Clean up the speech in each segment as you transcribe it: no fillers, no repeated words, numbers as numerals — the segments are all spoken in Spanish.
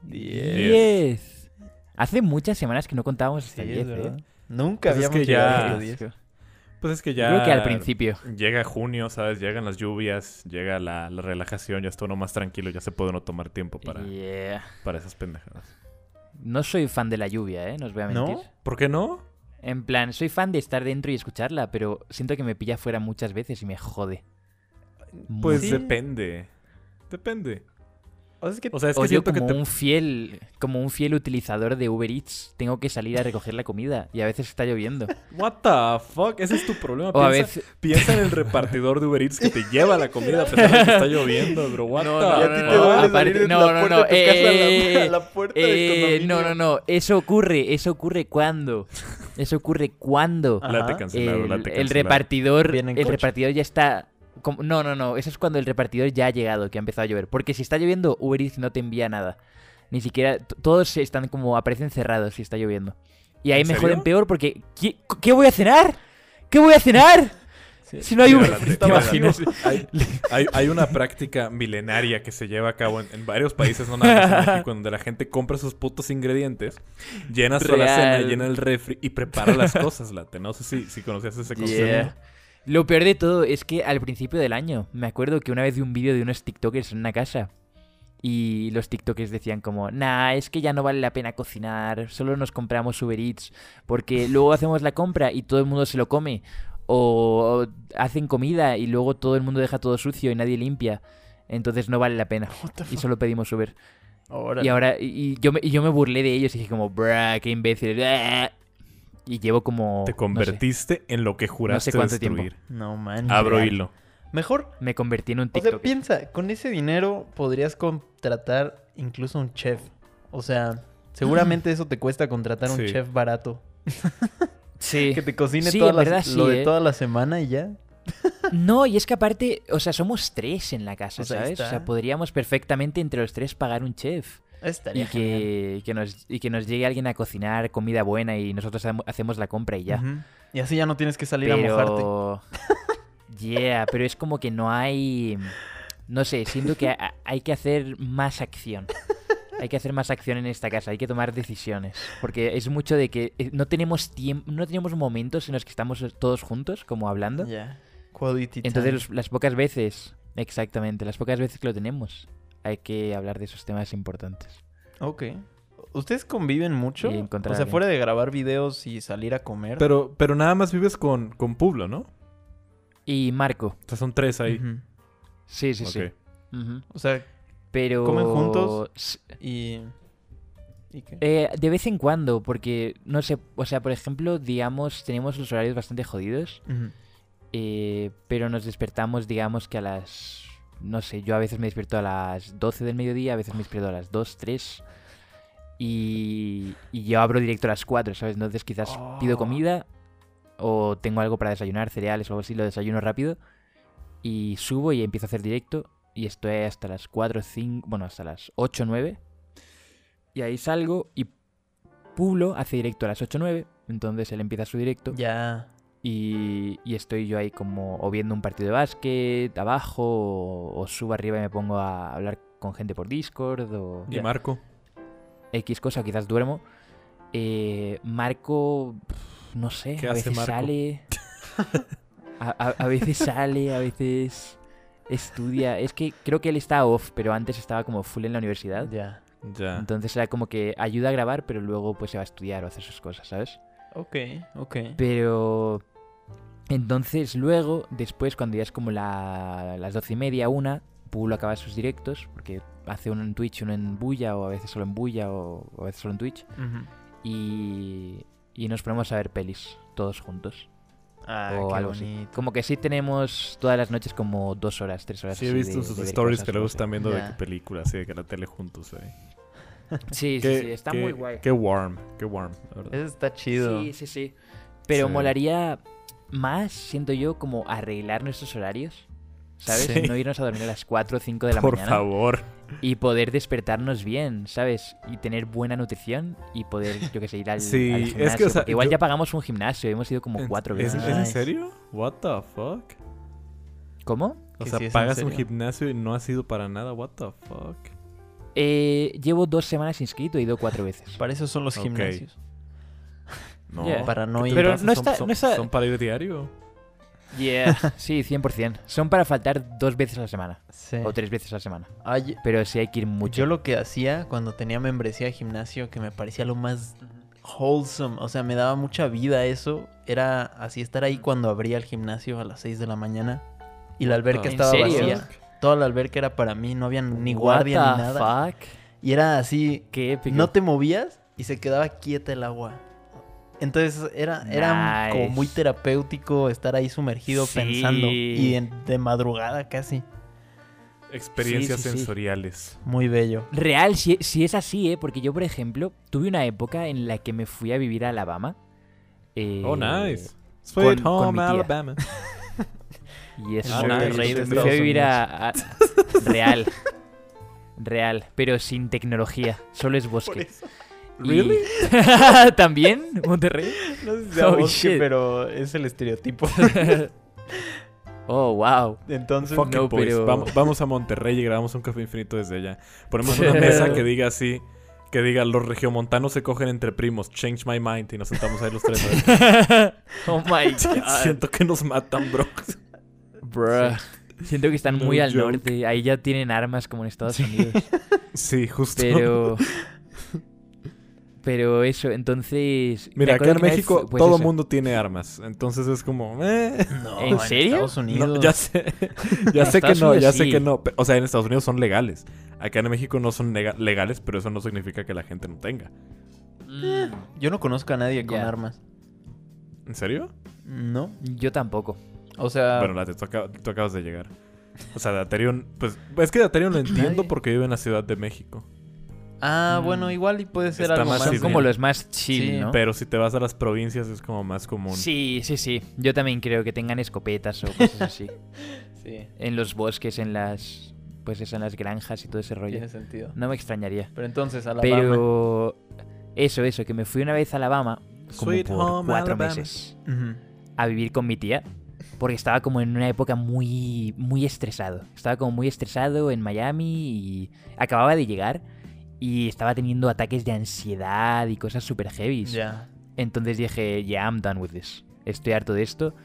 10. Hace muchas semanas que no contábamos hasta 10, ¿verdad? ¿eh? Nunca Pues es habíamos que llegado ya- a 10. Pues es que ya... Creo que al principio. Llega junio, ¿sabes? Llegan las lluvias, llega la relajación, ya está uno más tranquilo, ya se puede uno tomar tiempo Yeah. para esas pendejadas. No soy fan de la lluvia, ¿eh? No os voy a mentir. ¿No? ¿Por qué no? En plan, soy fan de estar dentro y escucharla, pero siento que me pilla fuera muchas veces y me jode. Pues Sí. depende. Depende. O sea, es que O sea, es O que yo siento que como un fiel utilizador de Uber Eats, tengo que salir a recoger la comida y a veces está lloviendo. What the fuck? Ese es tu problema. O a Piensa, veces... piensa en el repartidor de Uber Eats que te lleva la comida a pesar de que está lloviendo, bro. What No, the no, y a fuck? ti te duele aparte- salir de no, la no, puerta no, de tu casa a la puerta del no, condominio. no. Eso ocurre cuando. Eso ocurre cuando Ajá. Late cancelado, late el cancelado. repartidor Viene en el coche. repartidor ya está no, eso es cuando el repartidor ya ha llegado, que ha empezado a llover, porque si está lloviendo Uber Eats no te envía nada, ni siquiera todos están como aparecen cerrados si está lloviendo, y ahí ¿En me serio? joden peor porque ¿qué voy a cenar? ¿Qué voy a cenar? Sí. Si no hay Uber Late, Eats, ¿te late. imaginas? Hay una práctica milenaria que se lleva a cabo en varios países, no nada más en México, donde la gente compra sus putos ingredientes, llena su alacena, Real. llena el refri y prepara las cosas, Late. No sé si conocías ese concepto. Yeah. Lo peor de todo es que al principio del año, me acuerdo que una vez vi un vídeo de unos TikTokers en una casa y los TikTokers decían como, nah, es que ya no vale la pena cocinar, solo nos compramos Uber Eats porque luego hacemos la compra y todo el mundo se lo come, o hacen comida y luego todo el mundo deja todo sucio y nadie limpia, entonces no vale la pena y solo pedimos Uber. Ahora. Y ahora y yo me burlé de ellos y dije como, brah, qué imbécil. Y llevo como... Te convertiste en lo que juraste cuánto tiempo. destruir. No manches. Abro Real. hilo. Mejor, me convertí en un o sea, TikToker. piensa, con ese dinero podrías contratar incluso un chef. O sea, seguramente eso te cuesta contratar un Sí. chef barato. Sí. Que te cocine Sí, toda en la- verdad lo sí, de toda la semana y ya. No, y es que aparte, o sea, somos 3 en la casa, Pues ahí ¿sabes? O está. sea, podríamos perfectamente entre los 3 pagar un chef. Estaría Y genial. que nos llegue alguien a cocinar comida buena y nosotros hacemos la compra y ya. Ujú. Y así ya no tienes que salir a mojarte. Pero... Yeah, pero es como que no hay... No sé, siento que hay que hacer más acción. Hay que hacer más acción en esta casa, hay que tomar decisiones. Porque es mucho de que no tenemos tiempo, no tenemos momentos en los que estamos todos juntos, como hablando. Ya. Quality time. Entonces, las pocas veces, exactamente, las pocas veces que lo tenemos, hay que hablar de esos temas importantes. Ok. ¿Ustedes conviven mucho? Y encontrar O sea, a alguien. fuera de grabar videos y salir a comer. Pero nada más vives con Publo, ¿no? Y Marco, O sea, son 3 ahí. Ujú. sí, sí, Ok. sí. Ujú. O sea, Pero... ¿comen juntos? y... ¿Y qué? De vez en cuando, porque, no sé, o sea, por ejemplo, digamos, tenemos los horarios bastante jodidos, Ujú. pero nos despertamos, digamos, que a las... No sé, yo a veces me despierto a las 12 del mediodía, a veces me despierto a las 2, 3, y yo abro directo a las 4, ¿sabes? Entonces quizás pido Oh. comida, o tengo algo para desayunar, cereales o algo así, lo desayuno rápido, y subo y empiezo a hacer directo, y estoy hasta las 4, 5, bueno, hasta las 8, 9, y ahí salgo y Pablo hace directo a las 8 o 9, entonces él empieza su directo Ya. y estoy yo ahí como o viendo un partido de básquet abajo o subo arriba y me pongo a hablar con gente por Discord o ¿Y Ya. Marco? X cosa, o quizás duermo. Marco, no sé, ¿Qué a hace veces Marco? sale, a veces sale, a veces estudia. Es que creo que él está off, pero antes estaba como full en la universidad. Ya. Ya. Entonces era como que ayuda a grabar, pero luego pues se va a estudiar o hacer sus cosas, ¿sabes? Ok, ok. Pero entonces luego, después, cuando ya es como las 12:30, 1, Pulo acaba sus directos, porque hace uno en Twitch, uno en Bulla, o a veces solo en Bulla, o a veces solo en Twitch, Ujú. y nos ponemos a ver pelis, todos juntos. Ah, o qué algo así. bonito. Como que sí tenemos todas las noches como 2 horas, 3 horas. Sí, he así visto de sus ver stories cosas que o luego algo así. están viendo de Ya. qué películas, sí, de que la tele juntos, Sí, sí, Qué- sí, está qué- muy guay. Qué warm, la verdad. Eso está chido. Sí, sí, sí. Pero Sí. molaría más, siento yo, como arreglar nuestros horarios. ¿Sabes? Sí. No irnos a dormir a las 4 o 5 de la Por mañana. favor. Y poder despertarnos bien, ¿sabes? Y tener buena nutrición y poder, yo que sé, ir al, Sí, al es que, gimnasio. o sea, Porque igual yo- ya pagamos un gimnasio, hemos ido como 4 ¿Es, veces. ¿Es en Nice. serio? What the fuck? ¿Cómo? O Que sea, sí es en pagas un serio. gimnasio y no has ido para nada. What the fuck? Llevo 2 semanas inscrito, he ido 4 veces. Para eso son los Ok. gimnasios. No. Yeah. Para no ¿Qué ir. te Pero pasa? no está- ¿Son, no está- son para ir diario? Yeah. Sí, 100%. Son para faltar 2 veces a la semana. Sí. O 3 veces a la semana. Ay, Pero sí hay que ir mucho. yo lo que hacía cuando tenía membresía de gimnasio, que me parecía lo más wholesome, o sea, me daba mucha vida eso, era así estar ahí cuando abría el gimnasio a las 6 de la mañana y la alberca ¿En estaba serio? vacía. Toda la alberca era para mí, no había ni What guardia ni the nada. fuck? Y era así, Qué épico. no te movías y se quedaba quieta el agua. Entonces era como muy Nice. terapéutico estar ahí sumergido Sí. pensando y de madrugada casi. Experiencias Sí, sí, sí. sensoriales. Muy bello. Real, si es así, ¿eh? Porque yo, por ejemplo, tuve una época en la que me fui a vivir a Alabama. Oh, nice. Sweet con home mi tía. Alabama. Y eso, Ah, nice. Monterrey de me fui a Estados vivir Unidos. Real. Real, pero sin tecnología. Solo es bosque. Y- Really? ¿También? ¿Monterrey? No sé si sea Oh, bosque, shit. pero es el estereotipo. Oh, wow. Entonces, Fuck it, no, boys. pero- Vamos a Monterrey y grabamos un café infinito desde allá. Ponemos una mesa que diga así, que diga los regiomontanos se cogen entre primos, change my mind, y nos sentamos ahí los tres. Oh my god. Siento que nos matan, bro. Bruh. Siento que están No muy al joke. norte. Ahí ya tienen armas como en Estados Unidos. Sí, justo. Pero eso, entonces... me Mira, acá acuerdo en que una vez México fue- pues todo el eso. mundo tiene armas. Entonces es como... no, ¿En serio? Estados Unidos. No, ya sé. Ya sé que Estados no, ya Unidos sé sí. que no. O sea, en Estados Unidos son legales. Acá en México no son legales, pero eso no significa que la gente no tenga. Yo no conozco a nadie con Ya. armas. ¿En serio? No. Yo tampoco. O sea, Bueno, Late, tú acabas de llegar. O sea, de Aterion... Pues es que de Aterion lo entiendo Nadie. porque vive en la Ciudad de México. bueno, igual y puede ser Está algo más más. Son sí, como sí. los más chill, Sí, ¿no? Pero si te vas a las provincias es como más común. Sí, sí, sí. Yo también creo que tengan escopetas o cosas así. Sí, En los bosques, en las... Pues eso, en las granjas y todo ese rollo. tiene sentido. No me extrañaría. Pero entonces, Alabama. Pero... Eso, que me fui una vez a Alabama como Sweet por home 4 Alabama. meses Ujú. a vivir con mi tía. Porque estaba como en una época muy, muy estresado. Estaba como muy estresado en Miami y acababa de llegar y estaba teniendo ataques de ansiedad y cosas super heavy. Ya. Entonces dije, yeah, I'm done with this. Estoy harto de esto.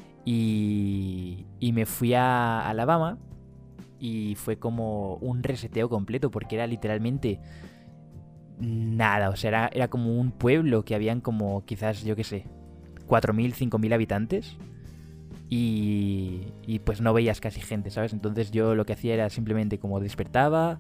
Y me fui a Alabama y fue como un reseteo completo porque era literalmente nada. O sea, era como un pueblo que habían como quizás, yo qué sé, 4.000, 5.000 habitantes. Y pues no veías casi gente, ¿sabes? Entonces yo lo que hacía era simplemente como despertaba,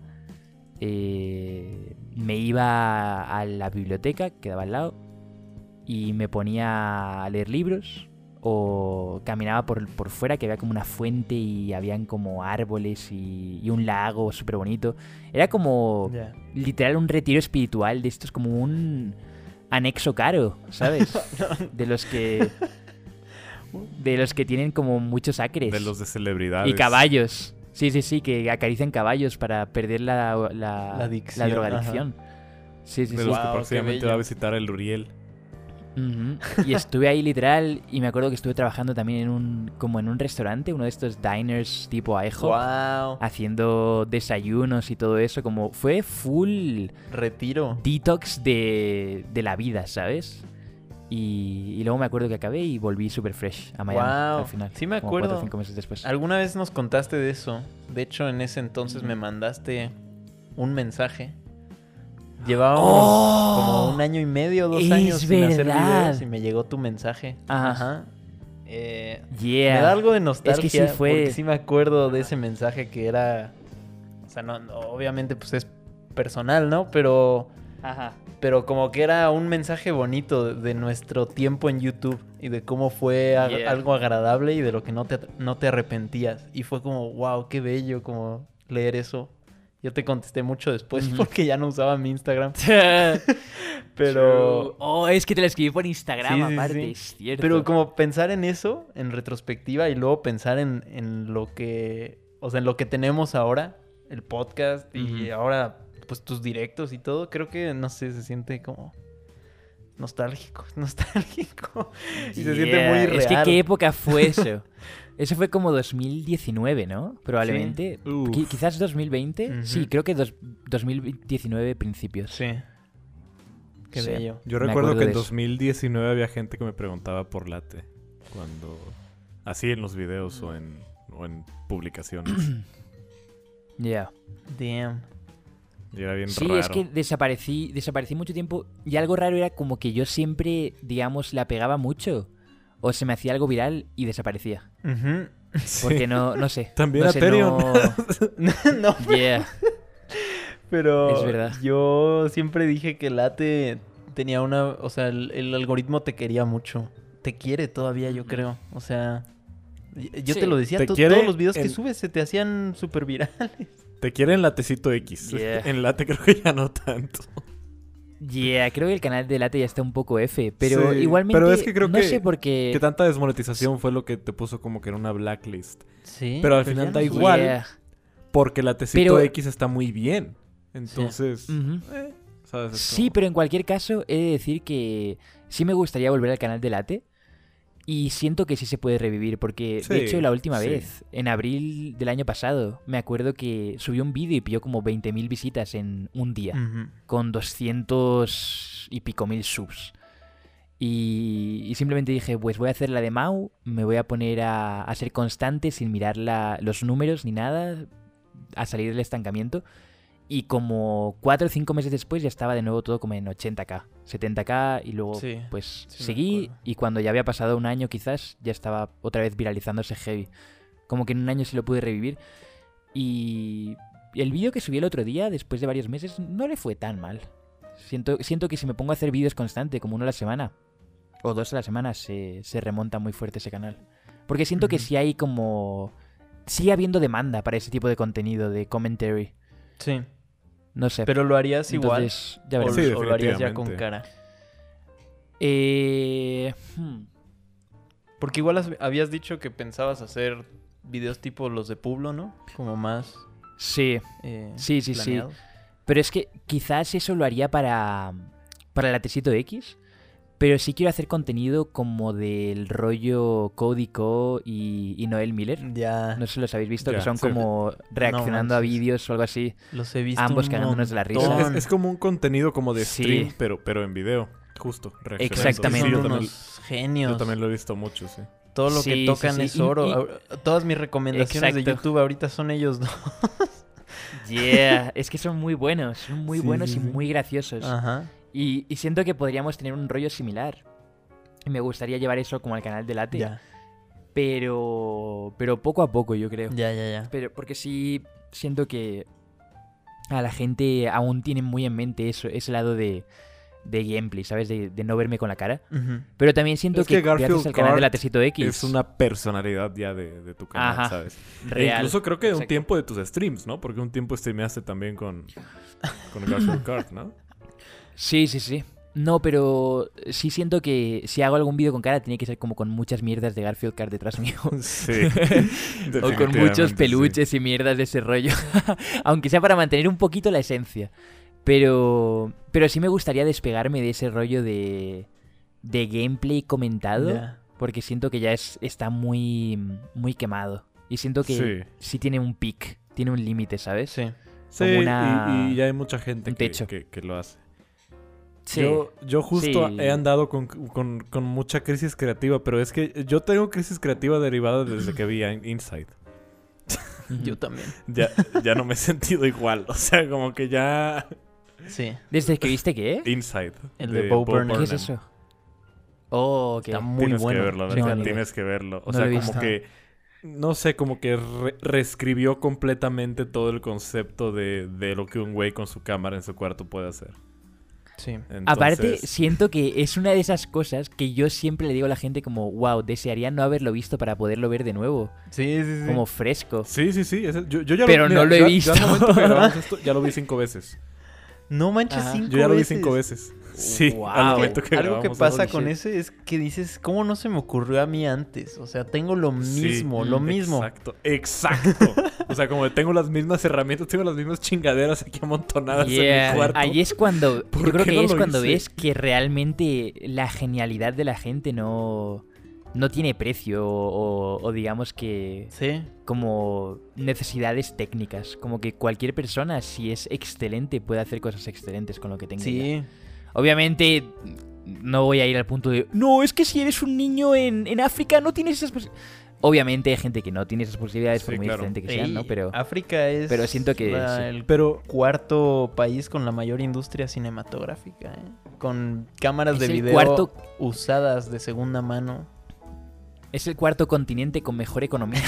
me iba a la biblioteca, que quedaba al lado, y me ponía a leer libros, o caminaba por fuera, que había como una fuente y habían como árboles y un lago súper bonito. Era como Ya. literal un retiro espiritual de estos, como un anexo caro, ¿sabes? De los que tienen como muchos acres. De los de celebridades. Y caballos. Sí, que acarician caballos para perder la adicción, drogadicción. Sí, De sí. los que Wow, qué próximamente bello. va a visitar el Uriel. Ujú. Y estuve ahí literal y me acuerdo que estuve trabajando también en un restaurante, uno de estos diners tipo IHOP, Wow. haciendo desayunos y todo eso, como fue full Retiro. detox de la vida, ¿sabes? Y luego me acuerdo que acabé y volví super fresh a Miami Wow. al final. Sí me como 4 o acuerdo. 5 meses después. Alguna vez nos contaste de eso. De hecho, en ese entonces me mandaste un mensaje. Llevábamos como 1 año y medio, 2 Es años sin hacer verdad. videos y me llegó tu mensaje. Ajá. Me da algo de nostalgia sí fue- porque sí me acuerdo de ese mensaje que era... O sea, no, obviamente pues es personal, ¿no? Pero como que era un mensaje bonito de nuestro tiempo en YouTube y de cómo fue Yeah. algo agradable y de lo que no te arrepentías. Y fue como, wow, qué bello como leer eso. Yo te contesté mucho después Ujú. porque ya no usaba mi Instagram. Pero... Pero... Oh, es que te lo escribí por Instagram, Sí, sí, aparte, sí. es cierto. Pero como pensar en eso, en retrospectiva, y luego pensar en lo que... O sea, en lo que tenemos ahora, el podcast, y Ujú. ahora, pues, tus directos y todo, creo que, no sé, se siente como... nostálgico. Y se siente muy real. Es que qué época fue eso. Eso fue como 2019, ¿no? Probablemente. Sí. Quizás 2020. Uh-huh. Sí, creo que 2019 principios. Sí. Qué bello. Yo recuerdo que en 2019 había gente que me preguntaba por Late. Cuando... Así en los videos o en publicaciones. Ya. Damn. Y era bien raro. Sí, es que desaparecí mucho tiempo. Y algo raro era como que yo siempre, digamos, la pegaba mucho. O se me hacía algo viral y desaparecía. Uh-huh. Porque no sé. También no Ethereum. No. Yeah. Pero es verdad. Yo siempre dije que Late tenía una... O sea, el algoritmo te quería mucho. Te quiere todavía, yo creo. O sea... Yo te lo decía, todos los videos que subes se te hacían súper virales. Te quiere en Latecito X. Yeah. En Late creo que ya no tanto. Yeah, creo que el canal de Late ya está un poco F. Pero sí, igualmente, pero es que creo no sé por qué... Que tanta desmonetización fue lo que te puso como que en una blacklist. Sí. Pero al final da igual. Yeah. Porque Latecito X está muy bien. Entonces... Sí. Uh-huh. ¿Sabes? Sí, pero en cualquier caso he de decir que sí me gustaría volver al canal de Late. Y siento que sí se puede revivir, porque de hecho la última vez, en abril del año pasado, me acuerdo que subí un vídeo y pilló como 20.000 visitas en un día, con 200 y pico mil subs. Y simplemente dije, pues voy a hacer la de Mau, me voy a poner a ser constante sin mirar los números ni nada, a salir del estancamiento. Y como 4 o 5 meses después ya estaba de nuevo todo como en 80k, 70k y luego pues seguí y cuando ya había pasado un año quizás ya estaba otra vez viralizándose heavy. Como que en un año sí lo pude revivir y el vídeo que subí el otro día después de varios meses no le fue tan mal. Siento que si me pongo a hacer vídeos constante como uno a la semana o 2 a la semana se remonta muy fuerte ese canal. Porque siento que sí hay como... sigue habiendo demanda para ese tipo de contenido, de commentary. Sí. No sé. ¿Pero lo harías igual? Ya ¿O, sí, o lo harías ya con cara? Porque igual habías dicho que pensabas hacer videos tipo los de Pueblo, ¿no? Como más... Sí. Sí. Pero es que quizás eso lo haría para Latecito X. Pero sí quiero hacer contenido como del rollo Cody Co y Noel Miller. Ya. No sé si los habéis visto, que son como reaccionando a vídeos o algo así. Los he visto. Ambos cagándonos de la risa. Es como un contenido como de stream, pero en video. Justo, reaccionando. Exactamente. Son unos genios. Yo también lo he visto mucho, sí. Todo lo que tocan es oro. Todas mis recomendaciones de YouTube ahorita son ellos dos. Yeah, es que son muy buenos. Son muy buenos y muy graciosos. Ajá. Y siento que podríamos tener un rollo similar. Y me gustaría llevar eso como al canal de Late. Ya. Pero poco a poco, yo creo. Ya. Pero porque sí siento que a la gente aún tiene muy en mente eso, ese lado de gameplay, ¿sabes? De no verme con la cara. Uh-huh. Pero también siento que gracias al canal de Latecito X... Es una personalidad ya de tu canal, ajá, ¿sabes? Real. E incluso creo que un tiempo de tus streams, ¿no? Porque un tiempo streameaste también con Garfield Kart, ¿no? Sí. No, pero sí siento que si hago algún vídeo con cara tiene que ser como con muchas mierdas de Garfield Kart detrás mío. Sí. O con muchos peluches y mierdas de ese rollo. Aunque sea para mantener un poquito la esencia. Pero sí me gustaría despegarme de ese rollo de gameplay comentado. Porque siento que ya está muy, muy quemado. Y siento que sí tiene un peak, tiene un límite, ¿sabes? Sí. Y ya hay mucha gente que lo hace. Sí. Yo justo he andado con mucha crisis creativa, pero es que yo tengo crisis creativa derivada desde que vi Inside. Yo también. Ya no me he sentido igual. O sea, como que ya... Sí. ¿Desde que viste qué? Inside. El de Bo Burnham. ¿Qué es eso? Oh, ok. Está muy bueno. Tienes que verlo. O sea, como que... No sé, como que reescribió completamente todo el concepto de lo que un güey con su cámara en su cuarto puede hacer. Sí. Entonces... Aparte, siento que es una de esas cosas que yo siempre le digo a la gente como, wow, desearía no haberlo visto para poderlo ver de nuevo. Sí. Como fresco. Sí. Yo ya pero no lo he visto. Ya al momento que grabamos esto, ya lo vi 5 veces. No manches, 5 veces. Yo ya lo vi 5 veces. Sí, wow. al momento que algo que pasa con ese es que dices, ¿cómo no se me ocurrió a mí antes? O sea, tengo lo mismo, lo mismo. Exacto. O sea, como tengo las mismas herramientas, tengo las mismas chingaderas aquí amontonadas en mi cuarto. Ahí es cuando, yo creo que es cuando ves que realmente la genialidad de la gente no tiene precio o digamos que sí, como necesidades técnicas, como que cualquier persona si es excelente puede hacer cosas excelentes con lo que tenga. Sí. Obviamente no voy a ir al punto de no, es que si eres un niño en África no tienes esas posibilidades. Obviamente hay gente que no tiene esas posibilidades por muy excelente que sean, ¿no? Pero África es siento que el cuarto país con la mayor industria cinematográfica, con cámaras de video usadas de segunda mano. Es el cuarto continente con mejor economía.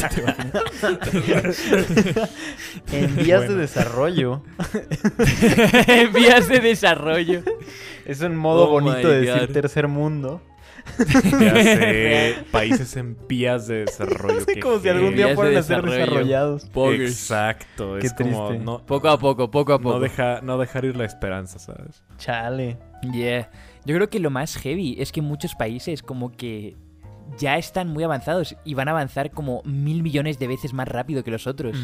En vías de desarrollo. En vías de desarrollo. Es un modo bonito de decir tercer mundo. Ya sé, países en vías de desarrollo. Es como si algún día fueran a ser desarrollados. Exacto, es como poco a poco. No dejar ir la esperanza, ¿sabes? Chale. Yeah. Yo creo que lo más heavy es que muchos países como que ya están muy avanzados y van a avanzar como 1.000 millones de veces más rápido que los otros.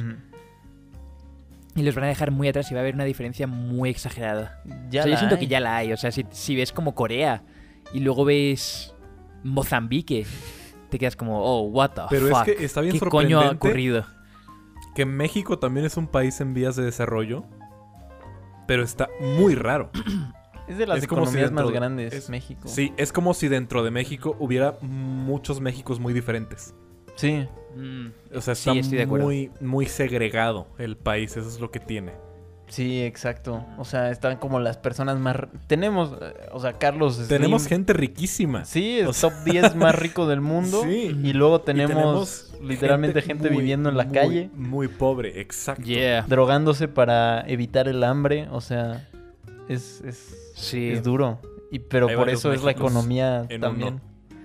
Y los van a dejar muy atrás y va a haber una diferencia muy exagerada. Yo siento que ya la hay. O sea, si ves como Corea y luego ves Mozambique, te quedas como, oh, what the fuck. Pero es que está bien ¿Qué sorprendente coño ha ocurrido? Que México también es un país en vías de desarrollo, pero está muy raro. Es de las economías más grandes, México. Sí, es como si dentro de México hubiera muchos Méxicos muy diferentes. Sí. O sea, está muy, muy segregado el país, eso es lo que tiene. Sí, exacto. O sea, están como las personas más... Tenemos, o sea, Carlos Slim. Tenemos gente riquísima. Sí, el top 10 más rico del mundo. Sí. Y luego tenemos literalmente gente viviendo en la calle. Muy pobre, exacto. Yeah. Drogándose para evitar el hambre. O sea, es duro. Pero por eso es la economía también.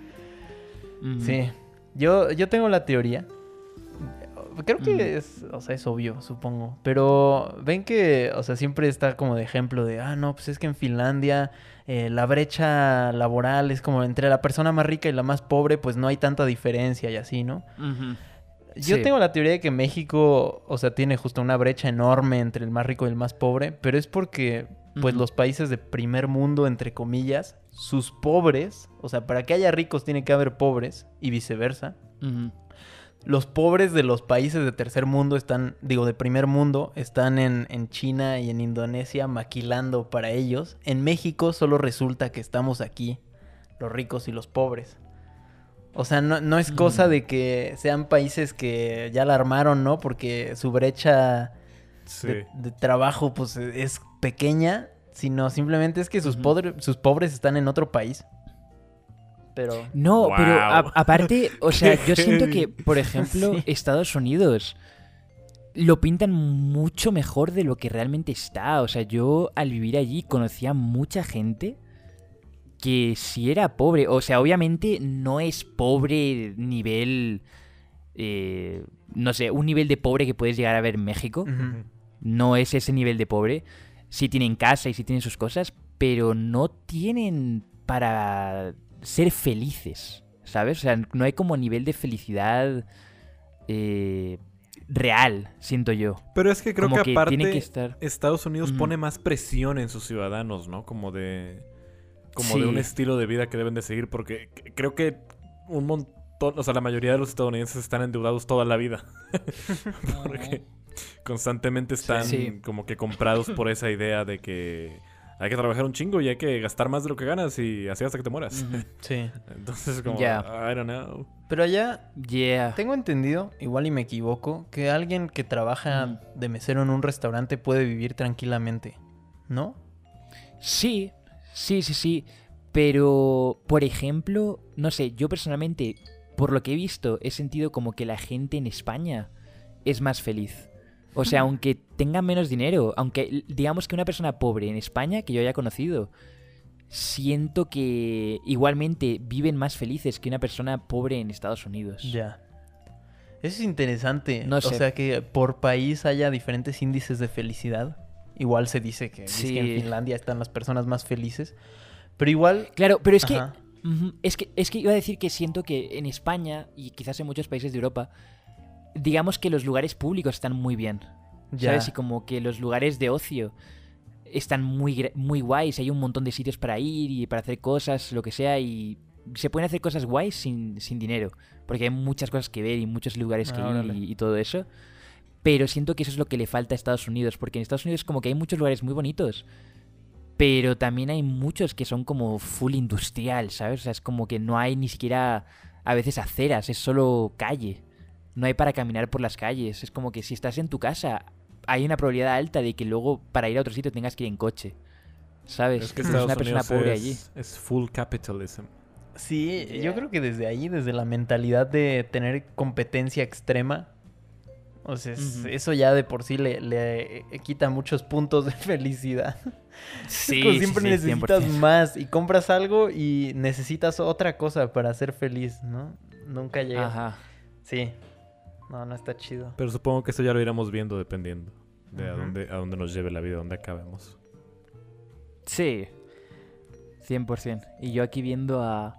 Sí. Yo tengo la teoría. Creo que es obvio, supongo. Pero ven que, o sea, siempre está como de ejemplo de, no, pues es que en Finlandia la brecha laboral es como entre la persona más rica y la más pobre, pues no hay tanta diferencia y así, ¿no? Yo tengo la teoría de que México, o sea, tiene justo una brecha enorme entre el más rico y el más pobre, pero es porque, pues, los países de primer mundo, entre comillas, sus pobres, o sea, para que haya ricos tiene que haber pobres y viceversa. Los pobres de los países de tercer mundo de primer mundo, están en China y en Indonesia maquilando para ellos. En México solo resulta que estamos aquí, los ricos y los pobres. O sea, no es cosa de que sean países que ya la armaron, ¿no? Porque su brecha de trabajo, pues, es pequeña, sino simplemente es que sus pobres están en otro país. Pero... No, pero aparte, o sea, yo siento que, por ejemplo, Estados Unidos lo pintan mucho mejor de lo que realmente está. O sea, yo al vivir allí conocía mucha gente que sí era pobre. O sea, obviamente no es pobre nivel... no sé, un nivel de pobre que puedes llegar a ver en México. No es ese nivel de pobre. Sí tienen casa y sí tienen sus cosas, pero no tienen para... ser felices, ¿sabes? O sea, no hay como nivel de felicidad real, siento yo. Pero es que creo como que aparte tiene que estar... Estados Unidos pone más presión en sus ciudadanos, ¿no? Como de un estilo de vida que deben de seguir, porque creo que un montón, o sea, la mayoría de los estadounidenses están endeudados toda la vida. Porque constantemente están como que comprados por esa idea de que hay que trabajar un chingo y hay que gastar más de lo que ganas y así hasta que te mueras. Sí. Entonces como, I don't know. Pero allá tengo entendido, igual y me equivoco, que alguien que trabaja de mesero en un restaurante puede vivir tranquilamente, ¿no? Sí. Pero, por ejemplo, no sé, yo personalmente, por lo que he visto, he sentido como que la gente en España es más feliz. O sea, aunque tenga menos dinero, aunque digamos que una persona pobre en España, que yo haya conocido, siento que igualmente viven más felices que una persona pobre en Estados Unidos. Ya. Eso es interesante. No sé. O sea, que por país haya diferentes índices de felicidad. Igual se dice que, Sí. es que en Finlandia están las personas más felices. Pero igual... Claro, pero es Ajá. que... Es que iba a decir que siento que en España, y quizás en muchos países de Europa, digamos que los lugares públicos están muy bien. Ya. ¿Sabes? Y como que los lugares de ocio están muy guays. Hay un montón de sitios para ir y para hacer cosas, lo que sea. Y se pueden hacer cosas guays sin dinero. Porque hay muchas cosas que ver y muchos lugares que ir Órale. y todo eso. Pero siento que eso es lo que le falta a Estados Unidos. Porque en Estados Unidos como que hay muchos lugares muy bonitos. Pero también hay muchos que son como full industrial, ¿sabes? O sea, es como que no hay ni siquiera a veces aceras, es solo calle. No hay para caminar por las calles. Es como que si estás en tu casa, hay una probabilidad alta de que luego para ir a otro sitio tengas que ir en coche. ¿Sabes? Es que Es Estados una persona Unidos pobre allí. es full capitalism. Sí, yo creo que desde ahí, desde la mentalidad de tener competencia extrema, o sea, eso ya de por sí le quita muchos puntos de felicidad. Sí, Es como siempre sí, necesitas 100%. más y compras algo y necesitas otra cosa para ser feliz, ¿no? Nunca llega. Ajá. Sí. No está chido. Pero supongo que eso ya lo iremos viendo dependiendo de Ujú. a dónde nos lleve la vida, a dónde acabemos. Sí. 100%. Y yo aquí viendo a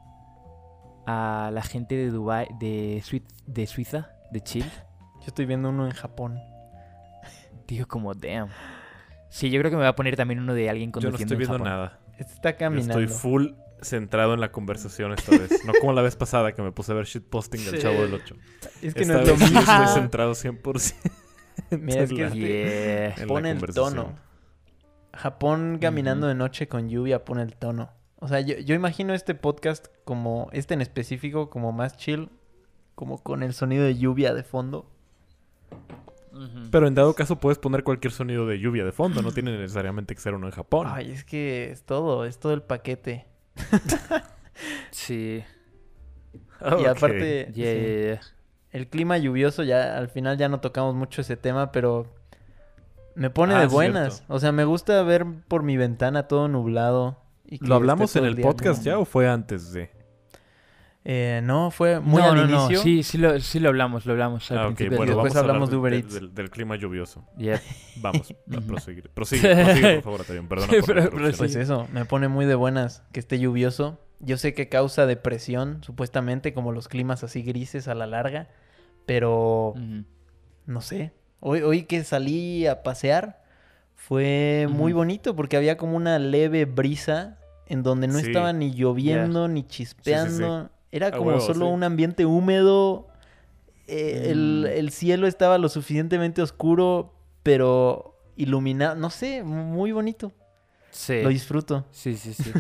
la gente de Dubai, de Suiza, de Chile. Yo estoy viendo uno en Japón. Digo como, damn. Sí, yo creo que me va a poner también uno de alguien Yo no conduciendo estoy viendo en Japón. nada. Está Yo caminando. estoy full centrado en la conversación esta vez. No como la vez pasada que me puse a ver shitposting del Sí. Chavo del 8. Es que Esta no es lo vez sí mismo. estoy centrado 100%. Mira, es que en la- Yeah. en la pone el conversación. tono. Japón caminando de noche con lluvia pone el tono. O sea, yo imagino este podcast como, este en específico, como más chill, como con el sonido de lluvia de fondo. Pero en dado caso puedes poner cualquier sonido de lluvia de fondo. No tiene necesariamente que ser uno en Japón. Ay, es que es todo el paquete. Sí. Y Ok. aparte, Yeah, sí, yeah, yeah. el clima lluvioso, ya al final ya no tocamos mucho ese tema, pero me pone Ah, de es buenas. cierto. O sea, me gusta ver por mi ventana todo nublado. Y que ¿Lo hablamos esté en todo el día podcast nublado. ya o fue antes de? No, fue muy no, al no, inicio. No. Sí lo hablamos al Ah, ok. principio. Bueno, después vamos a hablar hablamos de Uber Eats. del clima lluvioso. Yeah. Vamos a Ujú. proseguir. Prosigue, por favor, Atarion. Perdona por la Pero interrupción. Pues eso, me pone muy de buenas que esté lluvioso. Yo sé que causa depresión, supuestamente, como los climas así grises a la larga. Pero, Ujú. no sé. Hoy que salí a pasear fue muy Ujú. bonito porque había como una leve brisa en donde no Sí. estaba ni lloviendo ni chispeando. Era A como huevo, solo sí. un ambiente húmedo. Mm. El cielo estaba lo suficientemente oscuro, pero iluminado. No sé, muy bonito. Sí. Lo disfruto. Sí.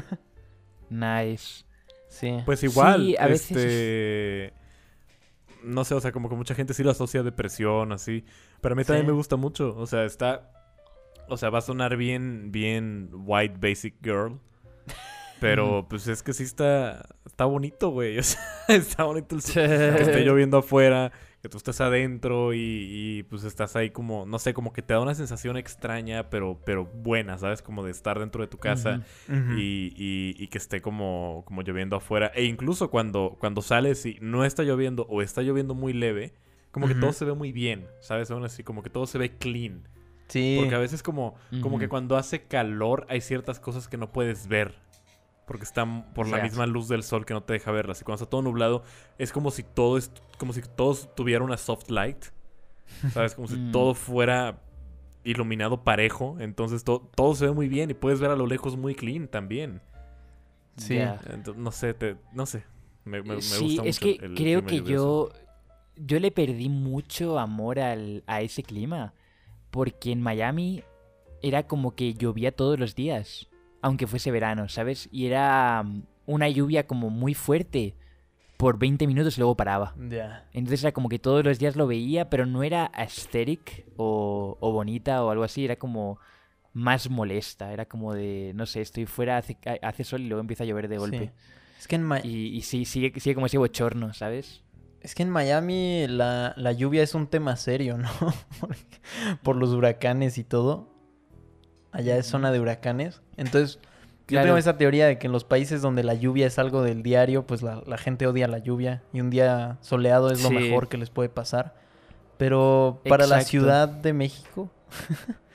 Nice. Sí. Pues igual, Sí, a veces no sé, o sea, como que mucha gente sí lo asocia a depresión, así. Pero a mí también Sí. me gusta mucho. O sea, o sea, va a sonar bien white basic girl. Pero, pues, es que sí está bonito, güey. O sea, está bonito que esté lloviendo afuera, que tú estés adentro y pues estás ahí como, no sé, como que te da una sensación extraña, pero buena, ¿sabes? Como de estar dentro de tu casa. Ujú. Ujú. Y que esté como lloviendo afuera. E incluso cuando sales y no está lloviendo o está lloviendo muy leve, como que Ujú. todo se ve muy bien, ¿sabes? Aún así, como que todo se ve clean. Sí. Porque a veces como Ujú. que cuando hace calor hay ciertas cosas que no puedes ver. Porque están por la Ya. misma luz del sol que no te deja verlas. Y cuando está todo nublado, es como si todo tuviera una soft light. ¿Sabes? Como si Mm. todo fuera iluminado parejo. Entonces todo se ve muy bien y puedes ver a lo lejos muy clean también. Sí. Ya. Entonces, no sé. Me Sí, gusta mucho es que el creo clima que lluvioso. yo le perdí mucho amor a ese clima. Porque en Miami era como que llovía todos los días. Aunque fuese verano, ¿sabes? Y era una lluvia como muy fuerte por 20 minutos y luego paraba. Ya. Entonces era como que todos los días lo veía, pero no era aesthetic o bonita o algo así. Era como más molesta. Era como de, no sé, estoy fuera, hace sol y luego empieza a llover de golpe. Sí. Es que Y sí, sigue como ese bochorno, ¿sabes? Es que en Miami la lluvia es un tema serio, ¿no? Por los huracanes y todo. Allá es zona de huracanes. Entonces, yo Claro. tengo esa teoría de que en los países donde la lluvia es algo del diario, pues la gente odia la lluvia. Y un día soleado es lo Sí. mejor que les puede pasar. Pero para la Exacto. Ciudad de México,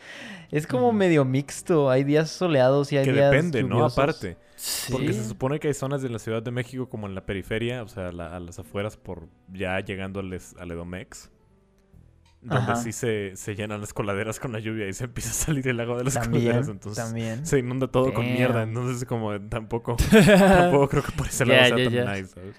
Es como medio mixto. Hay días soleados y hay días depende, lluviosos. ¿no? Aparte. Sí. Porque se supone que hay zonas de la Ciudad de México como en la periferia, o sea, a las afueras por ya llegando al Edomex, donde sí se llenan las coladeras con la lluvia y se empieza a salir el agua de las coladeras, entonces se inunda todo con mierda, entonces como tampoco creo que por ese lado sea tan nice, ¿sabes?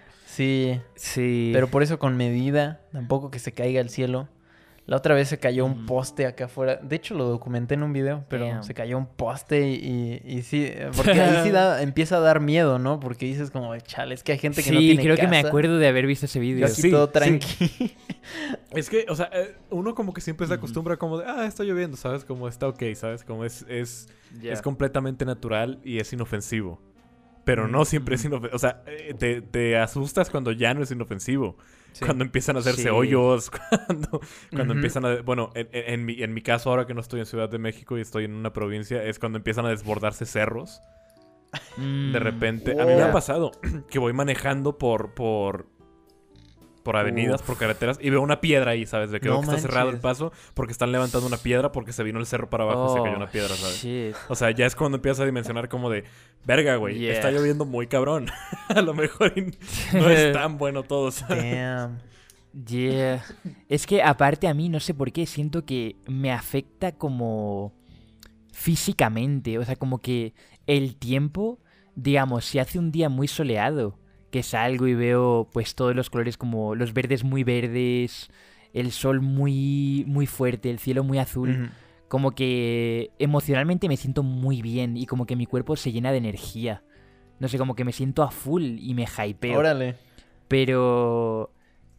Sí, pero por eso con medida, tampoco que se caiga el cielo. La otra vez se cayó un poste acá afuera. De hecho, lo documenté en un video, pero se cayó un poste y sí, porque ahí sí empieza a dar miedo, ¿no? Porque dices como, chale, es que hay gente que no tiene casa. Sí, creo que me acuerdo de haber visto ese video. Yo aquí todo tranqui. Es que, o sea, uno como que siempre se acostumbra como de, está lloviendo, ¿sabes? Como está ok, ¿sabes? Como es completamente natural y es inofensivo. Pero no siempre es inofensivo. O sea, te asustas cuando ya no es inofensivo. Sí. Cuando empiezan a hacerse hoyos, cuando empiezan a... Bueno, en mi caso, ahora que no estoy en Ciudad de México y estoy en una provincia, es cuando empiezan a desbordarse cerros. De repente... A mí me ha pasado que voy manejando por avenidas, por carreteras, y veo una piedra ahí, ¿sabes? De que, que está cerrado el paso porque están levantando una piedra porque se vino el cerro para abajo y se cayó una piedra, ¿sabes? Shit. O sea, ya es cuando empiezas a dimensionar como de, verga, güey, está lloviendo muy cabrón. A lo mejor no es tan bueno todo, ¿sabes? Damn. Yeah. Es que aparte a mí, no sé por qué, siento que me afecta como físicamente. O sea, como que el tiempo, digamos, si hace un día muy soleado, que salgo y veo pues todos los colores como los verdes muy verdes, el sol muy, muy fuerte, el cielo muy azul, como que emocionalmente me siento muy bien y como que mi cuerpo se llena de energía. No sé, como que me siento a full y me hypeo. Órale. Pero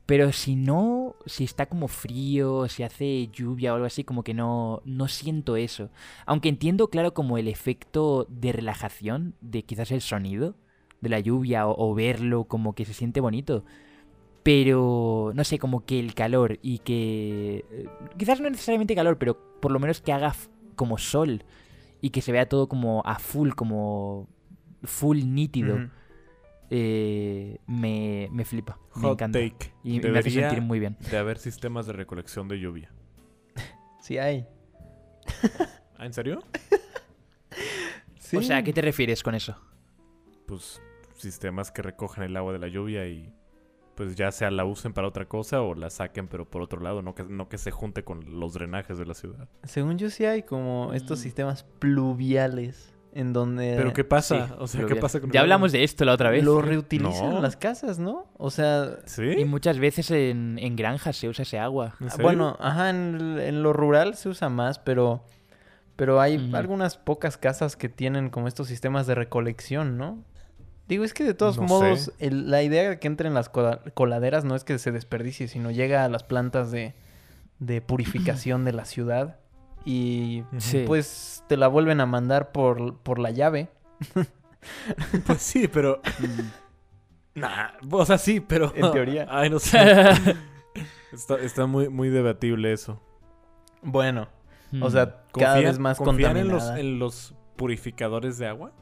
si está como frío, si hace lluvia o algo así, como que no siento eso. Aunque entiendo, claro, como el efecto de relajación de quizás el sonido de la lluvia o verlo, como que se siente bonito. Pero, no sé, como que el calor y que... quizás no necesariamente calor, pero por lo menos que haga como sol y que se vea todo como a full, como full nítido. Me flipa, me encanta. Take. Y me hace sentir muy bien. De haber sistemas de recolección de lluvia. Sí hay. ¿En serio? Sí. O sea, ¿a qué te refieres con eso? Pues sistemas que recogen el agua de la lluvia y pues ya sea la usen para otra cosa o la saquen pero por otro lado, no que se junte con los drenajes de la ciudad. Según yo sí hay como estos sistemas pluviales en donde... ¿Pero qué pasa? Sí, o sea, ¿qué pasa con ya hablamos de esto la otra vez. Lo reutilizan en las casas, ¿no? O sea... ¿Sí? Y muchas veces en granjas se usa ese agua. ¿En serio? Bueno, en lo rural se usa más, pero hay algunas pocas casas que tienen como estos sistemas de recolección, ¿no? Digo, es que de todos modos, la idea de que entren las coladeras no es que se desperdicie, sino llega a las plantas de purificación de la ciudad y pues te la vuelven a mandar por la llave. Pues sí, pero... o sea, sí, pero... En teoría. Ay, no sé. Está muy, muy debatible eso. Bueno, o sea, cada vez más contaminada. ¿Confían en los purificadores de agua?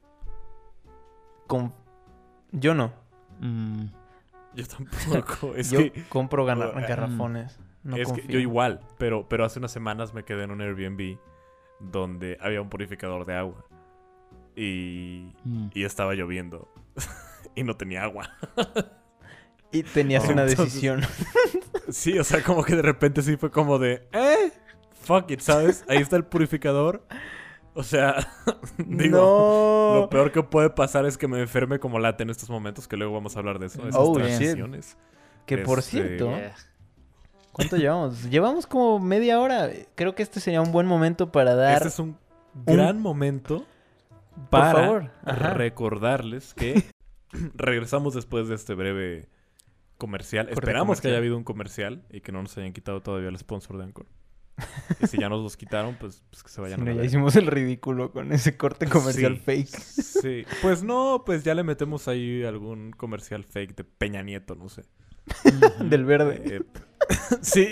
Yo no. Yo tampoco. Yo compro garrafones. No es confío. que yo igual, pero hace unas semanas me quedé en un Airbnb donde había un purificador de agua. Y estaba lloviendo. Y no tenía agua. Y tenías una decisión. Sí, o sea, como que de repente sí fue como de... Fuck it, ¿sabes? Ahí está el purificador. O sea, digo, lo peor que puede pasar es que me enferme como late en estos momentos, que luego vamos a hablar de eso, esas transiciones. Que por cierto, ¿cuánto llevamos? Llevamos como media hora. Creo que este sería un buen momento para dar... Este es un gran momento para recordarles que regresamos después de este breve comercial. Esperamos que haya habido un comercial y que no nos hayan quitado todavía el sponsor de Anchor. Y si ya nos los quitaron, pues que se vayan a ver. Ya hicimos el ridículo con ese corte comercial fake. Sí. Pues no, pues ya le metemos ahí algún comercial fake de Peña Nieto, no sé. Del verde. Sí.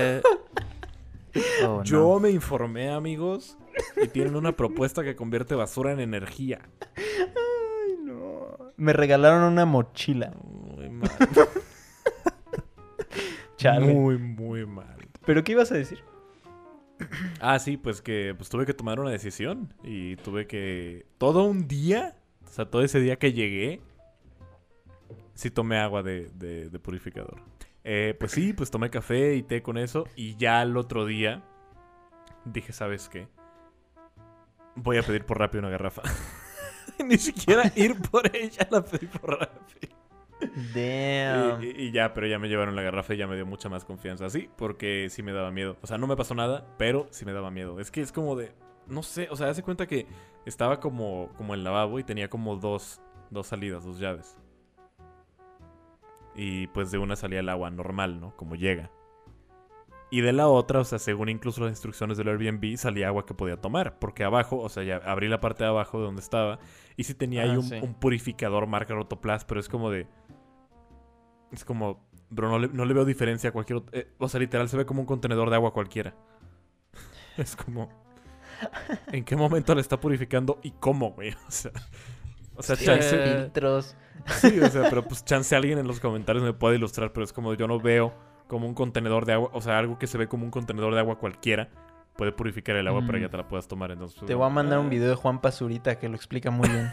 Yo me informé, amigos, y tienen una propuesta que convierte basura en energía. Ay, no. Me regalaron una mochila. Muy mal. Chale. Muy, muy mal. ¿Pero qué ibas a decir? Sí, pues que pues tuve que tomar una decisión. Y tuve que... Todo un día, o sea, todo ese día que llegué, sí tomé agua de purificador. Pues sí, pues tomé café y té con eso. Y ya al otro día dije, ¿sabes qué? Voy a pedir por Rappi una garrafa. Ni siquiera ir por ella, la pedí por Rappi. Damn. Y ya, pero ya me llevaron la garrafa y ya me dio mucha más confianza. Sí, porque sí me daba miedo. O sea, no me pasó nada, pero sí me daba miedo. Es que es como de... No sé, o sea, hace cuenta que estaba como el lavabo y tenía como dos salidas, 2 llaves. Y pues de una salía el agua normal, ¿no? Como llega. Y de la otra, o sea, según incluso las instrucciones del Airbnb, salía agua que podía tomar. Porque abajo, o sea, ya abrí la parte de abajo de donde estaba. Y sí tenía ahí un purificador marca Rotoplas, pero es como de... Es como... Bro, no le veo diferencia a cualquier otro... o sea, literal, se ve como un contenedor de agua cualquiera. Es como... ¿En qué momento le está purificando y cómo, güey? O sea, chance... filtros. Sí, o sea, pero pues chance alguien en los comentarios me puede ilustrar, pero es como yo no veo como un contenedor de agua, o sea, algo que se ve como un contenedor de agua cualquiera puede purificar el agua para que ya te la puedas tomar. Entonces, te voy a mandar un video de Juan Pazurita que lo explica muy bien.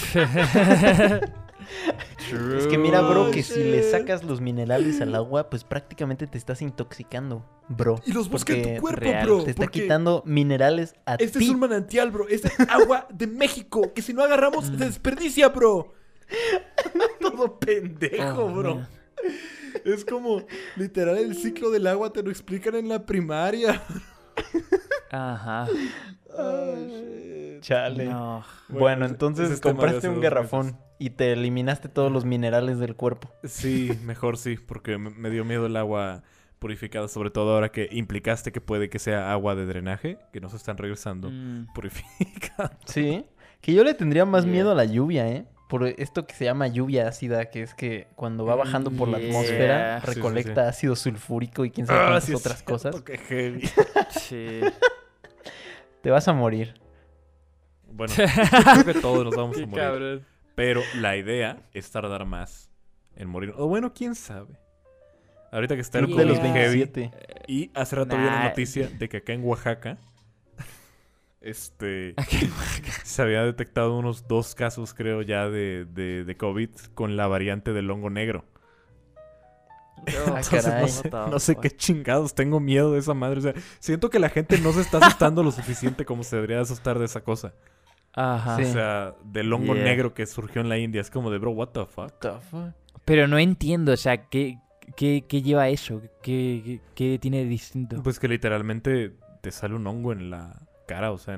Es que mira, bro, que si le sacas los minerales al agua, pues prácticamente te estás intoxicando, bro. Y los busca en tu cuerpo, real, bro. te está quitando minerales a ti. Este es un manantial, bro. Este es agua de México, que si no agarramos se desperdicia, bro. Todo pendejo, bro. Es como, literal, el ciclo del agua te lo explican en la primaria. Ajá. Chale. No. Bueno, entonces compraste un garrafón y te eliminaste todos los minerales del cuerpo. Sí, mejor sí, porque me dio miedo el agua purificada, sobre todo ahora que implicaste que puede que sea agua de drenaje, que nos están regresando purificada. Sí, que yo le tendría más miedo a la lluvia, ¿eh? Por esto que se llama lluvia ácida, que es que cuando va bajando por la atmósfera, recolecta ácido sulfúrico y quién sabe cuántas otras cosas. Qué heavy. Sí. Te vas a morir. Bueno, creo que todos nos vamos a morir. Cabrón. Pero la idea es tardar más en morir. O bueno, quién sabe. Ahorita que está el de COVID los heavy. 27. Y hace rato vi una noticia de que acá en Oaxaca se había detectado unos 2 casos, creo, ya de COVID con la variante del hongo negro. Entonces, no sé qué chingados, tengo miedo de esa madre. O sea, siento que la gente no se está asustando lo suficiente como se debería asustar de esa cosa. Ajá. Sí. O sea, del hongo negro que surgió en la India. Es como de, bro, what the fuck? Pero no entiendo, o sea, ¿qué lleva eso? ¿Qué tiene de distinto? Pues que literalmente te sale un hongo en la cara, o sea,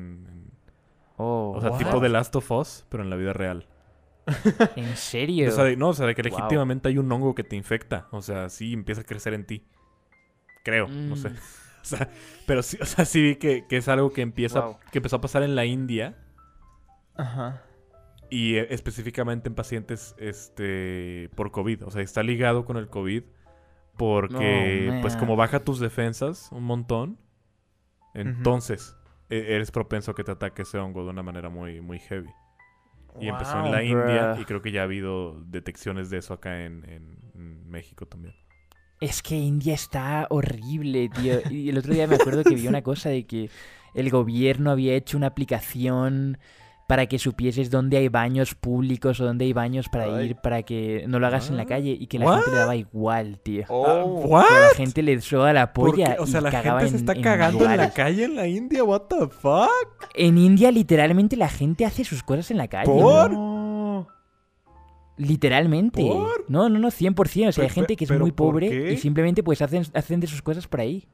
o sea, tipo de Last of Us, pero en la vida real. ¿En serio? O sea, de que legítimamente hay un hongo que te infecta. O sea, sí empieza a crecer en ti. Creo, no sé. O sea, pero sí, o sea, sí vi que es algo que que empezó a pasar en la India. Ajá. Y específicamente en pacientes por COVID. O sea, está ligado con el COVID porque, pues como baja tus defensas un montón, entonces eres propenso a que te ataque ese hongo de una manera muy, muy heavy. Y empezó en la India y creo que ya ha habido detecciones de eso acá en México también. Es que India está horrible, tío. Y el otro día me acuerdo que vi una cosa de que el gobierno había hecho una aplicación para que supieses dónde hay baños públicos o dónde hay baños para ir, para que no lo hagas en la calle y que la gente le daba igual, tío. ¿What? Que la gente le soba la polla o sea, y la cagaba gente se está cagando en la calle en la India, what the fuck? En India literalmente la gente hace sus cosas en la calle. ¿Por? ¿No? Literalmente. ¿Por? No, 100%. O sea, hay gente que es muy pobre y simplemente pues hacen de sus cosas por ahí.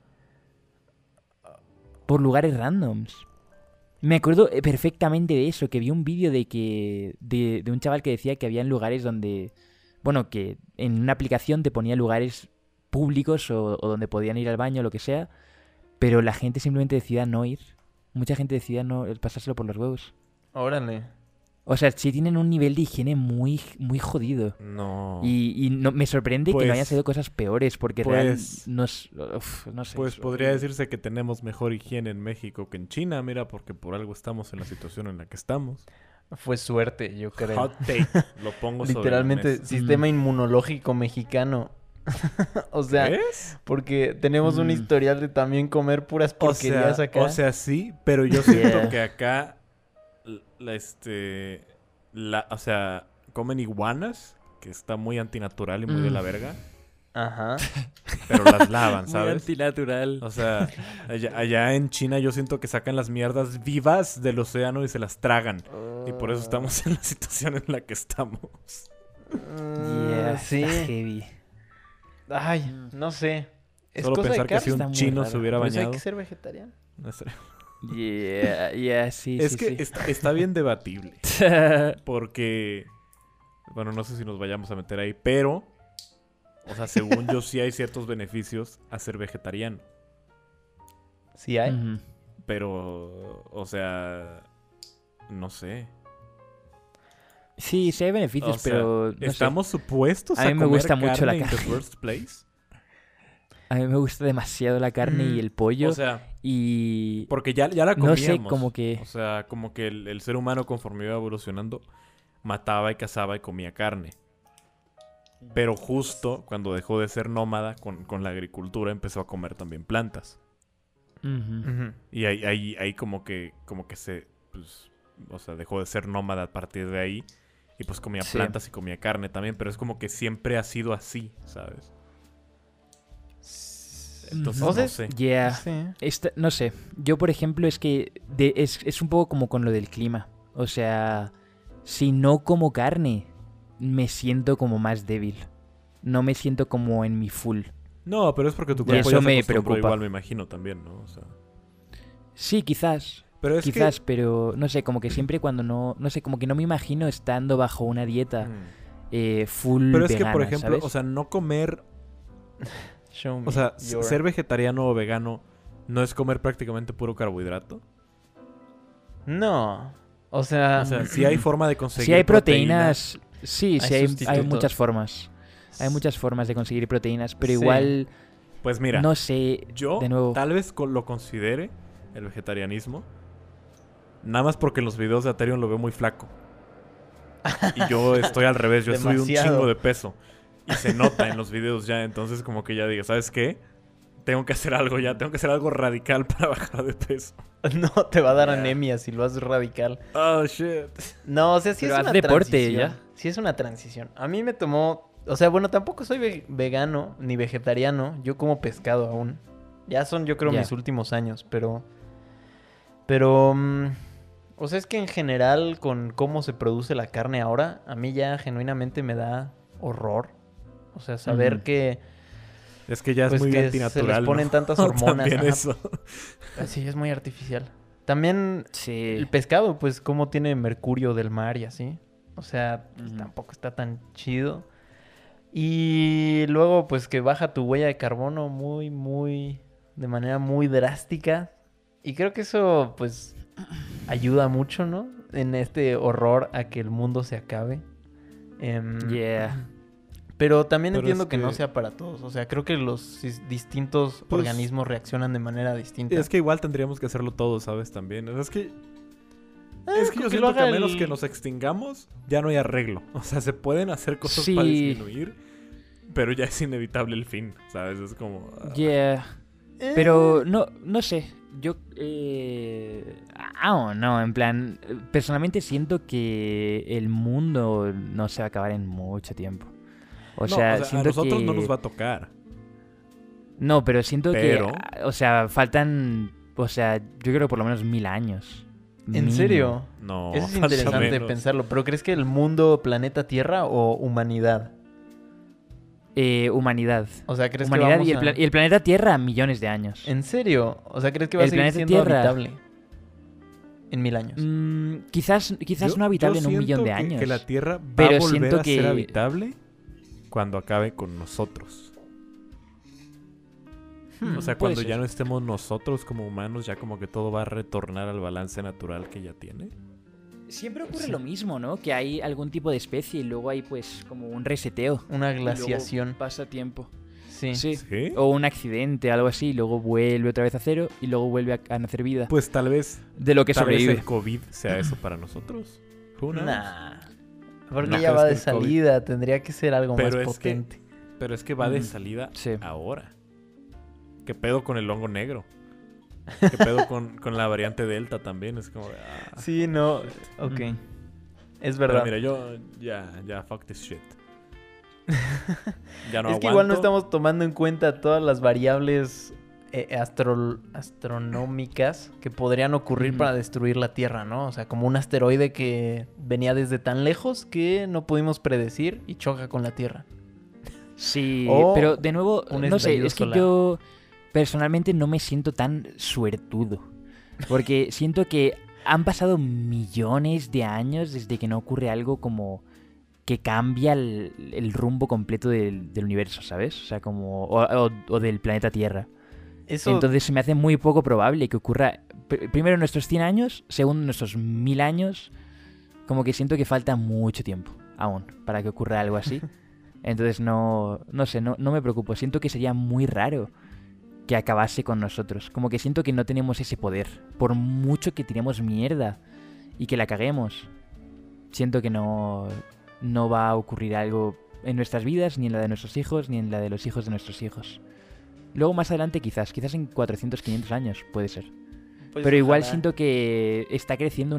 Por lugares randoms. Me acuerdo perfectamente de eso, que vi un vídeo de un chaval que decía que había lugares donde... Bueno, que en una aplicación te ponía lugares públicos o donde podían ir al baño o lo que sea, pero la gente simplemente decía no ir. Mucha gente decía no pasárselo por los huevos. Órale. O sea, sí tienen un nivel de higiene muy, muy jodido. No. Y no, me sorprende que no hayan sido cosas peores, porque real no sé. Pues podría decirse que tenemos mejor higiene en México que en China, mira, porque por algo estamos en la situación en la que estamos. Fue suerte, yo creo. Hot take. Lo pongo sobre literalmente, la mesa. sistema inmunológico mexicano O sea, ¿Ves? porque tenemos un historial de también comer puras porquerías acá. O sea, sí, pero yo siento que acá, o sea, comen iguanas, que está muy antinatural y muy de la verga, Ajá. pero las lavan, Muy ¿sabes? antinatural. O sea, allá en China yo siento que sacan las mierdas vivas del océano y se las tragan. Y por eso estamos en la situación en la que estamos. Yeah, sí. está heavy. Ay, no sé. Es Solo cosa pensar de que carne. si está un muy chino raro. se hubiera Por eso hay bañado... que ser vegetariano. No sé. Yeah, sí, Es sí, que sí. está bien debatible. Porque... Bueno, no sé si nos vayamos a meter ahí, pero... O sea, según yo sí hay ciertos beneficios a ser vegetariano. Sí hay. Ujú. Pero... O sea... No sé. Sí, sí hay beneficios, O sea, pero no sé. ¿estamos supuestos A a mí me comer gusta mucho la carne in the carne. first place? A mí me gusta demasiado la carne y el pollo. O sea, y porque ya la no comíamos. sé, como que... O sea, como que el ser humano, conforme iba evolucionando, mataba y cazaba y comía carne. Pero justo cuando dejó de ser nómada con la agricultura, empezó a comer también plantas. Ujú. Y ahí como que se... Pues, o sea, dejó de ser nómada a partir de ahí. Y pues comía Sí. plantas y comía carne también. Pero es como que siempre ha sido así, ¿sabes? Entonces, O sea, no sé. Yeah. Sí. No sé. Yo, por ejemplo, es que es un poco como con lo del clima. O sea, si no como carne, me siento como más débil. No me siento como en mi full. No, pero es porque tu Y cuerpo eso ya se me acostumbró preocupa. igual, me imagino, también, ¿no? O sea, Sí, quizás. pero es Quizás, pero no sé, como que siempre cuando no... No sé, como que no me imagino estando bajo una dieta full Pero es vegana, que, por ejemplo, ¿sabes? o sea, no comer... Show me O sea, your- ser vegetariano o vegano no es comer prácticamente puro carbohidrato. No. O sea... O sea, si hay forma de conseguir Si hay proteína. proteínas, sí, Hay sí hay sustitutos. muchas formas. Hay muchas formas de conseguir proteínas, pero Sí. igual, Pues mira, no sé, yo de nuevo. tal vez lo considere el vegetarianismo. Nada más porque en los videos de Aterion lo veo muy flaco. Y yo estoy al revés, yo soy un Demasiado. chingo de peso. Y se nota en los videos ya, entonces como que ya digo, ¿sabes qué? Tengo que hacer algo ya, tengo que hacer algo radical para bajar de peso. No, te va a dar Yeah. anemia si lo haces radical. Oh, shit. No, o sea, sí Pero es haz una deporte, transición. ya. Sí es una transición. A mí me tomó... O sea, bueno, tampoco soy vegano ni vegetariano. Yo como pescado aún. Ya son, yo creo, Ya. mis últimos años, pero... Pero... o sea, es que en general, con cómo se produce la carne ahora, a mí ya genuinamente me da horror. O sea, saber Ujú. que... Es que ya es Pues muy que antinatural, se les ponen ¿no? tantas hormonas. También Ajá. eso. Sí, es muy artificial. También Sí. el pescado, pues, cómo tiene mercurio del mar y así. O sea, pues, Ujú. tampoco está tan chido. Y luego, pues, que baja tu huella de carbono de manera muy drástica. Y creo que eso, pues, ayuda mucho, ¿no? En este horror a que el mundo se acabe. Yeah. Pero también Pero entiendo es que no que- sea para todos. O sea, creo que los distintos Pues, organismos reaccionan de manera distinta. Es que igual tendríamos que hacerlo todos, ¿sabes? También. O sea, es que con yo que lo siento que haga a menos el- que nos extingamos, ya no hay arreglo. O sea, se pueden hacer cosas Sí. para disminuir, pero ya es inevitable el fin, ¿sabes? Es como... Yeah. Pero no sé. Yo. No, en plan. Personalmente siento que el mundo no se va a acabar en mucho tiempo. O sea, a siento nosotros que... no nos va a tocar. No, pero siento Pero- que. O sea, faltan. O sea, yo creo por lo menos 1000 años. ¿En Mínimo. serio? No, Eso es falta interesante menos. pensarlo. ¿Pero crees que el mundo, planeta Tierra o humanidad? Humanidad. O sea, ¿crees Humanidad que vamos y el planeta Tierra, millones de años. ¿En serio? O sea, ¿crees que va a El seguir planeta siendo Tierra. habitable? En 1000 años. Quizás Yo- no habitable yo en un millón siento de que- años. Que la Tierra va Pero a volver siento a ser que- habitable cuando acabe con nosotros. O sea, puede cuando ser. ya no estemos nosotros como humanos, ya como que todo va a retornar al balance natural que ya tiene. Siempre ocurre lo mismo, ¿no? Que hay algún tipo de especie y luego hay pues como un reseteo. Una Y luego glaciación. pasa tiempo. Sí. Sí. ¿Sí? O un accidente, algo así, y luego vuelve otra vez a cero y luego vuelve a nacer vida. Pues tal vez De lo que Tal vez sobrevive. el COVID sea eso para nosotros. Who knows? Nah. Porque ¿No ya va de crees que el COVID- salida. Tendría que ser algo Pero más es que- potente. Pero es que va de salida ahora. ¿Qué pedo con el hongo negro? ¿Qué pedo con la variante Delta también? Es como... Sí, no. Ok. Es verdad. Pero mira, yo ya, fuck this shit. Ya no es que igual no estamos tomando en cuenta todas las variables astronómicas que podrían ocurrir para destruir la Tierra, ¿no? O sea, como un asteroide que venía desde tan lejos que no pudimos predecir y choca con la Tierra. Sí, pero de nuevo, no sé, es que yo personalmente no me siento tan suertudo. Porque siento que han pasado millones de años desde que no ocurre algo como que cambia el rumbo completo del universo, ¿sabes? O sea, como... O del planeta Tierra. Entonces se me hace muy poco probable que ocurra... Primero en nuestros 100 años, segundo en nuestros 1000 años. Como que siento que falta mucho tiempo aún para que ocurra algo así. Entonces no sé, no me preocupo. Siento que sería muy raro que acabase con nosotros. Como que siento que no tenemos ese poder. Por mucho que tiremos mierda y que la caguemos, siento que no va a ocurrir algo en nuestras vidas, ni en la de nuestros hijos, ni en la de los hijos de nuestros hijos. Luego más adelante quizás en 400, 500 años puede ser. Pues pero igual siento que está creciendo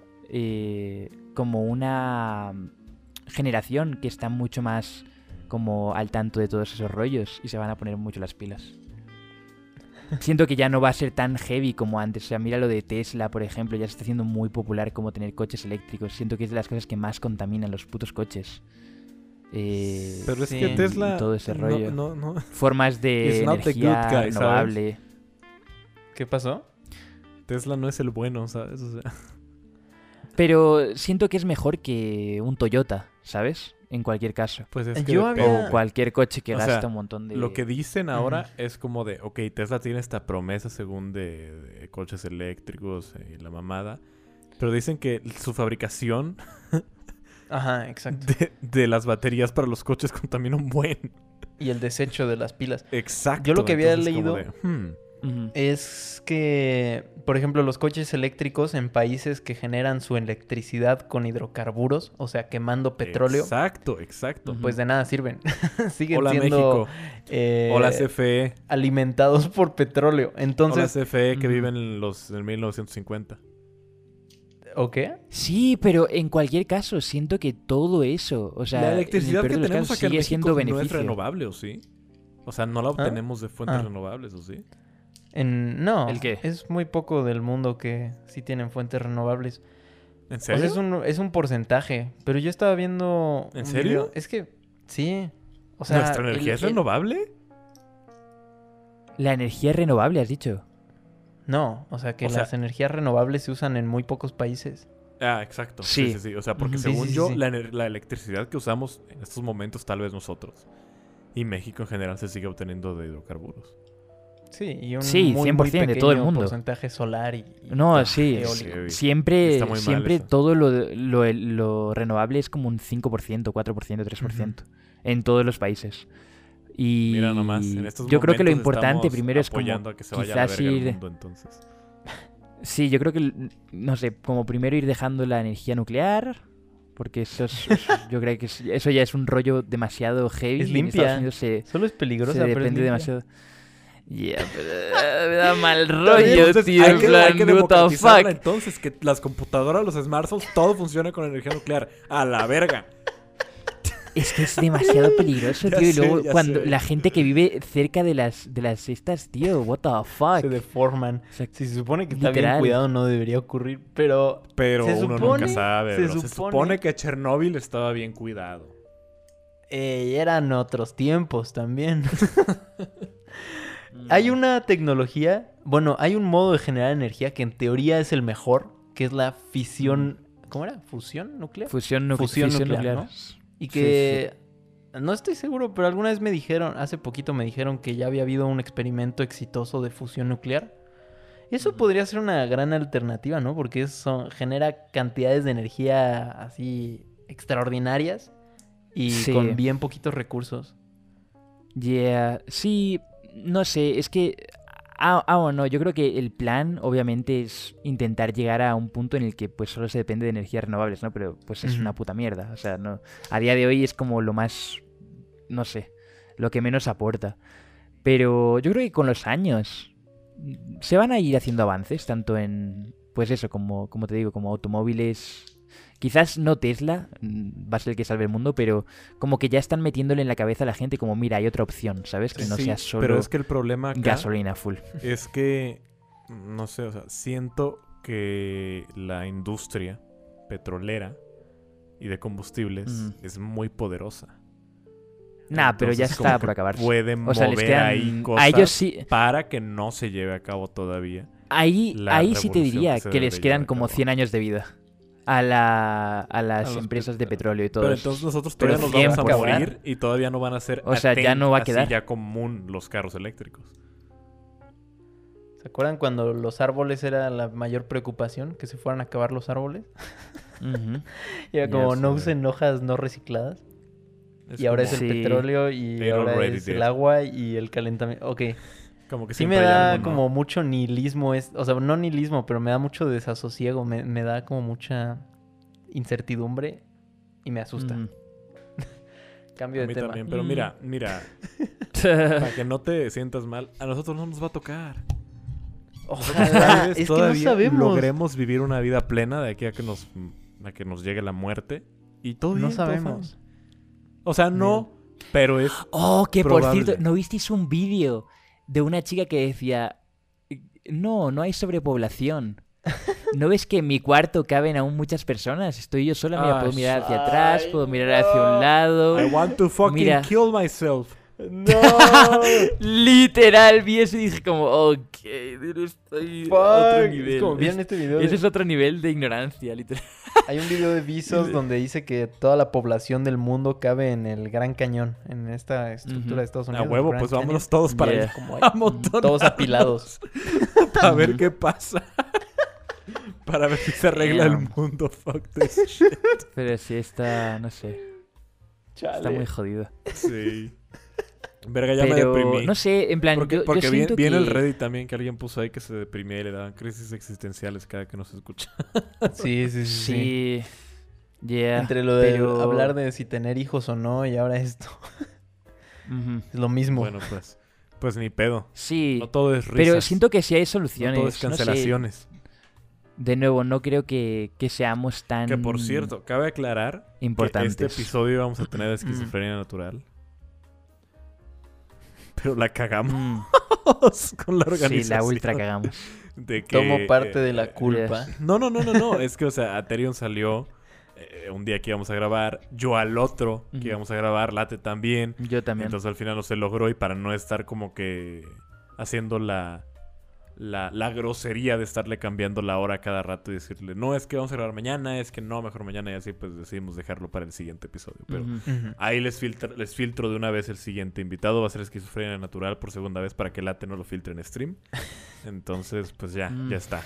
como una generación que está mucho más como al tanto de todos esos rollos y se van a poner mucho las pilas. Siento que ya no va a ser tan heavy como antes. O sea, mira lo de Tesla, por ejemplo. Ya se está haciendo muy popular como tener coches eléctricos. Siento que es de las cosas que más contaminan los putos coches. Pero es que Tesla... todo ese rollo. No. Formas de energía renovable. ¿Sabes? ¿Qué pasó? Tesla no es el bueno, ¿sabes? O sea... Pero siento que es mejor que un Toyota, ¿sabes? En cualquier caso. Pues es que o cualquier coche que gasta un montón de... Lo que dicen ahora es como de... Ok, Tesla tiene esta promesa según de coches eléctricos y la mamada. Pero dicen que su fabricación... Ajá, exacto. De las baterías para los coches contamina un buen. Y el desecho de las pilas. Exacto. Yo lo que había leído... Es que, por ejemplo, los coches eléctricos en países que generan su electricidad con hidrocarburos, o sea, quemando petróleo. Exacto. Pues de nada sirven. Siguen Hola, siendo México. Hola, CFE. Alimentados por petróleo. Entonces, hola, CFE, que viven en 1950. ¿O qué? Sí, pero en cualquier caso, siento que todo eso, o sea, la electricidad que tenemos aquí en México siendo beneficio. No es renovable, ¿o sí? O sea, no la obtenemos de fuentes renovables, ¿o sí? No, ¿El qué? Es muy poco del mundo que sí tienen fuentes renovables. ¿En serio? O sea, es un porcentaje. Pero yo estaba viendo... ¿En serio? Video. Es que, sí. O sea, ¿nuestra energía es renovable? La energía es renovable, has dicho. No, o sea, que las energías renovables se usan en muy pocos países. Ah, exacto. Sí. O sea, porque según yo, la electricidad que usamos en estos momentos, tal vez nosotros. Y México en general se sigue obteniendo de hidrocarburos. Sí, y un 100% muy de todo el mundo. Porcentaje solar y eólico. Siempre todo lo renovable es como un 5%, 4%, 3% en todos los países. Y mira nomás, en estos yo creo que lo importante primero es como a que se vaya quizás a la verga el mundo, entonces. Sí, yo creo que no sé, como primero ir dejando la energía nuclear, porque yo creo que eso ya es un rollo demasiado heavy. Es limpia. Solo es peligrosa, pero depende es demasiado. Pero me da mal rollo, entonces, tío. Hay que democratizarla, fuck. entonces, que las computadoras, los smartphones, todo funciona con energía nuclear. A la verga. Es que es demasiado peligroso, tío. Y luego cuando la gente que vive cerca de las estas, tío, what the fuck. Se deforman. O sea, si se supone que está literal. bien cuidado, no debería ocurrir. Pero uno nunca sabe. Se supone que Chernóbil estaba bien cuidado. Eran otros tiempos también. Hay una tecnología, hay un modo de generar energía que en teoría es el mejor, que es la fisión, ¿cómo era? ¿Fusión nuclear? Fusión nuclear, ¿no? Y que no estoy seguro, pero alguna vez hace poquito me dijeron que ya había habido un experimento exitoso de fusión nuclear. Eso podría ser una gran alternativa, ¿no? Porque eso genera cantidades de energía así extraordinarias y con bien poquitos recursos. Sí, no sé, es que... no, yo creo que el plan obviamente es intentar llegar a un punto en el que pues solo se depende de energías renovables, ¿no? Pero pues es una puta mierda, o sea, no, a día de hoy es como lo más, no sé, lo que menos aporta. Pero yo creo que con los años se van a ir haciendo avances, tanto en, pues eso, como te digo, como automóviles. Quizás no Tesla va a ser el que salve el mundo, pero como que ya están metiéndole en la cabeza a la gente como, mira, hay otra opción, ¿sabes? Que no sea solo pero es que el problema acá gasolina full. Es que, no sé, o sea, siento que la industria petrolera y de combustibles es muy poderosa. Nah, pero ya Entonces, está por acabar. Pueden o sea, mover les quedan ahí cosas a ellos sí. para que no se lleve a cabo todavía. Ahí sí te diría revolución que les quedan como 100 años de vida a las empresas de petróleo y todo. Pero entonces nosotros todavía nos vamos a morir y todavía no van a ser o sea, ya no va a quedar así ya común los carros eléctricos. ¿Se acuerdan cuando los árboles era la mayor preocupación? Que se fueran a acabar los árboles. Y era como no usen hojas no recicladas. Y ahora es el petróleo y ahora es el agua y el calentamiento. Ok. Como que sí me da como mucho nihilismo. O sea, no nihilismo, pero me da mucho desasosiego. Me da como mucha incertidumbre y me asusta. Cambio de tema. También, pero mira. Para que no te sientas mal, a nosotros no nos va a tocar. Ojalá. Es que no sabemos. Logremos vivir una vida plena de aquí a que nos llegue la muerte. Y todo bien. No sabemos. O sea, no, pero es que probable. Por cierto, ¿no visteis un vídeo de una chica que decía, no hay sobrepoblación? ¿No ves que en mi cuarto caben aún muchas personas? Estoy yo sola, mira, puedo mirar hacia atrás, puedo mirar hacia un lado. I want to fucking kill myself. ¡No! Literal, vi eso y dije como, ok, estoy a otro nivel. Es como, ¿vieron este video? Ese es otro nivel de ignorancia, literal. Hay un video de Vsauce donde dice que toda la población del mundo cabe en el Gran Cañón, en esta estructura de Estados Unidos. A huevo, pues vámonos todos para allá. Todos apilados. Para ver qué pasa. Para ver si se arregla el mundo. Fuck this shit. Pero sí está, no sé. Chale. Está muy jodido. Sí. Verga, ya me deprimí. No sé, en plan, porque yo siento viene que... el Reddit también, que alguien puso ahí que se deprimía y le daban crisis existenciales cada que nos escucha. Sí. Yeah, entre lo de hablar de si tener hijos o no y ahora esto. Es lo mismo. Bueno, pues ni pedo. Sí. No todo es risas. Pero siento que sí hay soluciones. No todo es cancelaciones. No sé. De nuevo, no creo que seamos tan... Que por cierto, cabe aclarar importantes. que este episodio vamos a tener esquizofrenia natural. Pero la cagamos con la organización. Sí, la ultra cagamos. Tomo parte de la culpa. No. Es que, o sea, Aterion salió un día que íbamos a grabar. Yo al otro que íbamos a grabar. Late también. Yo también. Entonces al final no se logró. Y para no estar como que haciendo la grosería de estarle cambiando la hora cada rato y decirle, no, es que vamos a grabar mañana, es que no, mejor mañana, y así pues decidimos dejarlo para el siguiente episodio. Pero ahí les filtro de una vez el siguiente invitado. Va a ser Esquizofrenia Natural por segunda vez para que Late no lo filtre en stream. Entonces, pues ya está.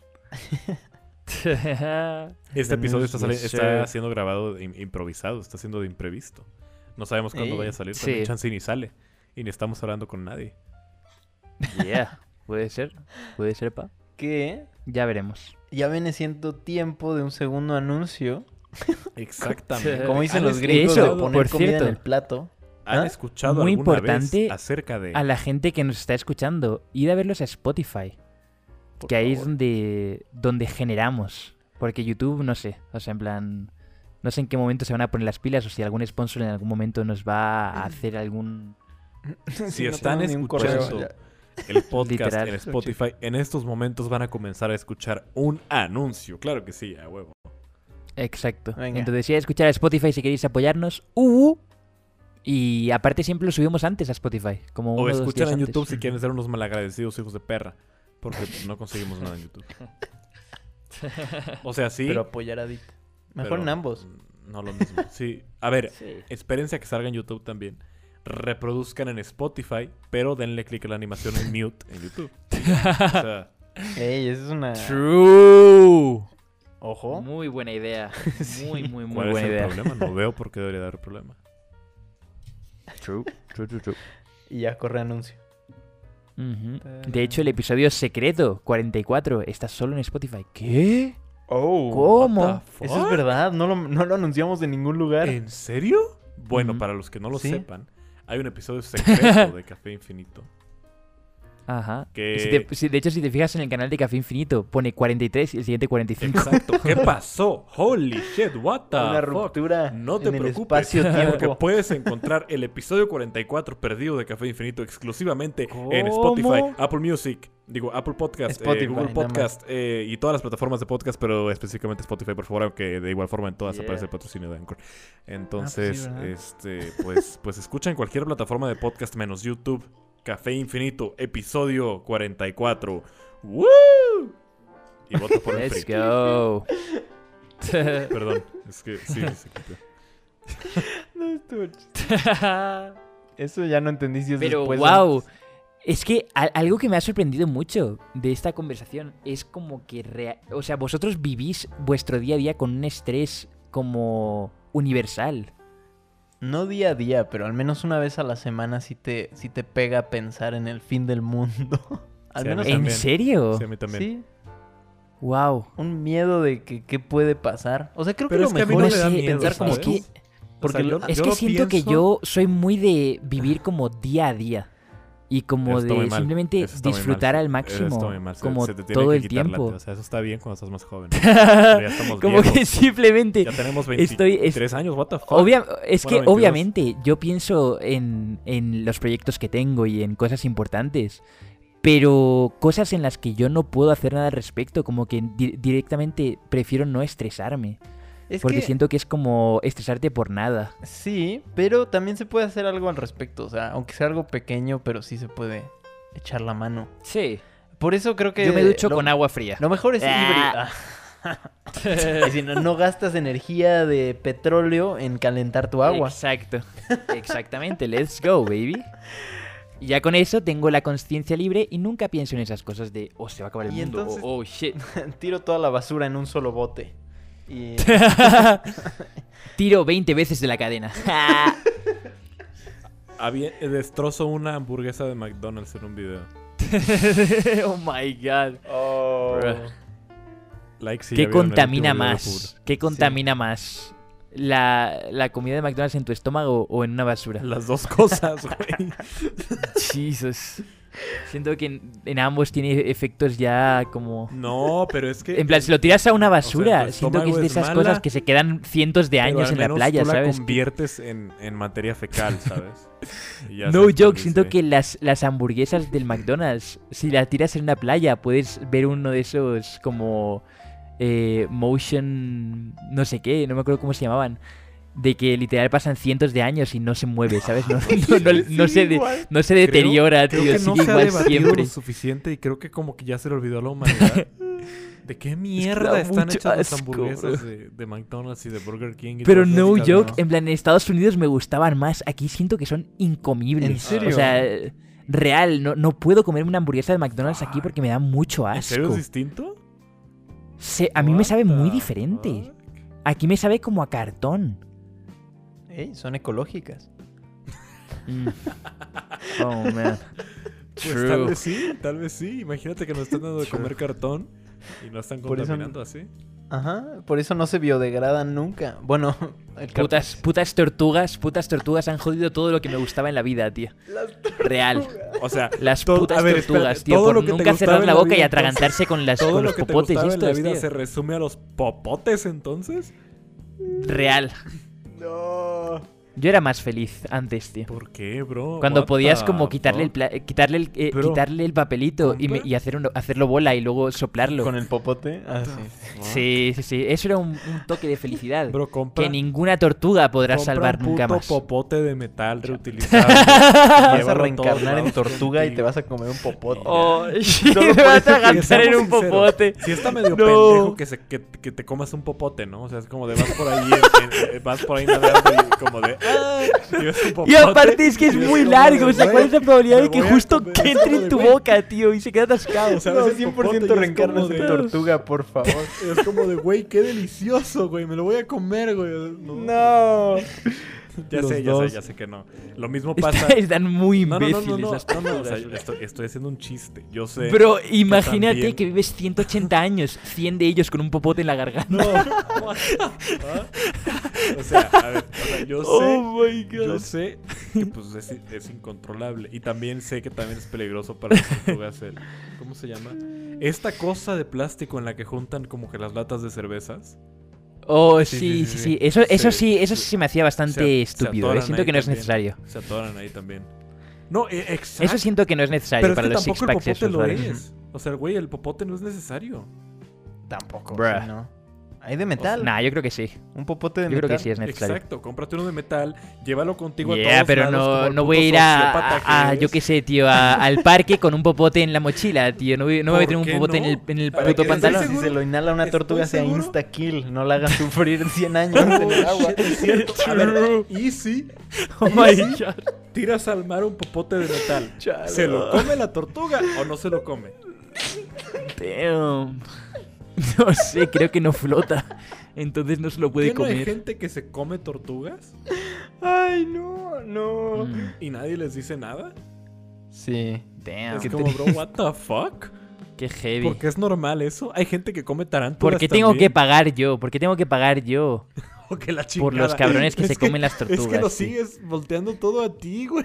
Este episodio está siendo grabado improvisado, está siendo de imprevisto. No sabemos cuándo vaya a salir, también chance ni sale. Y ni estamos hablando con nadie. Yeah. Puede ser, pa. ¿Qué? Ya veremos. Ya viene siendo tiempo de un segundo anuncio. Exactamente. Como dicen los gringos, de poner comida en el plato. ¿Han escuchado muy alguna importante vez acerca de... a la gente que nos está escuchando? Ir a verlos a Spotify. Por que ahí favor. es donde generamos. Porque YouTube, no sé. O sea, en plan... No sé en qué momento se van a poner las pilas o si algún sponsor en algún momento nos va a hacer algún... Si están escuchando el podcast literal en Spotify, en estos momentos van a comenzar a escuchar un anuncio. Claro que sí, a huevo. Exacto. Venga. Entonces, ir a escuchar a Spotify si queréis apoyarnos. Y aparte siempre lo subimos antes a Spotify. Como O 1 o 2 escuchan días en antes. YouTube si quieren ser unos malagradecidos hijos de perra. Porque no conseguimos nada en YouTube. O sea, sí. Pero apoyar a Deep. Mejor en ambos. No lo mismo. Sí. A ver, Sí. espérense a que salga en YouTube también. Reproduzcan en Spotify, pero denle clic a la animación en mute en YouTube. O sea, Ey, esa es una... True. Ojo. Muy buena idea. Muy ¿cuál es buena el idea. problema? No veo por qué debería dar problema. True. Y ya corre anuncio. Ujú. De hecho, el episodio secreto 44 está solo en Spotify. ¿Qué? Oh. ¿Cómo? What the Eso es fuck? verdad. No lo anunciamos de ningún lugar. ¿En serio? Bueno, Ujú. para los que no lo Sí. sepan, hay un episodio secreto de Café Infinito. Ajá. Que... de hecho, si te fijas en el canal de Café Infinito, pone 43 y el siguiente 45. Exacto. ¿Qué pasó? Holy shit, what the Una fuck? ruptura No te en el preocupes, espacio-tiempo. porque puedes encontrar el episodio 44 perdido de Café Infinito exclusivamente ¿Cómo? en Spotify, Apple Music, Apple Podcast, Spotify, Google nada Podcast y todas las plataformas de podcast, pero específicamente Spotify, por favor, aunque de igual forma en todas aparece el patrocinio de Anchor. Entonces, pues escucha en cualquier plataforma de podcast menos YouTube. Café Infinito, episodio 44. ¡Woo! Y vota por el Let's free. go. Perdón, es que sí, se cumplió. No estuvo Eso ya no entendí si es Pero después wow, es que algo que me ha sorprendido mucho de esta conversación es como que, o sea, vosotros vivís vuestro día a día con un estrés como universal. No día a día, pero al menos una vez a la semana sí te pega pensar en el fin del mundo. Al Sí, menos a mí ¿En también. serio? Sí, a mí también. sí. Wow. Un miedo de que qué puede pasar. O sea, creo Pero que es lo que a mí mejor no es me da miedo, pensar como ¿sabes? tú. Es que, Porque yo es que lo siento que pienso- yo soy muy de vivir como día a día. Y como Eso está muy de mal. simplemente Eso está muy disfrutar mal. al Eso máximo. está muy mal. Como se te tiene todo que el quitar tiempo. o sea, eso está bien cuando estás más joven. Pero ya estamos Como viejos. que simplemente... Ya tenemos estoy- 23 años, what the fuck. Es Bueno, que 22. obviamente yo pienso en los proyectos que tengo y en cosas importantes, pero cosas en las que yo no puedo hacer nada al respecto, como que directamente prefiero no estresarme, Es porque que siento que es como estresarte por nada. sí, pero también se puede hacer algo al respecto. O sea, aunque sea algo pequeño, pero sí se puede echar la mano. Sí, Por eso creo que yo me ducho lo- con agua fría. Lo mejor es Ah. híbrido. Y si no gastas energía de petróleo en calentar tu agua. Exacto, exactamente, let's go, baby. Y ya con eso tengo la conciencia libre y nunca pienso en esas cosas de, oh, se va a acabar el Y mundo, entonces- oh, shit. Tiro toda la basura en un solo bote. Y Tiro 20 veces de la cadena. Destrozo una hamburguesa de McDonald's en un video. Oh my god. Bruh. Like si ya ¿Qué vieron el contamina último video de más? ¿Qué contamina más? ¿La comida de McDonald's en tu estómago o en una basura? Las dos cosas, güey. Jesus. Siento que en ambos tiene efectos ya como... No, pero es que... En plan, si lo tiras a una basura, tu siento que es estómago de es esas mala, cosas que se quedan cientos de pero años al en la menos playa, tú la ¿sabes? conviertes en materia fecal, ¿sabes? Y ya No se joke, siento dice- que las hamburguesas del McDonald's, si las tiras en una playa, puedes ver uno de esos como motion, no sé qué, no me acuerdo cómo se llamaban, de que literal pasan cientos de años y no se mueve, ¿sabes? No se deteriora, Creo tío, que no sigue se ha igual debatido siempre. lo suficiente y creo que como que ya se le olvidó a la humanidad. ¿De qué mierda da están mucho hechas las asco, hamburguesas de McDonald's y de Burger King? Y Pero todas no esas joke, cadenas? en plan, en Estados Unidos me gustaban más, aquí siento que son incomibles. ¿En serio? O sea, real, no puedo comerme una hamburguesa de McDonald's aquí porque me da mucho ¿En serio asco. es distinto? A mí me sabe What muy the diferente. fuck? Aquí me sabe como a cartón. son ecológicas. Oh, man. Pues tal vez sí. Imagínate que nos están dando de True. comer cartón y no están Por eso- contaminando así. Ajá, por eso no se biodegradan nunca. Bueno, el Putas tortugas han jodido todo lo que me gustaba en la vida, tío. Real. O sea, Las todo- putas a ver, tortugas, espérate, tío. todo Por lo que te nunca gustaba cerrar en la la boca vida, y entonces, atragantarse con todo lo los que te popotes gustaba en la estos, vida tío. se resume a los popotes entonces. Real. No. Yo era más feliz antes, tío. ¿Por qué, bro? Cuando What podías the como quitarle el, fuck? Bro, quitarle el papelito y hacerlo bola y luego soplarlo. Con el popote. Ah, sí. Sí. Eso era un toque de felicidad. Bro, compra, Que ninguna tortuga podrá compra salvar un nunca puto más. popote de metal reutilizable. Vas a Llévalo a reencarnar todos en lados tortuga y contigo. te vas a comer un popote. Oh, Solo me por vas eso a que aganzar Seamos en un sinceros, popote. Sí está medio No. pendejo que te comas un popote, ¿no? O sea, es como de vas por ahí, vas por ahí nadando y como de... y ves un Y popote, aparte es que es y muy como largo. de, O sea, ¿cuál es la "Güey, probabilidad de me que voy a justo comer que esto, entre en de, tu güey". boca, tío? Y se queda atascado. O sea, No, ves el popote y 100% es reencarnas como en de- tortuga, por favor. Es como de, güey, qué delicioso, güey. Me lo voy a comer, güey. No. Ya Los sé, dos. ya sé que no. Lo mismo pasa... Están muy No, imbéciles las o sea, tortugas. yo estoy haciendo un chiste. Yo sé. Bro, imagínate también- que vives 180 años, 100 de ellos con un popote en la garganta. No. ¿Ah? O sea, a ver, yo sé. Oh my Yo god. sé que pues es incontrolable. Y también sé que también es peligroso para las tortugas ¿cómo se llama? Esta cosa de plástico en la que juntan como que las latas de cervezas. Oh, sí. Eso sí se me hacía bastante estúpido. Siento que no es necesario. Se atoran ahí también. No, exacto. Eso siento que no es necesario pero para es que los tampoco six-packs el popote esos, lo ¿vale? es. O sea, güey, el popote no es necesario. Tampoco. Bruh. Sí, ¿no? Hay de metal. Nah, yo creo que sí. Un popote de Yo metal. creo que sí es necesario. Exacto, cómprate uno de metal, llévalo contigo a Yeah, todos pero lados, como el no puto voy a ir sociópata que yo eres. qué sé, tío, al parque con un popote en la mochila, tío. No me voy a tener un qué popote no? en el Para puto que pantalón. estés Si se lo inhala una ¿Estoy tortuga sea seguro? insta-kill. No la haga sufrir 100 años en el agua. Shit, es cierto. A ver, easy. Oh my god. Tiras al mar un popote de metal. Chalo. ¿Se lo come la tortuga o no se lo come? Damn. No sé, creo que no flota. Entonces no se lo puede ¿Qué no hay comer. gente que se come tortugas Ay, no. y nadie les dice nada? Sí. Damn. Es como, bro, what the fuck? Qué heavy. ¿Por qué es normal eso? Hay gente que come tarántulas ¿Por qué tengo también. que pagar yo? ¿Por qué tengo que pagar yo? O que la Por los chingada. cabrones que Es se comen las tortugas. Es que lo sí. sigues volteando todo a ti, güey.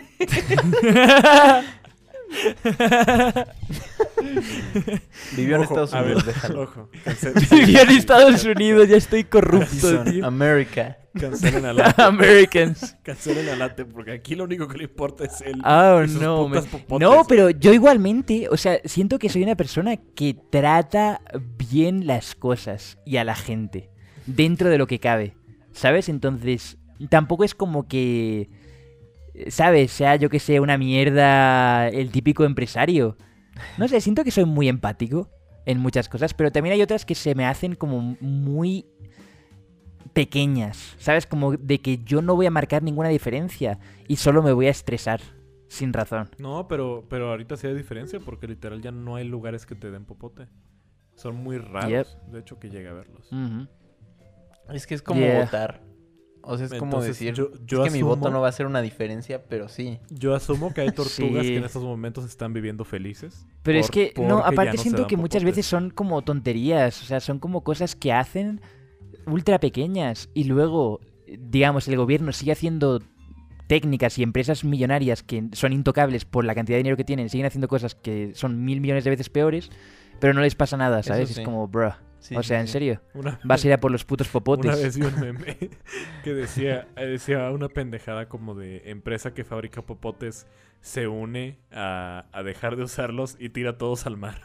Vivió en Ojo, Estados a ver, Unidos, déjalo. Ojo. Viví en Estados Unidos, ya estoy corrupto, Madison, tío. America. Cancelen a Late. Americans. Cancelen a Late, porque aquí lo único que le importa es él. Oh, y sus no. putas popotes. No, pero yo igualmente, o sea, siento que soy una persona que trata bien las cosas y a la gente, dentro de lo que cabe, ¿sabes? Entonces, tampoco es como que, ¿sabes? Sea, yo que sé, una mierda el típico empresario. No sé, siento que soy muy empático en muchas cosas, pero también hay otras que se me hacen como muy pequeñas, ¿sabes? Como de que yo no voy a marcar ninguna diferencia y solo me voy a estresar sin razón. No, pero ahorita sí hay diferencia, porque literal ya no hay lugares que te den popote. Son muy raros, Yep. de hecho, que llegue a verlos. Ujú. Es que es como Yeah. votar. O sea, es como Entonces, decir, yo es que mi asumo- voto no va a hacer una diferencia, pero sí. Yo asumo que hay tortugas Sí. que en estos momentos están viviendo felices. Pero es que, no, porque aparte ya no se siento dan que muchas popotes. veces son como tonterías, o sea, son como cosas que hacen ultra pequeñas y luego, digamos, el gobierno sigue haciendo técnicas y empresas millonarias que son intocables por la cantidad de dinero que tienen, siguen haciendo cosas que son 1000 millones de veces peores, pero no les pasa nada, ¿sabes? Eso sí. Es como, bruh, Sí, o sea, sí, ¿en sí. serio? Una, ¿Vas a ir a por los putos una popotes? vez vi un meme que decía una pendejada como de empresa que fabrica popotes se une a dejar de usarlos y tira todos al mar.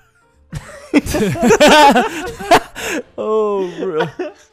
Oh, bro.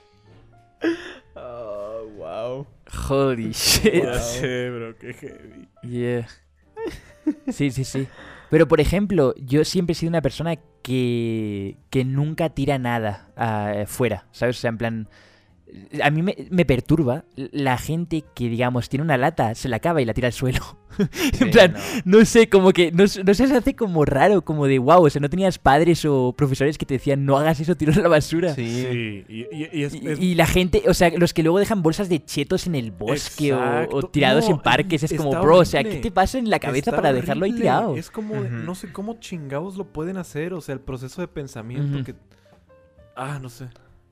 Oh, wow. Holy shit. Ya sé, bro, qué heavy. Yeah. Sí, sí, sí. Pero, por ejemplo, yo siempre he sido una persona que nunca tira nada fuera, ¿sabes? O sea, en plan... A mí me perturba la gente que, digamos, tiene una lata, se la acaba y la tira al suelo. En plan, no sé, como que... No sé, se hace como raro, como de wow, o sea, no tenías padres o profesores que te decían no hagas eso, tíralo a la basura. Sí. Sí, y es... Y la gente, o sea, los que luego dejan bolsas de chetos en el bosque o Exacto. tirados No, en parques, es como, está bro, o sea, ¿qué horrible. te pasa en la cabeza Está para dejarlo ahí horrible. tirado? Es como, Ujú. no sé cómo chingados lo pueden hacer, o sea, el proceso de pensamiento Ujú. que... no sé.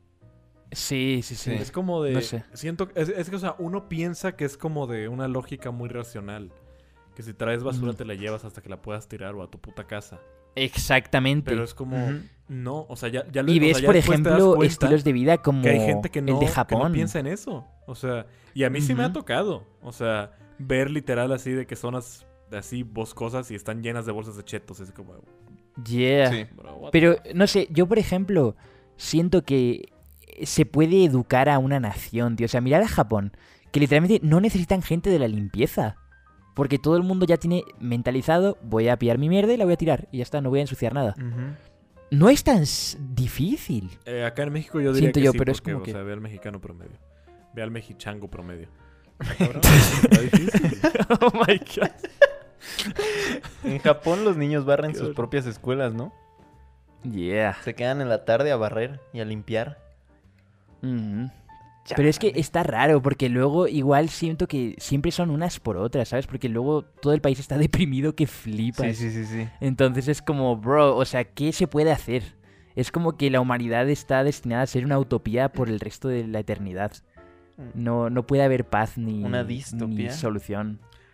Sí, sí, sí. Es como de... No sé. Siento... Es que, o sea, uno piensa que es como de una lógica muy racional. Que si traes basura Ujú. te la llevas hasta que la puedas tirar o a tu puta casa. Exactamente. Pero es como... Ujú. No, o sea, ya lo Y o sea, ves, ya por después te das ejemplo, cuenta estilos de vida como que hay gente que no, el de que no Japón. piensa en eso. O sea, y a mí sí me ha Ujú. tocado. O sea, ver literal así de que zonas así boscosas y están llenas de bolsas de chetos. Es como... Yeah. Sí. bro, what Pero, no sé, yo, por ejemplo, siento que se puede educar a una nación, tío. O sea, mirad a Japón, que literalmente no necesitan gente de la limpieza. Porque todo el mundo ya tiene mentalizado, voy a pillar mi mierda y la voy a tirar. Y ya está, no voy a ensuciar nada. Ujú. No es tan difícil. Acá en México yo diría Siento que yo, sí, pero es porque, como o que- sea, ve al mexicano promedio. Ve al mexichango promedio. Cabrón, está difícil. Oh my god. En Japón los niños barren Qué sus horror. propias escuelas, ¿no? Yeah. Se quedan en la tarde a barrer y a limpiar. Ujú. Pero es que está raro, porque luego igual siento que siempre son unas por otras, ¿sabes? Porque luego todo el país está deprimido que flipas. Sí. Entonces es como, bro, o sea, ¿qué se puede hacer? Es como que la humanidad está destinada a ser una utopía por el resto de la eternidad. No puede haber paz ni, Una ni distopía. solución.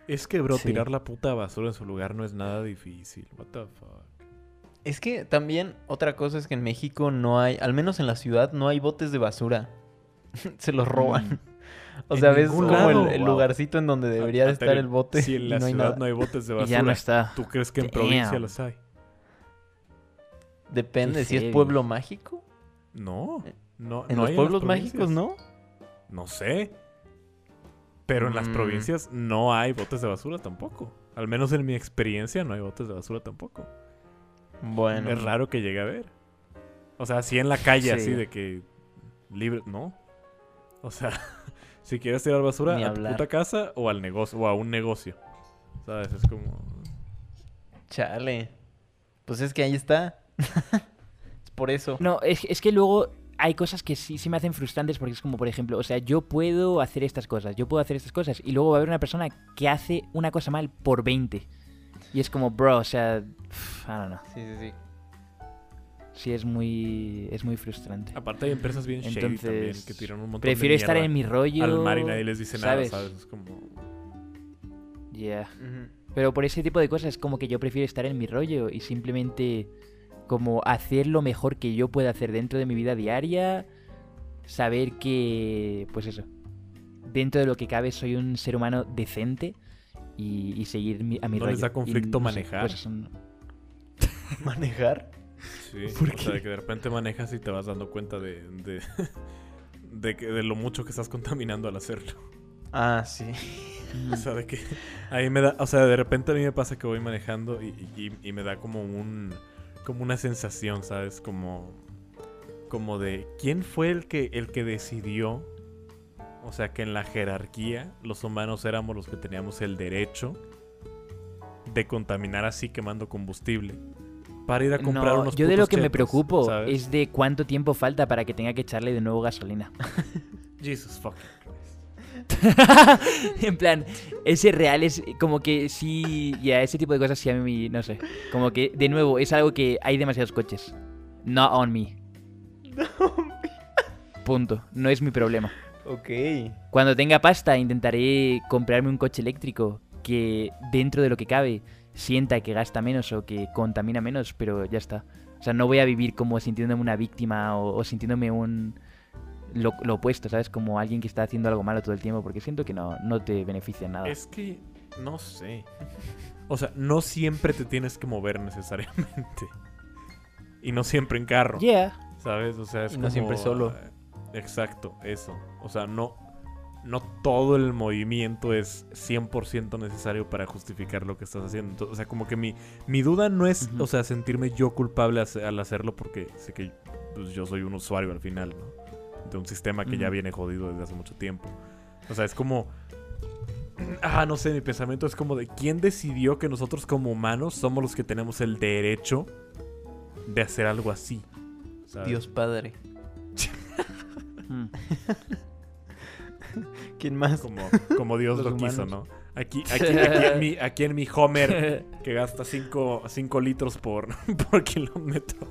Es que, bro, Sí. tirar la puta basura en su lugar no es nada difícil. What the fuck. Es que también otra cosa es que en México no hay, al menos en la ciudad, no hay botes de basura. Se los roban. O En sea, ves ningún como lado. el Wow. lugarcito en donde debería de estar el bote Si en y la no hay ciudad nada. no hay botes de Y basura, ya no está. ¿tú crees que en Damn. provincia los hay? Depende, Qué si es heavy. pueblo mágico. No. No, En no los hay pueblos las mágicos, provincias. ¿no? No sé. Pero en las provincias no hay botes de basura tampoco. Al menos en mi experiencia no hay botes de basura tampoco. Bueno. Es raro que llegue a ver. O sea, así en la calle, Sí. así de que libre, no. O sea, si quieres tirar basura Ni a tu hablar. puta casa o al negocio o a un negocio. ¿Sabes? Es como Chale. Pues es que ahí está. Es por eso. No, es que luego hay cosas que sí me hacen frustrantes porque es como, por ejemplo, o sea, yo puedo hacer estas cosas, y luego va a haber una persona que hace una cosa mal por 20. Y es como, bro, o sea, I don't know. Sí. Sí, es muy frustrante. aparte hay empresas bien shady Entonces, también que tiran un montón Prefiero de estar mierda en mi rollo. al mar y nadie les dice ¿sabes? nada, ¿sabes? Es como Yeah. Ujú. Pero por ese tipo de cosas es como que yo prefiero estar en mi rollo y simplemente como hacer lo mejor que yo pueda hacer dentro de mi vida diaria, saber que, pues eso, dentro de lo que cabe soy un ser humano decente y seguir a mi ¿No rollo. les da conflicto Y, no sé, manejar? cosas son- ¿Manejar? sí, ¿Por o sea, qué? que de repente manejas y te vas dando cuenta de lo mucho que estás contaminando al hacerlo. Ah, sí. O sea, de que ahí me da, o sea, de repente a mí me pasa que voy manejando y me da como una sensación, ¿sabes? Como de ¿quién fue el que decidió? O sea, que en la jerarquía los humanos éramos los que teníamos el derecho de contaminar así quemando combustible para ir a comprar No, unos yo de lo putos que me chetos, preocupo ¿sabes? es de cuánto tiempo falta para que tenga que echarle de nuevo gasolina. Jesus fucking Christ. En plan, ese real es como que sí, ya ese tipo de cosas sí a mí, no sé. Como que, de nuevo, es algo que hay demasiados coches. Not on me. Punto. No es mi problema. Ok. Cuando tenga pasta intentaré comprarme un coche eléctrico que dentro de lo que cabe sienta que gasta menos o que contamina menos, pero ya está. O sea, no voy a vivir como sintiéndome una víctima o sintiéndome lo opuesto, ¿sabes? Como alguien que está haciendo algo malo todo el tiempo, porque siento que no te beneficia en nada. Es que no sé. O sea, no siempre te tienes que mover necesariamente. Y no siempre en carro. Yeah. ¿Sabes? O sea, es Y no como, siempre solo. Exacto, eso. O sea, no todo el movimiento es 100% necesario para justificar lo que estás haciendo. Entonces, o sea, como que mi duda no es, Ujú. o sea, sentirme yo culpable al hacerlo porque sé que pues, yo soy un usuario al final, ¿no? De un sistema que ya Ujú. viene jodido desde hace mucho tiempo. O sea, es como... no sé, mi pensamiento es como de ¿quién decidió que nosotros como humanos somos los que tenemos el derecho de hacer algo así? ¿Sabes? Dios Padre. Mm. ¿Quién más? Como Dios Los lo quiso, humanos. ¿no? Aquí en mi Homer, que gasta 5 litros por kilómetro.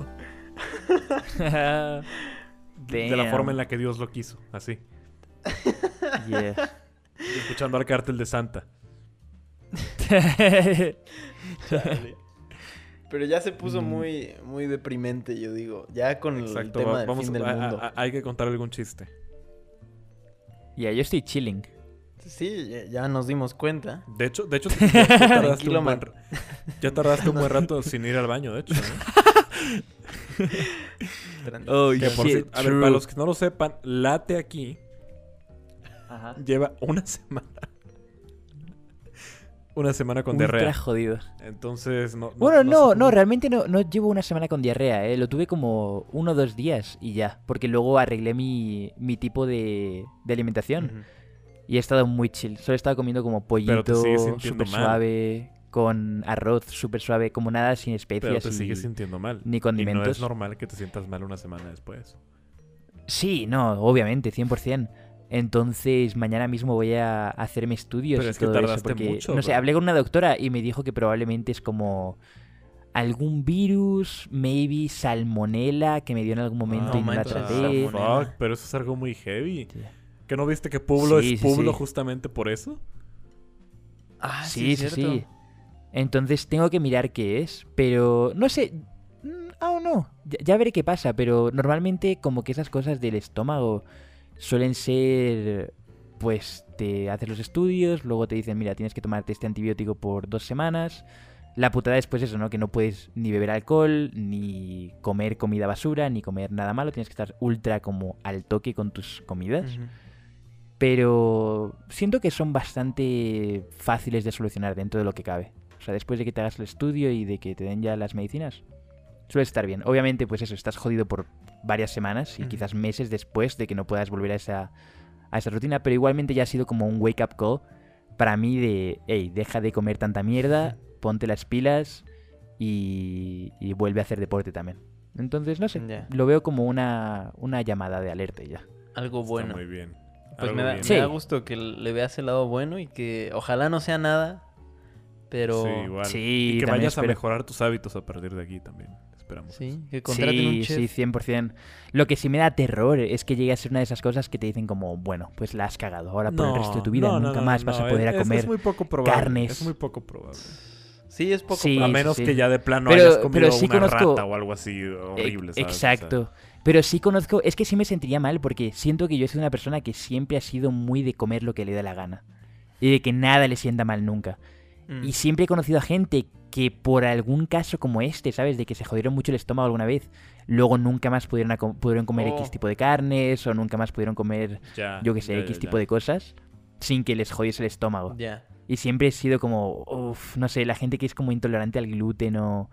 De la forma en la que Dios lo quiso, así. Yeah. Escuchando al cártel de Santa. Chale. Pero ya se puso Mm. muy, muy deprimente, yo digo. Ya con el Exacto, tema del vamos fin del mundo. hay que contar algún chiste. Yeah, yo estoy chilling. Sí, ya nos dimos cuenta. De hecho ya tardaste Tranquilo, ya tardaste un buen rato sin ir al baño, de hecho. ¿eh? Oh, Que por cierto, a ver, para los que no lo sepan, Late aquí Ajá. lleva una semana. Una semana con Ultra diarrea. jodido. Entonces, no. Bueno, sé no, cómo- realmente no llevo una semana con diarrea, ¿eh? Lo tuve como 1 o 2 días y ya. Porque luego arreglé mi tipo de alimentación. Ujú. Y he estado muy chill. Solo he estado comiendo como Pero te pollito sigues sintiendo súper mal. suave, con arroz súper suave, como nada sin especias Pero te y sigues sintiendo mal. ni Y no condimentos. es normal que te sientas mal una semana después. Sí, no, obviamente, 100%. Entonces, mañana mismo voy a hacerme estudios Pero y es que todo eso, tardaste porque, mucho, no sé, bro. hablé con una doctora y me dijo que probablemente es como algún virus, maybe salmonela, que me dio en algún momento no y no la manches, traté. salmonela. Fuck, pero eso es algo muy heavy. Sí. ¿Que no viste que Pueblo Sí, es sí, Pueblo sí. justamente por eso? Ah, Sí, sí, cierto. sí. Entonces tengo que mirar qué es, pero no sé, aún no, ya veré qué pasa, pero normalmente como que esas cosas del estómago suelen ser, pues te haces los estudios, luego te dicen, mira, tienes que tomarte este antibiótico por 2 semanas. La putada es pues eso, ¿no? Que no puedes ni beber alcohol, ni comer comida basura, ni comer nada malo, tienes que estar ultra como al toque con tus comidas. Ujú. Pero siento que son bastante fáciles de solucionar dentro de lo que cabe. O sea, después de que te hagas el estudio y de que te den ya las medicinas, suele estar bien. Obviamente, pues eso, estás jodido por varias semanas y Ujú. quizás meses después de que no puedas volver a esa rutina, pero igualmente ya ha sido como un wake-up call para mí de, hey, deja de comer tanta mierda, ponte las pilas y vuelve a hacer deporte también. Entonces, no sé, Ya. lo veo como una llamada de alerta y ya. Algo bueno. Está muy bien. Pues Algo me da, bien. me Sí. da gusto que le veas el lado bueno y que ojalá no sea nada, pero Sí, igual. Sí, y que también vayas a espero. mejorar tus hábitos a partir de aquí también. Esperamos. sí, que contraten un Sí, chef. sí, 100%. Lo que sí me da terror es que llegue a ser una de esas cosas que te dicen como, bueno, pues la has cagado. Ahora por el resto de tu vida nunca más vas a poder a comer Es muy poco probable. carnes. Es muy poco probable. Sí, es poco Sí, probable. A menos sí. que ya de plano Pero- hayas comido pero sí una conozco- rata o algo así horrible, ¿sabes? Exacto. Pero sí conozco, es que sí me sentiría mal porque siento que yo soy una persona que siempre ha sido muy de comer lo que le da la gana. Y de que nada le sienta mal nunca. Mm. Y siempre he conocido a gente que por algún caso como este, ¿sabes? De que se jodieron mucho el estómago alguna vez, luego nunca más pudieron comer Oh. X tipo de carnes o nunca más pudieron comer, Ya, yo que sé, ya, X ya, tipo ya. de cosas sin que les jodiese el estómago. Ya. Y siempre he sido como, uff, no sé, la gente que es como intolerante al gluten o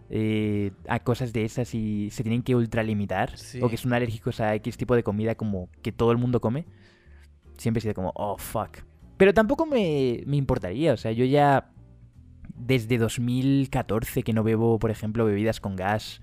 a cosas de esas y se tienen que ultralimitar Sí. o que son alérgicos a X tipo de comida como que todo el mundo come, siempre he sido como, oh, fuck. Pero tampoco me importaría, o sea, yo ya desde 2014 que no bebo, por ejemplo, bebidas con gas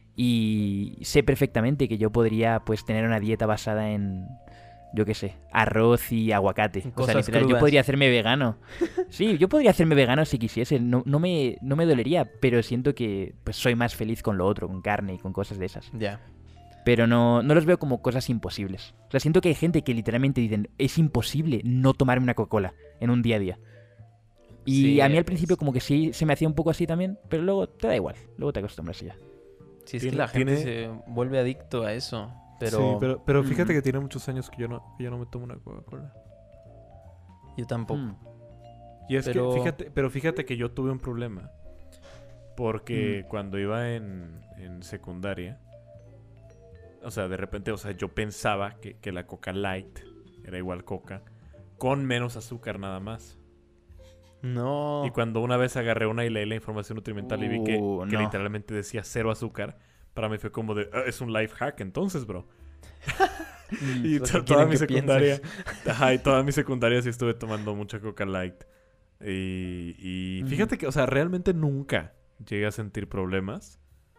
y sé perfectamente que yo podría pues tener una dieta basada en, yo qué sé, arroz y aguacate. O sea, Cosas literal, yo crudas. podría hacerme vegano. Sí, yo podría hacerme vegano si quisiese, no me dolería, pero siento que pues soy más feliz con lo otro, con carne y con cosas de esas. Ya. Pero no los veo como cosas imposibles. O sea, siento que hay gente que literalmente dicen, es imposible no tomarme una Coca-Cola en un día a día. Y Sí, a mí al es- principio como que sí se me hacía un poco así también, pero luego te da igual, luego te acostumbras y ya. Sí, es que Tiene- la gente tiene- se vuelve adicto a eso. Pero, Sí, pero fíjate Mm. que tiene muchos años que yo no me tomo una Coca-Cola. yo tampoco. Mm. Y es Pero- que, fíjate que yo tuve un problema. Porque cuando iba en secundaria, o sea, de repente, o sea, yo pensaba que la Coca Light era igual Coca, con menos azúcar nada más. No. Y cuando una vez agarré una y leí la información nutrimental y vi que no. literalmente decía cero azúcar, para mí fue como de, "Ah, es un life hack entonces, bro." Y Es lo que toda quieren mi que secundaria, pienses. ajá, y toda mi secundaria sí estuve tomando mucha Coca Light. Y fíjate que, o sea, realmente nunca llegué a sentir problemas.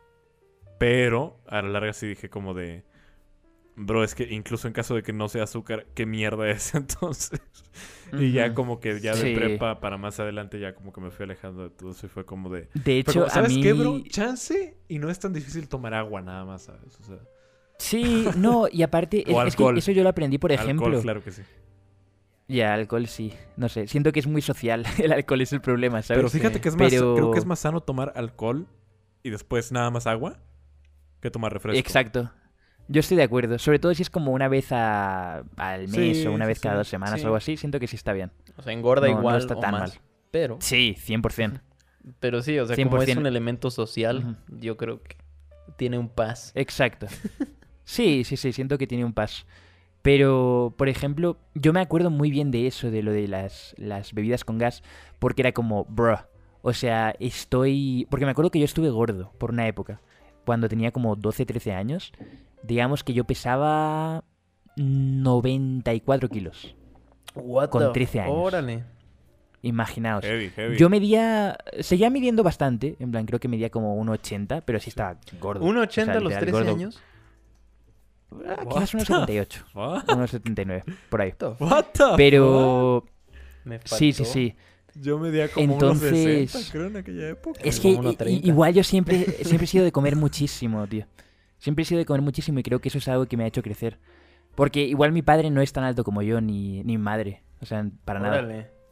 Pero a la larga sí dije como de, bro, es que incluso en caso de que no sea azúcar, ¿qué mierda es entonces? Y ya Ujú. como que ya de Sí. prepa para más adelante ya como que me fui alejando de todo eso y fue como de... De Fue hecho, como, a ¿sabes mí... qué, bro? Chance y no es tan difícil tomar agua nada más, ¿sabes? O sea, Sí, no, y aparte, O es que alcohol. eso yo lo aprendí, por ejemplo. alcohol, claro que sí. Ya, alcohol sí. No sé, siento que es muy social. El alcohol es el problema, ¿sabes? Pero fíjate que es más, Pero- creo que es más sano tomar alcohol y después nada más agua que tomar refresco. Exacto. Yo estoy de acuerdo. Sobre todo si es como una vez al mes Sí, o una sí, vez cada sí. 2 semanas Sí. o algo así, siento que sí está bien. O sea, engorda No, no igual está o tan más. mal. Pero, Sí, 100%. pero sí, o sea, como es 100%. un elemento social, yo creo que tiene un pas. Exacto. Sí, siento que tiene un paso. Pero, por ejemplo, yo me acuerdo muy bien de eso, de lo de las bebidas con gas, porque era como, bruh, o sea, estoy... Porque me acuerdo que yo estuve gordo por una época, cuando tenía como 12, 13 años. Digamos que yo pesaba 94 kilos, What Con the- 13 años. Órale. imaginaos. Heavy. Yo seguía midiendo bastante, en plan, creo que medía como 1,80, pero sí estaba gordo. 1,80 a O sea, los literal, 13 gordo. años. Quizás 1,78, What? 1,79, por ahí. What the fuck? Pero Me sí, faltó. sí. Yo medía como Entonces- unos 60, creo, en aquella época. Es Como que 1,30. igual yo siempre he sido de comer muchísimo, tío. Siempre he sido de comer muchísimo y creo que eso es algo que me ha hecho crecer. Porque igual mi padre no es tan alto como yo, ni mi madre. O sea, para nada. Órale.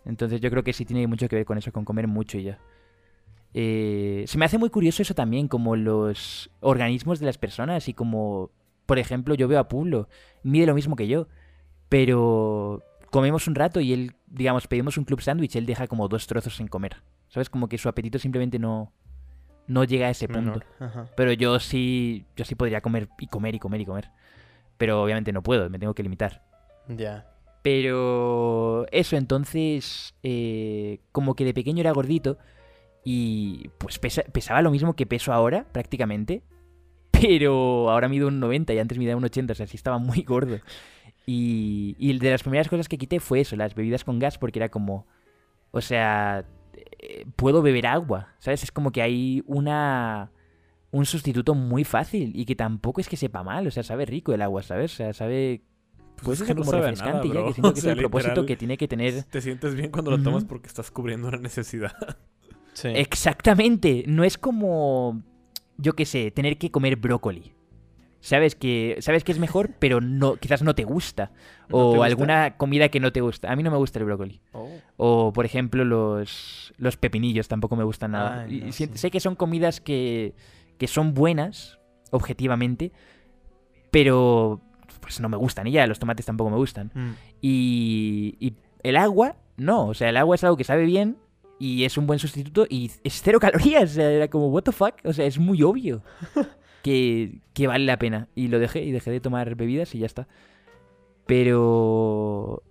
Entonces yo creo que sí tiene mucho que ver con eso, con comer mucho y ya. Se me hace muy curioso eso también, como los organismos de las personas y como, por ejemplo, yo veo a Pablo, mide lo mismo que yo, pero comemos un rato y él, digamos, pedimos un club sándwich, él deja como 2 trozos sin comer. ¿Sabes? Como que su apetito simplemente no llega a ese punto. Pero yo sí podría comer y comer y comer y comer. Pero obviamente no puedo, me tengo que limitar. Ya. Pero eso, entonces, como que de pequeño era gordito y pues pesaba lo mismo que peso ahora, prácticamente. Pero ahora mido un 90 y antes midía un 80, o sea, sí estaba muy gordo. Y de las primeras cosas que quité fue eso, las bebidas con gas, porque era como, o sea, puedo beber agua, ¿sabes? Es como que hay un sustituto muy fácil y que tampoco es que sepa mal, o sea, sabe rico el agua, ¿sabes? O sea, sabe... Pues es que no sabe refrescante nada, bro. Ya, que siento que es el propósito que tiene que tener. Te sientes bien cuando lo tomas porque estás cubriendo una necesidad. Sí. Exactamente. No es como, yo qué sé, tener que comer brócoli. Sabes que es mejor, pero no, quizás no te gusta. O ¿no te alguna gusta? Comida que no te gusta. A mí no me gusta el brócoli. Oh. O, por ejemplo, los pepinillos tampoco me gustan nada. Ay, no, sé que son comidas que son buenas, objetivamente, pero pues no me gustan. Y ya, los tomates tampoco me gustan. Y el agua, no. O sea, el agua es algo que sabe bien y es un buen sustituto y es 0 calorías. O sea, era como, what the fuck? O sea, es muy obvio. Que vale la pena. Y lo dejé, y dejé de tomar bebidas y ya está. Pero...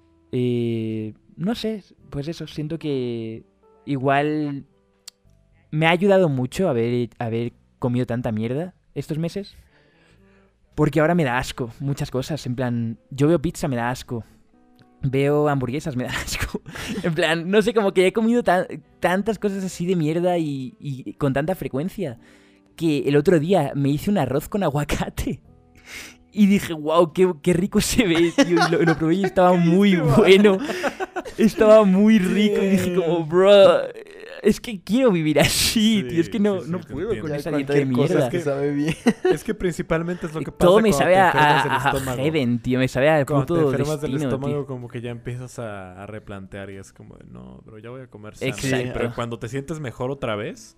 no sé, pues eso, siento que igual me ha ayudado mucho haber comido tanta mierda estos meses. Porque ahora me da asco muchas cosas. En plan, yo veo pizza, me da asco. Veo hamburguesas, me da asco. En plan, no sé, como que he comido tantas cosas así de mierda y con tanta frecuencia que el otro día me hice un arroz con aguacate y dije, wow, qué rico se ve, tío. Y lo probé y estaba muy bueno. Estaba muy rico y dije como, bro, es que quiero vivir así, tío. Es que no puedo con esa dieta de mierda. Es que sabe bien. Es que principalmente es lo que pasa. Todo me sabe a heaven, tío. Me sabe a puto cuando te enfermas destino, del estómago, tío. como que ya empiezas a replantear y es como de, no, pero ya voy a comer sano. Exacto. Pero cuando te sientes mejor otra vez...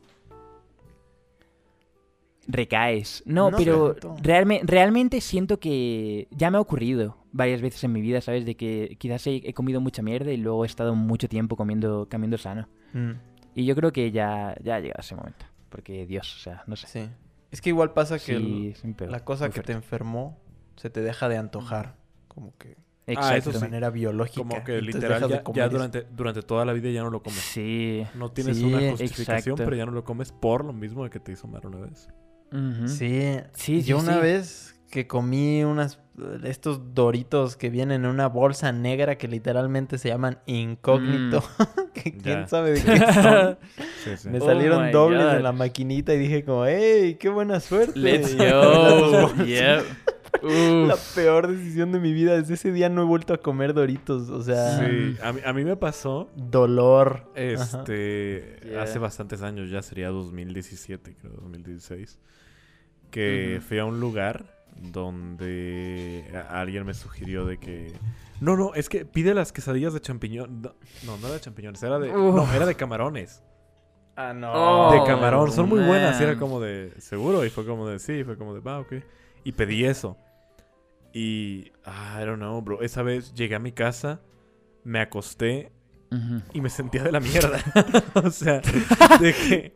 recaes. No, pero realmente siento que ya me ha ocurrido varias veces en mi vida, ¿sabes? De que quizás he comido mucha mierda y luego he estado mucho tiempo comiendo sano. Y yo creo que ya ha llegado ese momento. Porque Dios, o sea, no sé. Sí. Es que igual pasa que la cosa que te enfermó se te deja de antojar. Como que... Exacto. De manera biológica. Como que literal ya durante toda la vida ya no lo comes. Sí. No tienes una justificación, pero ya no lo comes por lo mismo de que te hizo mal una vez. Uh-huh. Sí. Yo una vez que comí estos Doritos que vienen en una bolsa negra que literalmente se llaman incógnito. Que quién sabe de qué son. Sí. Me salieron dobles en la maquinita y dije como, ¡hey! ¡Qué buena suerte! ¡Let's go! Yep. La peor decisión de mi vida. Desde ese día no he vuelto a comer Doritos. O sea... Sí, a mí me pasó... dolor. Hace bastantes años, ya sería 2017, creo, 2016. Que fui a un lugar donde alguien me sugirió de que... No, es que pide las quesadillas de champiñón. No era de champiñones, era de camarones. Ah, no. De camarón, son muy buenas. Y era como de, ¿seguro? Y fue como de, sí, fue como de, ok. Y pedí eso. Y, I don't know, bro. Esa vez llegué a mi casa, me acosté y me sentía de la mierda. O sea, de que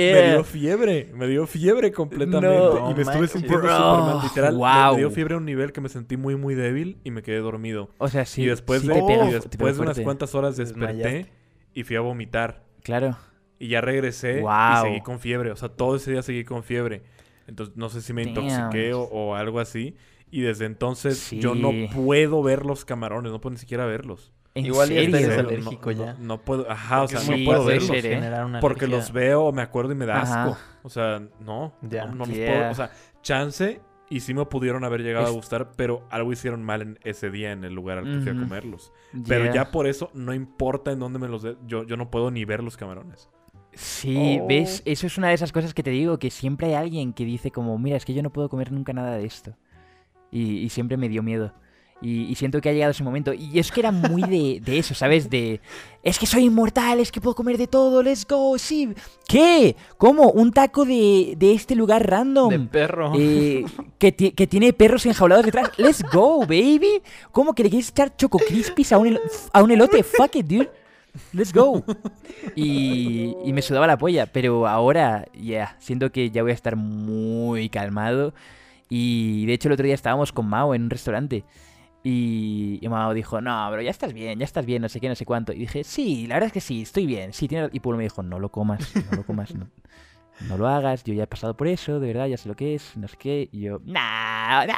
me dio fiebre completamente. Y me estuve sintiendo súper mal. Literal, me dio fiebre a un nivel que me sentí muy, muy débil y me quedé dormido. O sea, sí. Y después de unas cuantas horas desperté y fui a vomitar. Claro. Y ya regresé y seguí con fiebre. O sea, todo ese día seguí con fiebre. Entonces, no sé si me intoxiqué o algo así. Y desde entonces yo no puedo ver los camarones. No puedo ni siquiera verlos. Igual ya eres alérgico ya. No puedo, o sea, no puedo verlos. Porque los veo, me acuerdo y me da asco. O sea, no los puedo. O sea, chance y sí me pudieron haber llegado a gustar, pero algo hicieron mal en ese día en el lugar al que fui a comerlos. Pero ya por eso no importa en dónde me los dé. Yo no puedo ni ver los camarones. Sí, ¿ves? Eso es una de esas cosas que te digo, que siempre hay alguien que dice como, mira, es que yo no puedo comer nunca nada de esto. Y siempre me dio miedo. Y siento que ha llegado ese momento. Y es que era muy de eso, ¿sabes? Es que soy inmortal, es que puedo comer de todo, let's go, sí. ¿Qué? ¿Cómo? ¿Un taco de este lugar random? De perro. Que tiene perros enjaulados detrás. Let's go, baby. ¿Cómo que le quieres echar Choco Crispies a un elote? Fuck it, dude. Let's go. Y me sudaba la polla. Pero ahora, siento que ya voy a estar muy calmado. Y de hecho el otro día estábamos con Mao en un restaurante. Y Mao dijo, no, bro, ya estás bien, no sé qué, no sé cuánto. Y dije, sí, la verdad es que sí, estoy bien. Sí, y Pablo me dijo, no lo comas, no lo hagas. Yo ya he pasado por eso, de verdad, ya sé lo que es, no sé qué. Y yo, nah.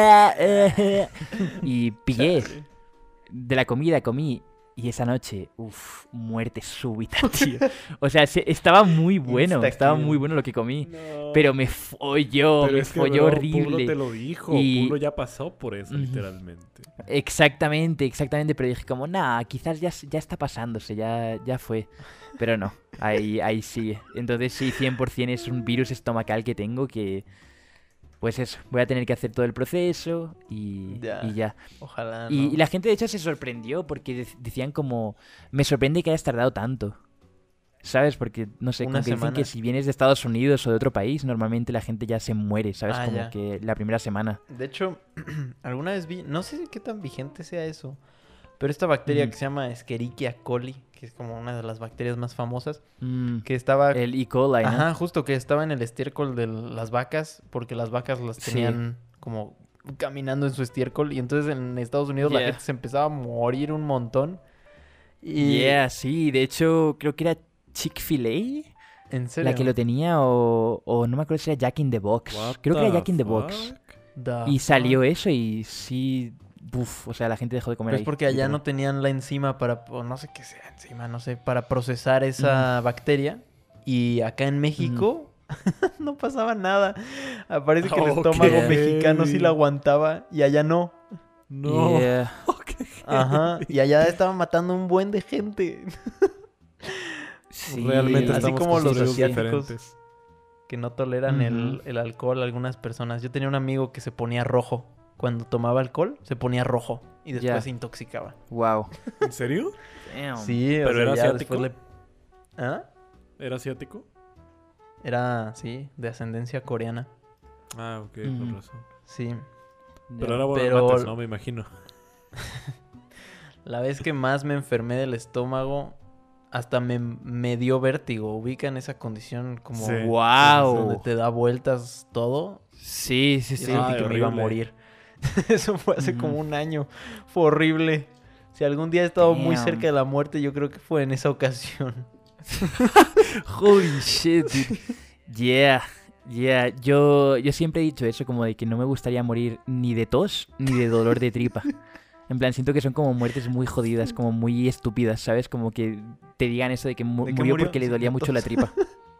Y pillé de la comida, comí. Y esa noche, muerte súbita, tío. O sea, estaba muy bueno lo que comí. No. Pero me folló horrible. Pablo te lo dijo, Pablo ya pasó por eso, literalmente. Exactamente, pero dije como, nah, quizás ya está pasándose, ya fue. Pero no, ahí sigue. Entonces sí, 100% es un virus estomacal que tengo que... Pues eso, voy a tener que hacer todo el proceso y ya. Ojalá, ¿no? Y la gente de hecho se sorprendió porque decían como, me sorprende que hayas tardado tanto. ¿Sabes? Porque, no sé, como que dicen que si vienes de Estados Unidos o de otro país, normalmente la gente ya se muere, ¿sabes? Que la primera semana. De hecho, alguna vez vi, no sé qué tan vigente sea eso, pero esta bacteria que se llama Escherichia coli, que es como una de las bacterias más famosas, que estaba... El E. coli, ¿no? Ajá, justo, que estaba en el estiércol de las vacas, porque las vacas las tenían como caminando en su estiércol, y entonces en Estados Unidos la gente se empezaba a morir un montón. Y... sí, de hecho, creo que era Chick-fil-A. ¿En serio? La que lo tenía, o no me acuerdo si era Jack in the Box. Creo que era Jack in the Box. Y salió eso y sí... o sea, la gente dejó de comer ahí. Es porque allá no tenían la enzima para... O no sé qué sea enzima, no sé. Para procesar esa bacteria. Y acá en México no pasaba nada. Parece que el estómago mexicano sí la aguantaba y allá no. No. Ajá. Y allá estaban matando un buen de gente. Sí. Realmente así como los asiáticos diferentes. que no toleran el alcohol, algunas personas. Yo tenía un amigo que se ponía rojo. Cuando tomaba alcohol, se ponía rojo. Y después se intoxicaba. Wow. ¿En serio? Damn. Sí, ¿Pero era asiático? ¿Ah? ¿Era asiático? Era, sí, de ascendencia coreana. Ah, ok, por razón. Sí. Pero era bueno mates, ¿no? Me imagino. La vez que más me enfermé del estómago, hasta me dio vértigo. ¿Ubican esa condición como... Sí. ¡Wow! Donde te da vueltas todo. Sí. Y sentí que me iba a morir. Eso fue hace como un año. Fue horrible. Si algún día he estado muy cerca de la muerte, yo creo que fue en esa ocasión. Holy shit, dude. Yeah. Yo siempre he dicho eso, como de que no me gustaría morir ni de tos ni de dolor de tripa. En plan, siento que son como muertes muy jodidas, como muy estúpidas, ¿sabes? Como que te digan eso de que murió porque le dolía mucho la tripa.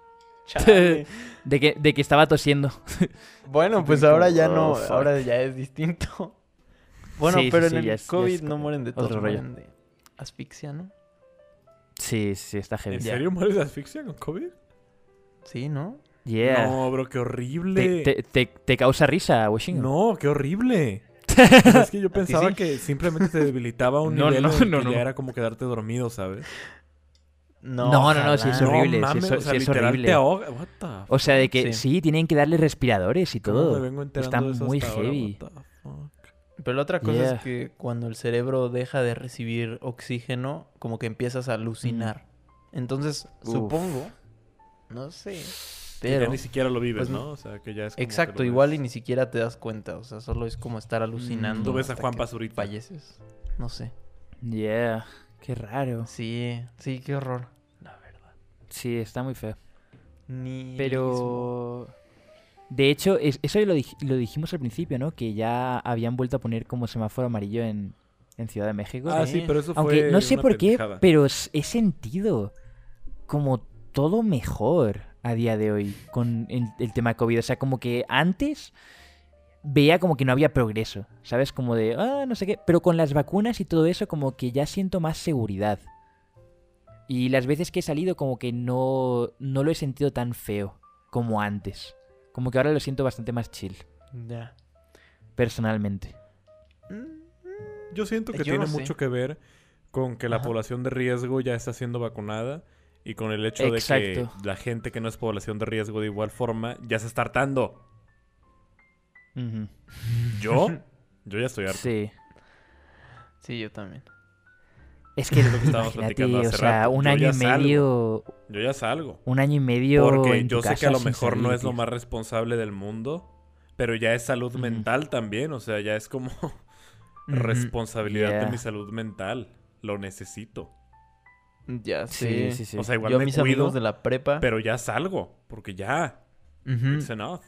de que estaba tosiendo. Bueno, pues ahora ya no, ahora ya es distinto. Bueno, pero en el COVID no mueren de tos, mueren de asfixia, ¿no? Sí, está heavy. ¿En serio mueres de asfixia con COVID? Sí, ¿no? Yeah. No, bro, qué horrible. ¿Te causa risa, Washington? No, qué horrible. Es que yo pensaba que simplemente te debilitaba un nivel que ya era como quedarte dormido, ¿sabes? No, sí es horrible. No, mames, sí es horrible. Te ahoga. What the fuck? O sea, de que sí, tienen que darle respiradores y todo. Me vengo enterando Está de eso muy hasta heavy. ahora, what the fuck. Pero la otra cosa es que cuando el cerebro deja de recibir oxígeno, como que empiezas a alucinar. Entonces, supongo, no sé, pero... ya ni siquiera lo vives, pues, ¿no? O sea, que ya es como exacto, igual y ni siquiera te das cuenta. O sea, solo es como estar alucinando. Tú ves a hasta Juan que Pazurita. falleces. No sé. Yeah, qué raro. Sí, qué horror. La verdad. Sí, está muy feo. Ni Pero... De hecho, eso lo dijimos al principio, ¿no? Que ya habían vuelto a poner como semáforo amarillo en Ciudad de México. Ah, sí, pero eso fue aunque no sé una por qué, pendejada. pero he sentido como todo mejor a día de hoy con el tema COVID. O sea, como que antes veía como que no había progreso, ¿sabes? Como de, no sé qué. Pero con las vacunas y todo eso como que ya siento más seguridad. Y las veces que he salido como que no lo he sentido tan feo como antes. Como que ahora lo siento bastante más chill. Ya. Personalmente. Yo siento que Yo tiene no sé. mucho que ver con que la Ajá. población de riesgo ya está siendo vacunada y con el hecho de que Exacto. la gente que no es población de riesgo de igual forma ya se está hartando. Ujú. ¿Yo? Yo ya estoy harto. Sí. Sí, yo también. Es que Es lo que estábamos imagínate, platicando o hace sea, rato. un Yo año ya y medio... Yo ya salgo. Un año y medio Porque en tu yo sé que casa a lo sin mejor no salir, es lo tío. más responsable del mundo, pero ya es salud Ujú. mental también. O sea, ya es como Ujú. responsabilidad de Yeah. mi salud mental. Lo necesito. Ya Sí, sé. sí, sí. O sea, igual Yo a me mis cuido, amigos de la prepa... pero ya salgo. Porque ya, Ujú. it's enough.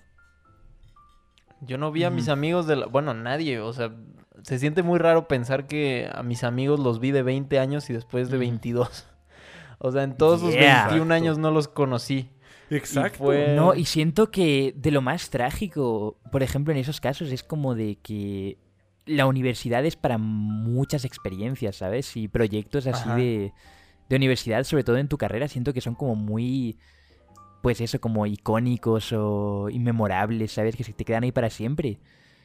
Yo no vi a mis Ujú. amigos de la... Bueno, nadie. O sea, se siente muy raro pensar que a mis amigos los vi de 20 años y después de Ujú. 22. O sea, en todos sus Yeah. 21 Exacto. años no los conocí. Exacto. fue- No, y siento que de lo más trágico, por ejemplo, en esos casos, es como de que la universidad es para muchas experiencias, ¿sabes? Y proyectos así Ajá. de universidad, sobre todo en tu carrera, siento que son como muy, pues eso, como icónicos o inmemorables, ¿sabes? Que se te quedan ahí para siempre.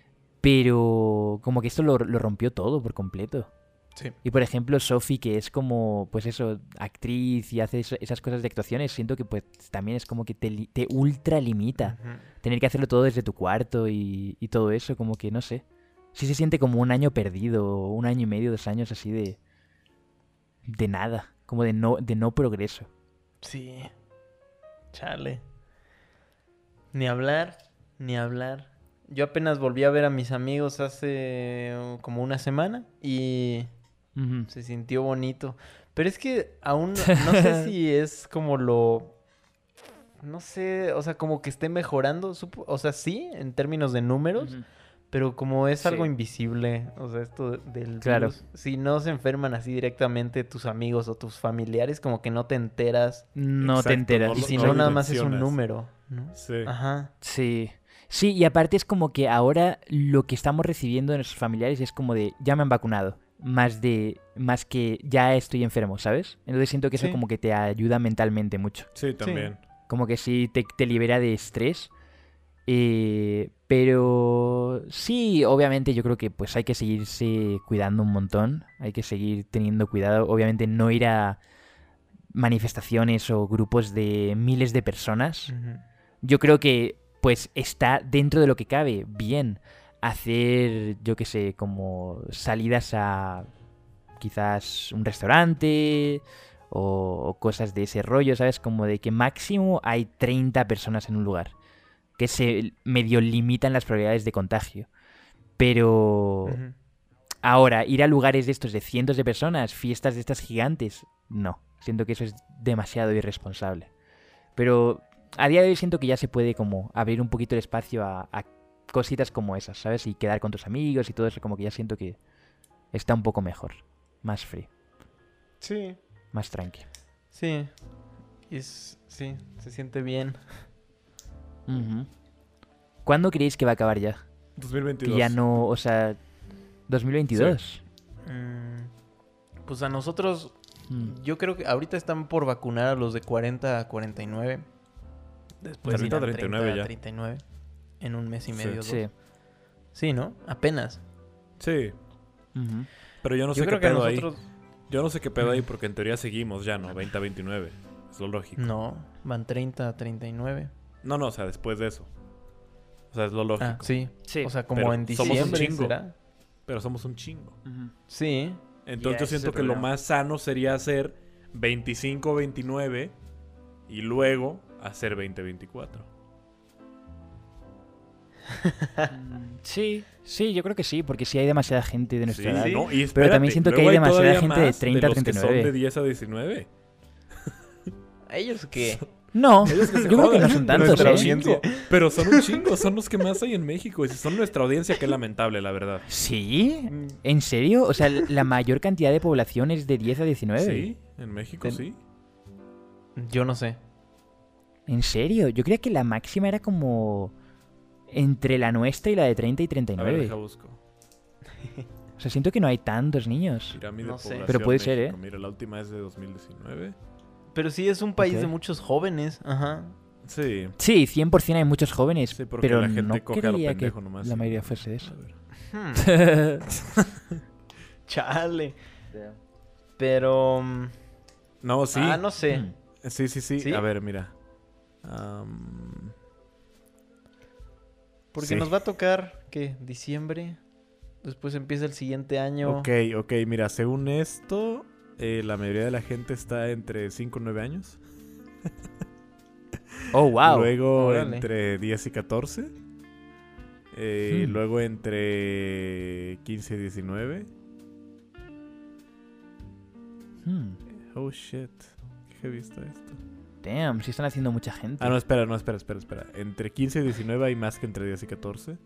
Pero como que esto lo rompió todo por completo. Sí. Y por ejemplo, Sophie, que es como, pues eso, actriz y hace esas cosas de actuaciones, siento que pues también es como que te ultra limita. Ujú. Tener que hacerlo todo desde tu cuarto y todo eso, como que no sé. Sí se siente como un año perdido, un año y medio, 2 años así de nada, como de no progreso. Sí. Chale. Ni hablar, ni hablar. Yo apenas volví a ver a mis amigos hace como una semana y Ujú. se sintió bonito. Pero es que aún no sé si es como lo... No sé, o sea, como que esté mejorando. O sea, sí, en términos de números, Ujú. pero como es algo Sí. invisible, o sea, esto del Claro. virus, si no se enferman así directamente tus amigos o tus familiares, como que no te enteras. No te Exacto, enteras. no Y lo- si no no, lo nada más es un dimensionas. número, ¿no? Sí. Ajá. Sí. Sí, y aparte es como que ahora lo que estamos recibiendo de nuestros familiares es como de ya me han vacunado, más que ya estoy enfermo, ¿sabes? Entonces siento que eso Sí. como que te ayuda mentalmente mucho. Sí, también. Como que sí te libera de estrés. Pero sí, obviamente yo creo que pues hay que seguirse cuidando un montón. Hay que seguir teniendo cuidado. Obviamente no ir a manifestaciones o grupos de miles de personas. Ujú. Yo creo que pues está dentro de lo que cabe bien hacer, yo qué sé, como salidas a quizás un restaurante o cosas de ese rollo, ¿sabes? Como de que máximo hay 30 personas en un lugar, que se medio limitan las probabilidades de contagio. Pero Ujú. ahora, ir a lugares de estos de cientos de personas, fiestas de estas gigantes, no. Siento que eso es demasiado irresponsable. Pero a día de hoy siento que ya se puede como abrir un poquito el espacio a cositas como esas, ¿sabes? Y quedar con tus amigos y todo eso, como que ya siento que está un poco mejor. Más free, Sí. más tranqui. Sí. Sí, se siente bien. Ujú. ¿Cuándo creéis que va a acabar ya? 2022. Que ya no, o sea, 2022. Pues a nosotros, Mm. yo creo que ahorita están por vacunar a los de 40 a 49. Después Ahorita irán 39 30 a ya. 39. En un mes y Sí. medio, dos. Sí. Sí, ¿no? Apenas. Sí, Ujú. pero yo no sé Yo qué creo que a pedo ahí. nosotros... Yo no sé qué pedo ahí porque en teoría seguimos ya, ¿no? 20 a 29. Es lo lógico. No, van 30 a 39. No, o sea, después de eso. O sea, es lo lógico. Ah, sí. Sí. O sea, como Pero en somos un diciembre, chingo. ¿será? Pero somos un chingo. Ujú. Sí. Entonces Ya, yo ese es siento el que lo problema. más sano sería hacer 25 29 y luego hacer 20 24. Sí, sí, yo creo que sí, porque sí hay demasiada gente de nuestra edad. Sí, ¿no? Y Pero también espérate, siento que luego hay demasiada todavía gente de más 30 a los que son 39. de 10 a 19. ¿A ellos qué? No, Ellos que se yo creo que no jodan. son tantos, Nuestra ¿eh? audiencia. Pero son un chingo, son los que más hay en México. Y si son nuestra audiencia, qué lamentable, la verdad. ¿Sí? ¿En serio? O sea, la mayor cantidad de población es de 10 a 19. Sí, en México Ten- sí. Yo no sé. ¿En serio? Yo creía que la máxima era como entre la nuestra y la de 30 y A ver, 39. deja busco. O sea, siento que no hay tantos niños. Pirámide No sé. población Pero puede ser, México. ¿eh? Mira, la última es de 2019. Pero sí es un país Ok. de muchos jóvenes. Ajá. Sí. Sí, 100% hay muchos jóvenes, Sí, porque pero la gente no coge a lo creía que pendejo nomás. la mayoría fuese de eso. A ver. Chale. Pero... No, sí. no sé. Sí. ¿Sí? A ver, mira. Porque sí. nos va a tocar, ¿qué? ¿Diciembre? Después empieza el siguiente año. Ok. Mira, según esto, la mayoría de la gente está entre 5 y 9 años. Oh, wow. Luego Órale. entre 10 y 14. Luego entre 15 y 19. Oh, shit. Qué heavy está esto. Damn, sí están haciendo mucha gente. No, espera. Entre 15 y 19 hay más que entre 10 y 14.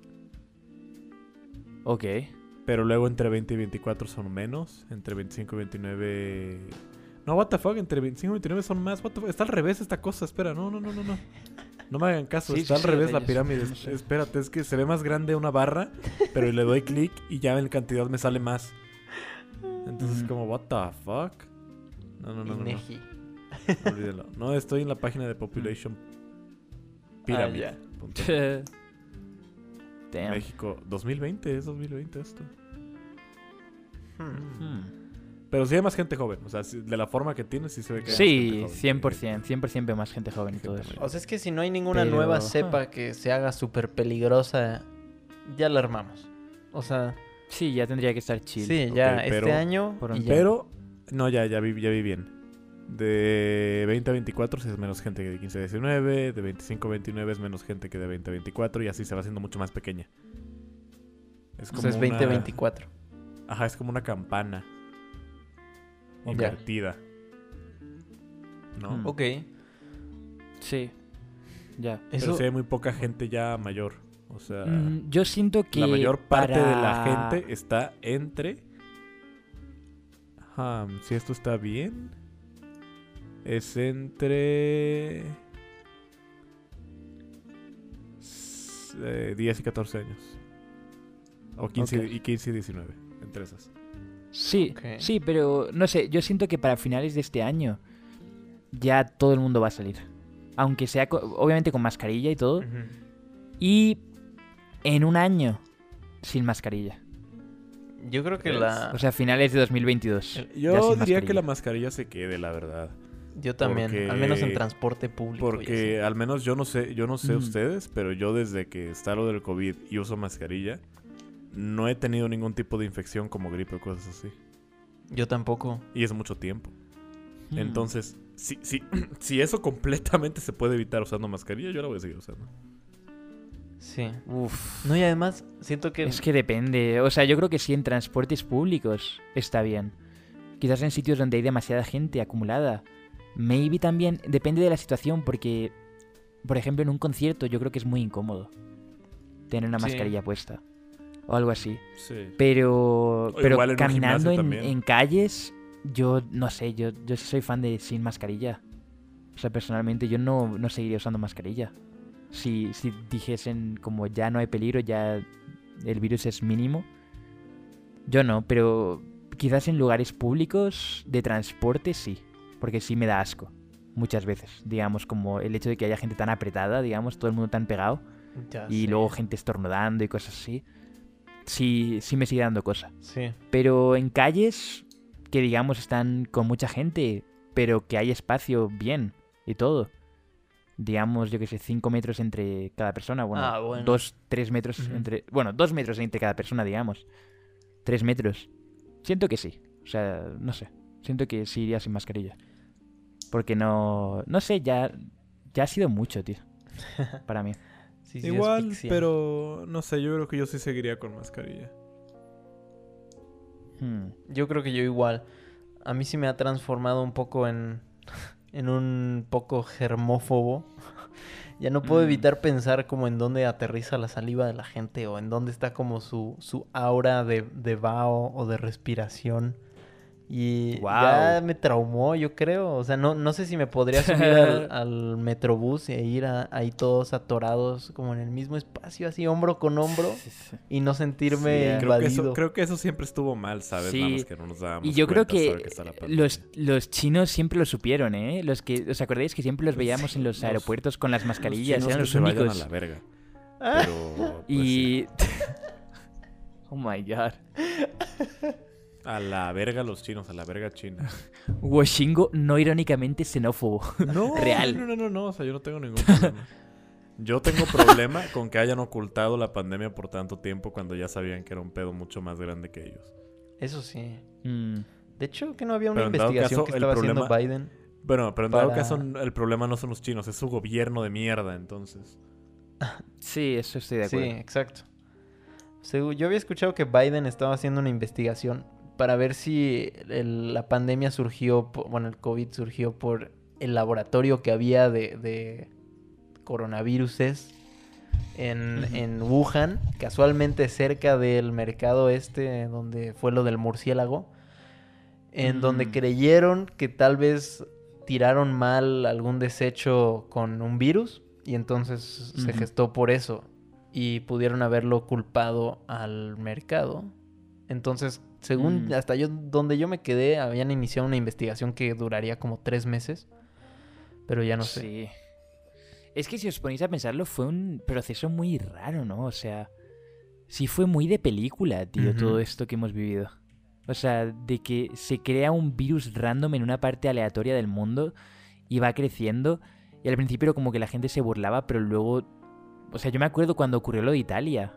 Ok. Pero luego entre 20 y 24 son menos. Entre 25 y 29... No, what the fuck, entre 25 y 29 son más. What the fuck? Está al revés esta cosa, espera. No. No me hagan caso, Sí, está sí, al revés sí, la yo pirámide. no sé. Espérate, es que se ve más grande una barra, pero le doy clic y ya en cantidad me sale más. Entonces como, what the fuck. No. INEGI. Olvídalo. No, estoy en la página de Population Pyramid. ya. Damn. México, 2020, es 2020 esto. Hmm. Pero sí hay más gente joven, o sea, de la forma que tiene sí se ve que hay Sí, más gente joven. 100% ve más gente joven y todo eso. O sea, es que si no hay ninguna Pero- nueva cepa que se haga súper peligrosa, ya la armamos. O sea, Sí, ya tendría que estar chill. sí, ya Ok, este pero- año por y un- ya. Pero, no, ya vi bien. De 20 a 24 sí es menos gente que de 15 a 19, de 25 a 29 es menos gente que de 20 a 24 y así se va haciendo mucho más pequeña. O sea, es 20-24. Ajá, es como una campana Ya. invertida. ¿No? Mm. Ok. Sí. Ya. Pero Eso... sí hay muy poca gente ya mayor. O sea, Yo siento que la mayor parte de la para- gente está entre... si esto está bien... Es entre... 10 y 14 años. O 15, Ok. y 15 y 19. Entre esas. Sí, Ok. sí, pero no sé, yo siento que para finales de este año ya todo el mundo va a salir. Aunque sea obviamente con mascarilla y todo. Ujú. Y en un año sin mascarilla. Yo creo que ¿Ves? la... O sea, finales de 2022. ya Yo sin diría que mascarilla. la mascarilla se quede, la verdad. Yo también, porque- al menos en transporte público. y Porque así. al menos yo no sé Mm. ustedes, pero yo desde que está lo del COVID y uso mascarilla, no he tenido ningún tipo de infección como gripe o cosas así. Yo tampoco. Y es mucho tiempo. Hmm. Entonces, si eso completamente se puede evitar usando mascarilla, yo la voy a seguir usando. Sí. Uf. No, y además siento que... Es que depende. O sea, yo creo que sí en transportes públicos está bien. Quizás en sitios donde hay demasiada gente acumulada. Maybe también depende de la situación porque, por ejemplo, en un concierto yo creo que es muy incómodo tener una Sí. mascarilla puesta o algo así. Sí. Pero igual en un caminando gimnasio también. en calles, yo no sé, yo sí soy fan de sin mascarilla. O sea, personalmente yo no seguiría usando mascarilla. Si dijesen como ya no hay peligro, ya el virus es mínimo. Yo no, pero quizás en lugares públicos de transporte sí. Porque sí me da asco. Muchas veces. Digamos, como el hecho de que haya gente tan apretada, digamos, todo el mundo tan pegado. Ya Y sé. luego gente estornudando y cosas así. Sí me sigue dando cosa. Sí. Pero en calles que digamos están con mucha gente, pero que hay espacio bien y todo. Digamos, yo que sé, 5 metros entre cada persona. Bueno, Bueno. 2-3 metros Ujú. entre... Bueno, 2 metros entre cada persona, digamos. 3 metros. Siento que sí. O sea, no sé. Siento que sí iría sin mascarilla. Porque no... No sé, ya ha sido mucho, tío. Para mí. Sí, sí, Igual, asfixia. pero no sé, yo creo que yo sí seguiría con mascarilla. Yo creo que yo igual. A mí sí me ha transformado un poco en un poco germófobo. Ya no puedo evitar pensar como en dónde aterriza la saliva de la gente o en dónde está como su aura de vaho o de respiración. Y Guau. ya me traumó, yo creo. O sea, no sé si me podría subir al metrobús e ir ahí todos atorados como en el mismo espacio, así hombro con hombro, y no sentirme Sí, invadido. Creo que eso siempre estuvo mal, ¿sabes? Sí. Nada más que no nos dábamos Y yo creo cuenta hasta que está la pandemia. los chinos siempre lo supieron, ¿eh? Los que, ¿os acordáis que siempre los veíamos en los los- aeropuertos con las mascarillas? chinos Eran que los se vayan únicos. a la verga. Pero, pues, Y... oh my god. A la verga los chinos, a la verga China. Washingo no irónicamente xenófobo. No, Real. no. O sea, yo no tengo ningún problema. Yo tengo problema con que hayan ocultado la pandemia por tanto tiempo cuando ya sabían que era un pedo mucho más grande que ellos. Eso sí. Mm. De hecho, que no había una Pero en dado investigación caso, que el estaba haciendo problema- Biden. Bueno, pero en dado Para- caso el problema no son los chinos, es su gobierno de mierda, entonces. Sí, eso estoy de Sí, acuerdo. exacto. Yo había escuchado que Biden estaba haciendo una investigación para ver si la pandemia surgió, bueno, el COVID surgió por el laboratorio que había de coronaviruses en Wuhan, casualmente cerca del mercado donde fue lo del murciélago, en donde creyeron que tal vez tiraron mal algún desecho con un virus y entonces se gestó por eso y pudieron haberlo culpado al mercado. Entonces, según hasta donde yo me quedé, habían iniciado una investigación que duraría como 3 meses, pero ya no sé. Sí. Es que si os ponéis a pensarlo, fue un proceso muy raro, ¿no? O sea, sí fue muy de película, tío, todo esto que hemos vivido. O sea, de que se crea un virus random en una parte aleatoria del mundo y va creciendo. Y al principio era como que la gente se burlaba, pero luego... O sea, yo me acuerdo cuando ocurrió lo de Italia.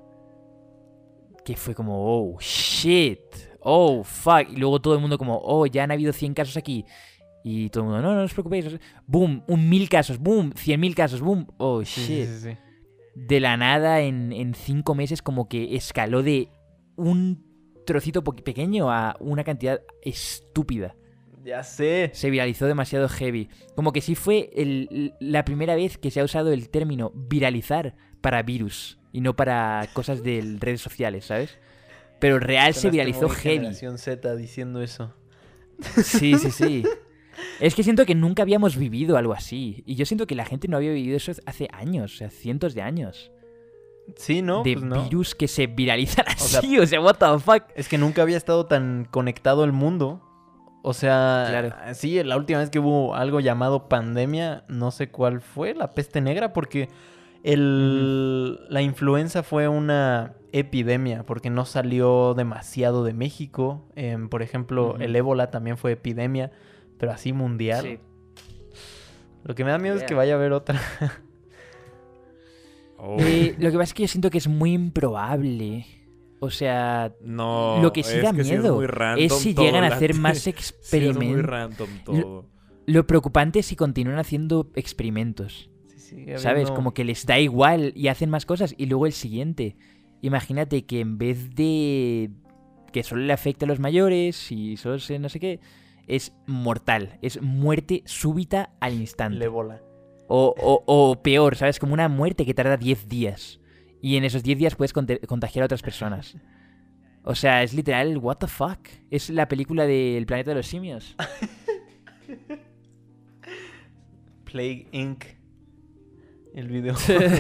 Que fue como, oh, shit. Oh, fuck. Y luego todo el mundo como, oh, ya han habido 100 casos aquí. Y todo el mundo, no os preocupéis. Boom, 1000 casos. Boom, 100.000 casos. Boom. Oh, shit. Sí. De la nada, en 5 meses, como que escaló de un trocito pequeño a una cantidad estúpida. Ya sé. Se viralizó demasiado heavy. Como que sí fue la primera vez que se ha usado el término viralizar para virus y no para cosas de redes sociales, ¿sabes? Pero real se viralizó heavy. Generación Z diciendo eso. Sí. Es que siento que nunca habíamos vivido algo así. Y yo siento que la gente no había vivido eso hace años, o sea, cientos de años. Sí, ¿no? De Pues no. virus que se viralizan así, o sea, what the fuck. Es que nunca había estado tan conectado el mundo. O sea, Claro. sí, la última vez que hubo algo llamado pandemia, no sé cuál fue, la peste negra, porque la influenza fue una epidemia, porque no salió demasiado de México. Por ejemplo, el ébola también fue epidemia, pero así mundial. Sí. Lo que me da miedo es que vaya a haber otra. Oh. Lo que pasa es que yo siento que es muy improbable. O sea, No, lo que sí da es miedo muy random es si todo, llegan a la hacer neta. más Sí, es experimentos. muy random todo. Lo preocupante es si continúan haciendo experimentos. ¿Sabes? Como que les da igual y hacen más cosas. Y luego el siguiente. Imagínate que en vez de que solo le afecte a los mayores y solo se no sé qué, es mortal. Es muerte súbita al instante. El ébola. O peor, ¿sabes? Como una muerte que tarda 10 días. Y en esos 10 días puedes contagiar a otras personas. O sea, es literal, what the fuck. Es la película del planeta de los simios. Plague Inc. El video.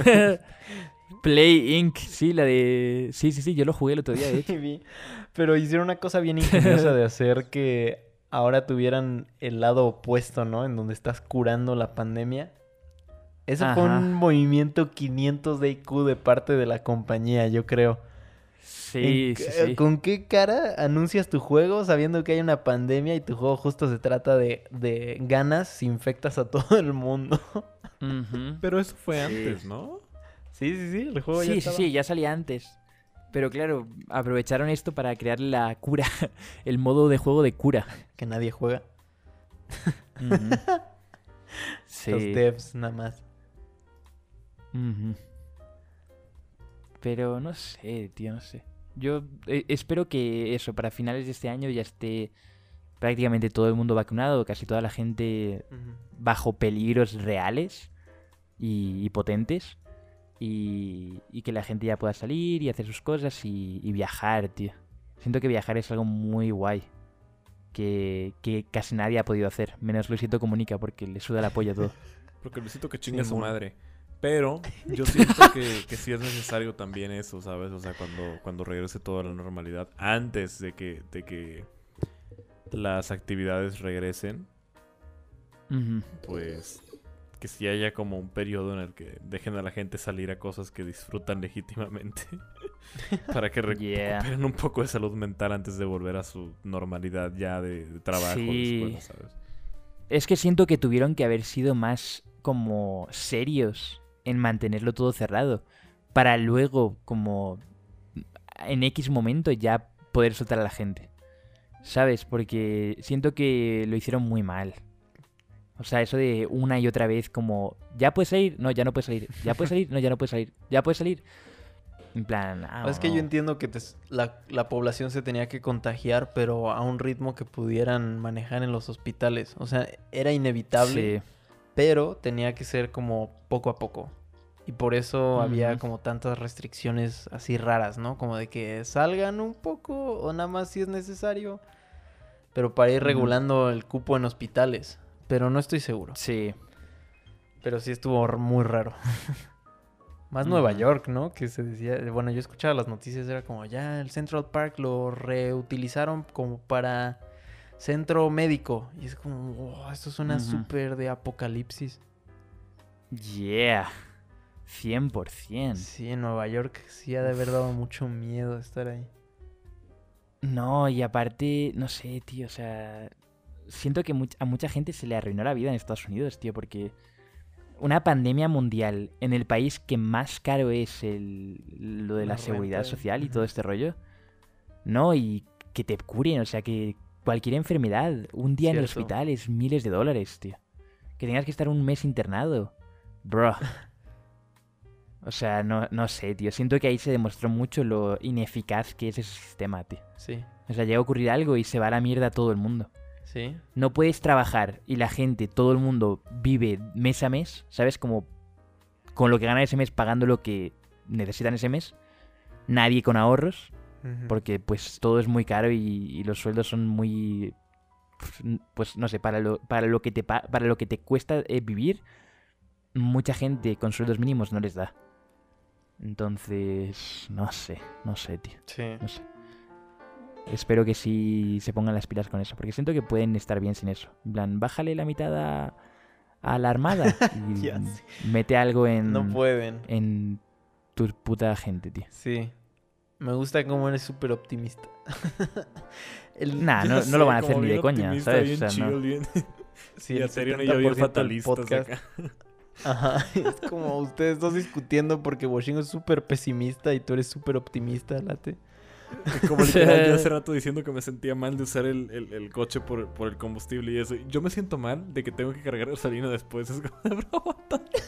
Play Inc. Sí, la de... Sí, yo lo jugué el otro día, de hecho. Pero hicieron una cosa bien ingeniosa de hacer que ahora tuvieran el lado opuesto, ¿no? En donde estás curando la pandemia. Eso fue un movimiento 500 de IQ de parte de la compañía, yo creo. Sí. ¿Con qué cara anuncias tu juego sabiendo que hay una pandemia y tu juego justo se trata de ganas si infectas a todo el mundo? Pero eso fue antes, ¿no? Sí, el juego ya estaba. Sí, ya salía antes. Pero claro, aprovecharon esto para crear la cura, el modo de juego de cura. Que nadie juega. Sí. Los devs nada más. Pero no sé, tío, no sé. Yo espero que eso, para finales de este año ya esté prácticamente todo el mundo vacunado, casi toda la gente bajo peligros reales y potentes. Y que la gente ya pueda salir y hacer sus cosas y viajar, tío. Siento que viajar es algo muy guay. Que casi nadie ha podido hacer. Menos Luisito Comunica porque le suda la polla todo. Porque Luisito que chinga Sí, su bueno. madre. Pero yo siento que sí es necesario también eso, ¿sabes? O sea, cuando regrese toda la normalidad, antes de que las actividades regresen, pues que sí haya como un periodo en el que dejen a la gente salir a cosas que disfrutan legítimamente. Para que recuperen un poco de salud mental antes de volver a su normalidad ya de trabajo, de escuela, ¿sabes? Es que siento que tuvieron que haber sido más como serios en mantenerlo todo cerrado. Para luego, como en X momento, ya poder soltar a la gente. ¿Sabes? Porque siento que lo hicieron muy mal. O sea, eso de una y otra vez como... ¿Ya puedes salir? No, ya no puedes salir. ¿Ya puedes salir? No, ya no puedes salir. ¿Ya puedes salir? En plan... Es que yo entiendo que la población se tenía que contagiar, pero a un ritmo que pudieran manejar en los hospitales. O sea, era inevitable, pero tenía que ser como poco a poco. Y por eso había como tantas restricciones así raras, ¿no? Como de que salgan un poco o nada más si es necesario. Pero para ir regulando el cupo en hospitales. Pero no estoy seguro. Sí. Pero sí estuvo muy raro. Más Nueva York, ¿no? Que se decía... Bueno, yo escuchaba las noticias, era como ya el Central Park lo reutilizaron como para centro médico. Y es como, wow, esto suena súper de apocalipsis. Yeah. 100%. Sí, en Nueva York sí ha de haber dado mucho miedo estar ahí. No, y aparte, no sé, tío, o sea... Siento que a mucha gente se le arruinó la vida en Estados Unidos, tío, porque... Una pandemia mundial en el país que más caro es lo de la seguridad social y todo este rollo. No, y que te curen, o sea, que cualquier enfermedad, un día en el hospital es miles de dólares, tío. Que tengas que estar un mes internado. Bro. O sea, no sé, tío. Siento que ahí se demostró mucho lo ineficaz que es ese sistema, tío. Sí. O sea, llega a ocurrir algo y se va a la mierda todo el mundo. Sí. No puedes trabajar y la gente, todo el mundo vive mes a mes, ¿sabes? Como con lo que gana ese mes pagando lo que necesitan ese mes. Nadie con ahorros, porque pues todo es muy caro y los sueldos son muy... Pues no sé, para lo que te cuesta vivir, mucha gente con sueldos mínimos no les da. Entonces, no sé, tío. Sí. No sé. Espero que sí se pongan las pilas con eso, porque siento que pueden estar bien sin eso. En plan, bájale la mitad a la armada y mete algo en... No pueden. En tu puta gente, tío. Sí. Me gusta cómo eres súper optimista. No lo van a hacer ni de coña, ¿sabes? Bien o sea, chill, no. Bien... Sí, el 70% y yo bien fatalistas acá. Ajá, es como ustedes dos discutiendo porque Washingo es súper pesimista y tú eres súper optimista, Late. Como literal, yo hace rato diciendo que me sentía mal de usar el coche por el combustible y eso. Yo me siento mal de que tengo que cargar gasolina después. Es como, bro,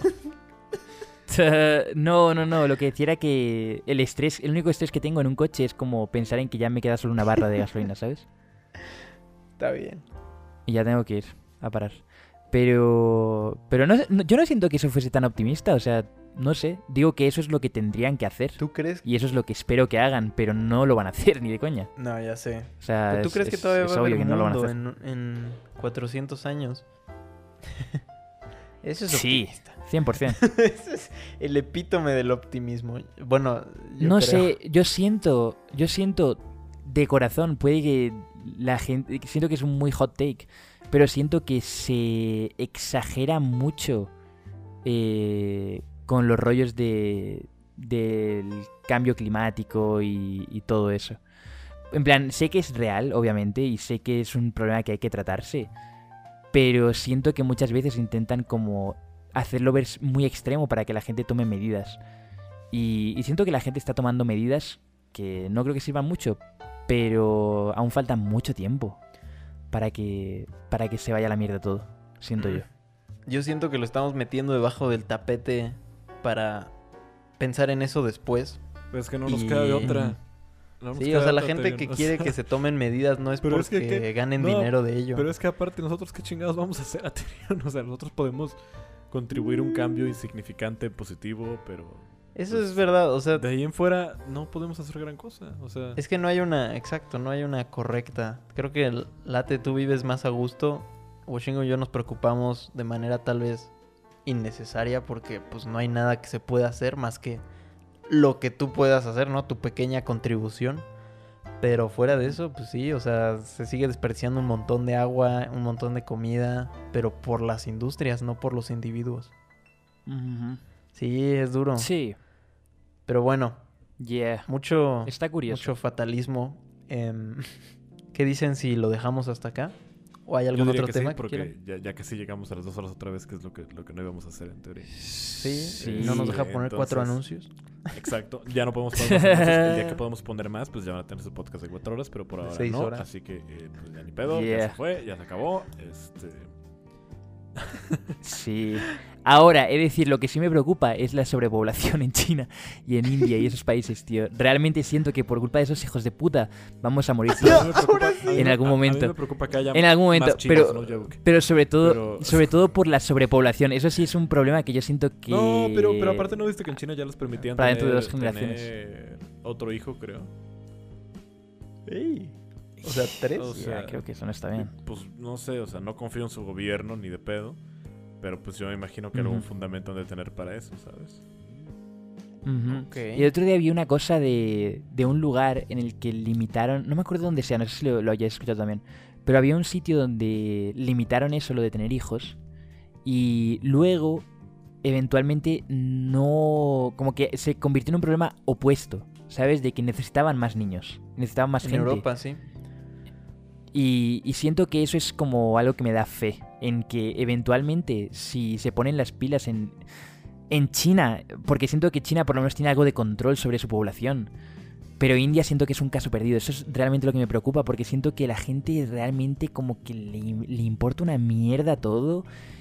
No. Lo que decía era que el único estrés que tengo en un coche es como pensar en que ya me queda solo una barra de gasolina, ¿sabes? Está bien. Y ya tengo que ir a parar. Pero no, yo no siento que eso fuese tan optimista, o sea, no sé. Digo que eso es lo que tendrían que hacer. ¿Tú crees? Y eso es lo que espero que hagan, pero no lo van a hacer ni de coña. No, ya sé. O sea, ¿Pero tú crees que todavía va a haber que no lo van a hacer? En 400 años? Eso es sí, optimista. 100%. Ese es el epítome del optimismo. Bueno, no sé, yo siento de corazón, puede que la gente... Siento que es un muy hot take, pero siento que se exagera mucho con los rollos del cambio climático y todo eso. En plan, sé que es real, obviamente, y sé que es un problema que hay que tratarse, pero siento que muchas veces intentan como hacerlo ver muy extremo para que la gente tome medidas. Y siento que la gente está tomando medidas que no creo que sirvan mucho, pero aún falta mucho tiempo para que se vaya a la mierda todo, siento yo. Yo siento que lo estamos metiendo debajo del tapete para pensar en eso después. Pero es que no nos queda de otra. Sí, o sea, la gente que quiere que se tomen medidas no es porque ganen dinero de ello. Pero es que aparte, nosotros qué chingados vamos a hacer a Tyrion. O sea, nosotros podemos contribuir un cambio insignificante, positivo, pero... Eso es verdad, o sea... De ahí en fuera no podemos hacer gran cosa, o sea... Es que no hay una correcta. Creo que, Late, tú vives más a gusto. Washingo y yo nos preocupamos de manera tal vez innecesaria porque pues no hay nada que se pueda hacer más que lo que tú puedas hacer, ¿no? Tu pequeña contribución. Pero fuera de eso, pues sí, o sea, se sigue desperdiciando un montón de agua, un montón de comida, pero por las industrias, no por los individuos. Sí, es duro. Sí. Pero bueno, Yeah. Está curioso. Mucho fatalismo. ¿Qué dicen si lo dejamos hasta acá? ¿O hay algún otro tema? Sí, porque ya casi llegamos a las 2 horas otra vez, que es lo que no íbamos a hacer en teoría. Sí. No nos deja poner 4 anuncios. Exacto. Ya no podemos poner más anuncios. El día que podemos poner más, pues ya van a tener su podcast de 4 horas, pero por ahora 6 no. horas. Así que pues ya ni pedo, ya se fue, ya se acabó. Sí. Ahora, he de decir, lo que sí me preocupa es la sobrepoblación en China y en India y esos países, tío. Realmente siento que por culpa de esos hijos de puta vamos a morir todos en algún momento. A mí me preocupa que haya en algún momento, más chinos, ¿no? pero sobre todo por la sobrepoblación. Eso sí es un problema que yo siento que... No, pero aparte no viste que en China ya les permitían para dentro de 2 generaciones. tener otro hijo, creo. ¡Ey! O sea, 3. O sea, creo que eso no está bien. Pues no sé, o sea, no confío en su gobierno ni de pedo. Pero pues yo me imagino que algún fundamento han de tener para eso, ¿sabes? Okay. Y el otro día vi una cosa de un lugar en el que limitaron... No me acuerdo dónde sea, no sé si lo hayáis escuchado también. Pero había un sitio donde limitaron eso, lo de tener hijos. Y luego, eventualmente, no... Como que se convirtió en un problema opuesto, ¿sabes? De que necesitaban más niños. Necesitaban más gente. En Europa, sí. Y siento que eso es como algo que me da fe, en que eventualmente si se ponen las pilas en China, porque siento que China por lo menos tiene algo de control sobre su población, pero India siento que es un caso perdido. Eso es realmente lo que me preocupa, porque siento que la gente realmente como que le importa una mierda todo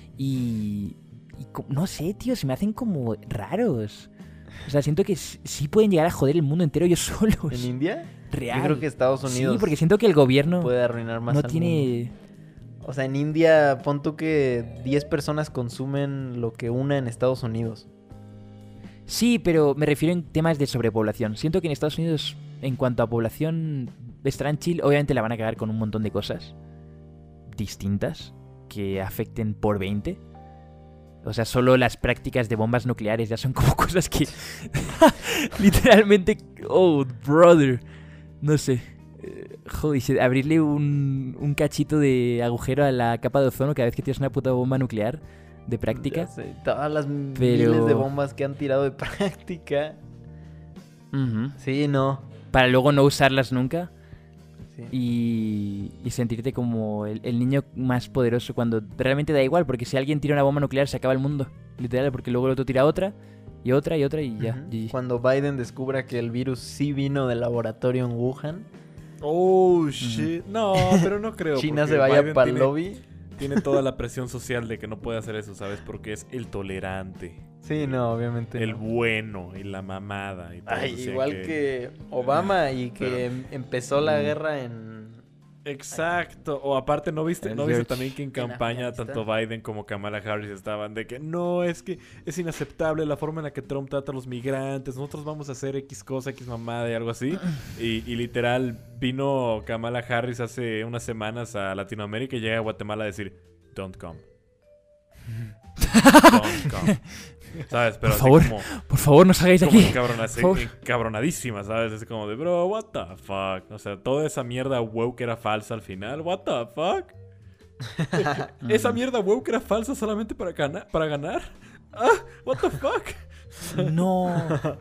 y no sé, tío, se me hacen como raros. O sea, siento que sí pueden llegar a joder el mundo entero ellos solos. ¿En India? Real. Yo creo que Estados Unidos... Sí, porque siento que el gobierno puede arruinar más no al tiene... mundo. O sea, en India, pon tú que 10 personas consumen lo que una en Estados Unidos. Sí, pero me refiero en temas de sobrepoblación. Siento que en Estados Unidos, en cuanto a población, estarán chill. Obviamente la van a cagar con un montón de cosas distintas que afecten por 20. O sea, solo las prácticas de bombas nucleares ya son como cosas que... literalmente... Oh, brother. No sé. Joder, abrirle un cachito de agujero a la capa de ozono cada vez que tienes una puta bomba nuclear de práctica. Ya sé, todas las miles de bombas que han tirado de práctica. Sí, no. Para luego no usarlas nunca. Sí. Y sentirte como el niño más poderoso cuando realmente da igual, porque si alguien tira una bomba nuclear se acaba el mundo, literal, porque luego el otro tira otra y otra y otra y ya. Cuando Biden descubra que el virus sí vino del laboratorio en Wuhan. Oh, shit. No, pero no creo. China se vaya para el lobby. Tiene toda la presión social de que no puede hacer eso, ¿sabes? Porque es el tolerante. Sí, no, obviamente. El bueno y la mamada. Y todo. Igual que Obama y que empezó la guerra en... Exacto. O aparte, ¿no viste también que en campaña tanto Biden como Kamala Harris estaban de que no, es que es inaceptable la forma en la que Trump trata a los migrantes, nosotros vamos a hacer X cosa, X mamada y algo así? Y literal vino Kamala Harris hace unas semanas a Latinoamérica y llega a Guatemala a decir don't come. Don't come. ¿Sabes? Pero por favor, no salgáis de aquí. Encabronadísima, ¿sabes? Es como de, bro, what the fuck. O sea, toda esa mierda woke era falsa al final. What the fuck. Esa mierda woke era falsa solamente para ganar. What the fuck. No.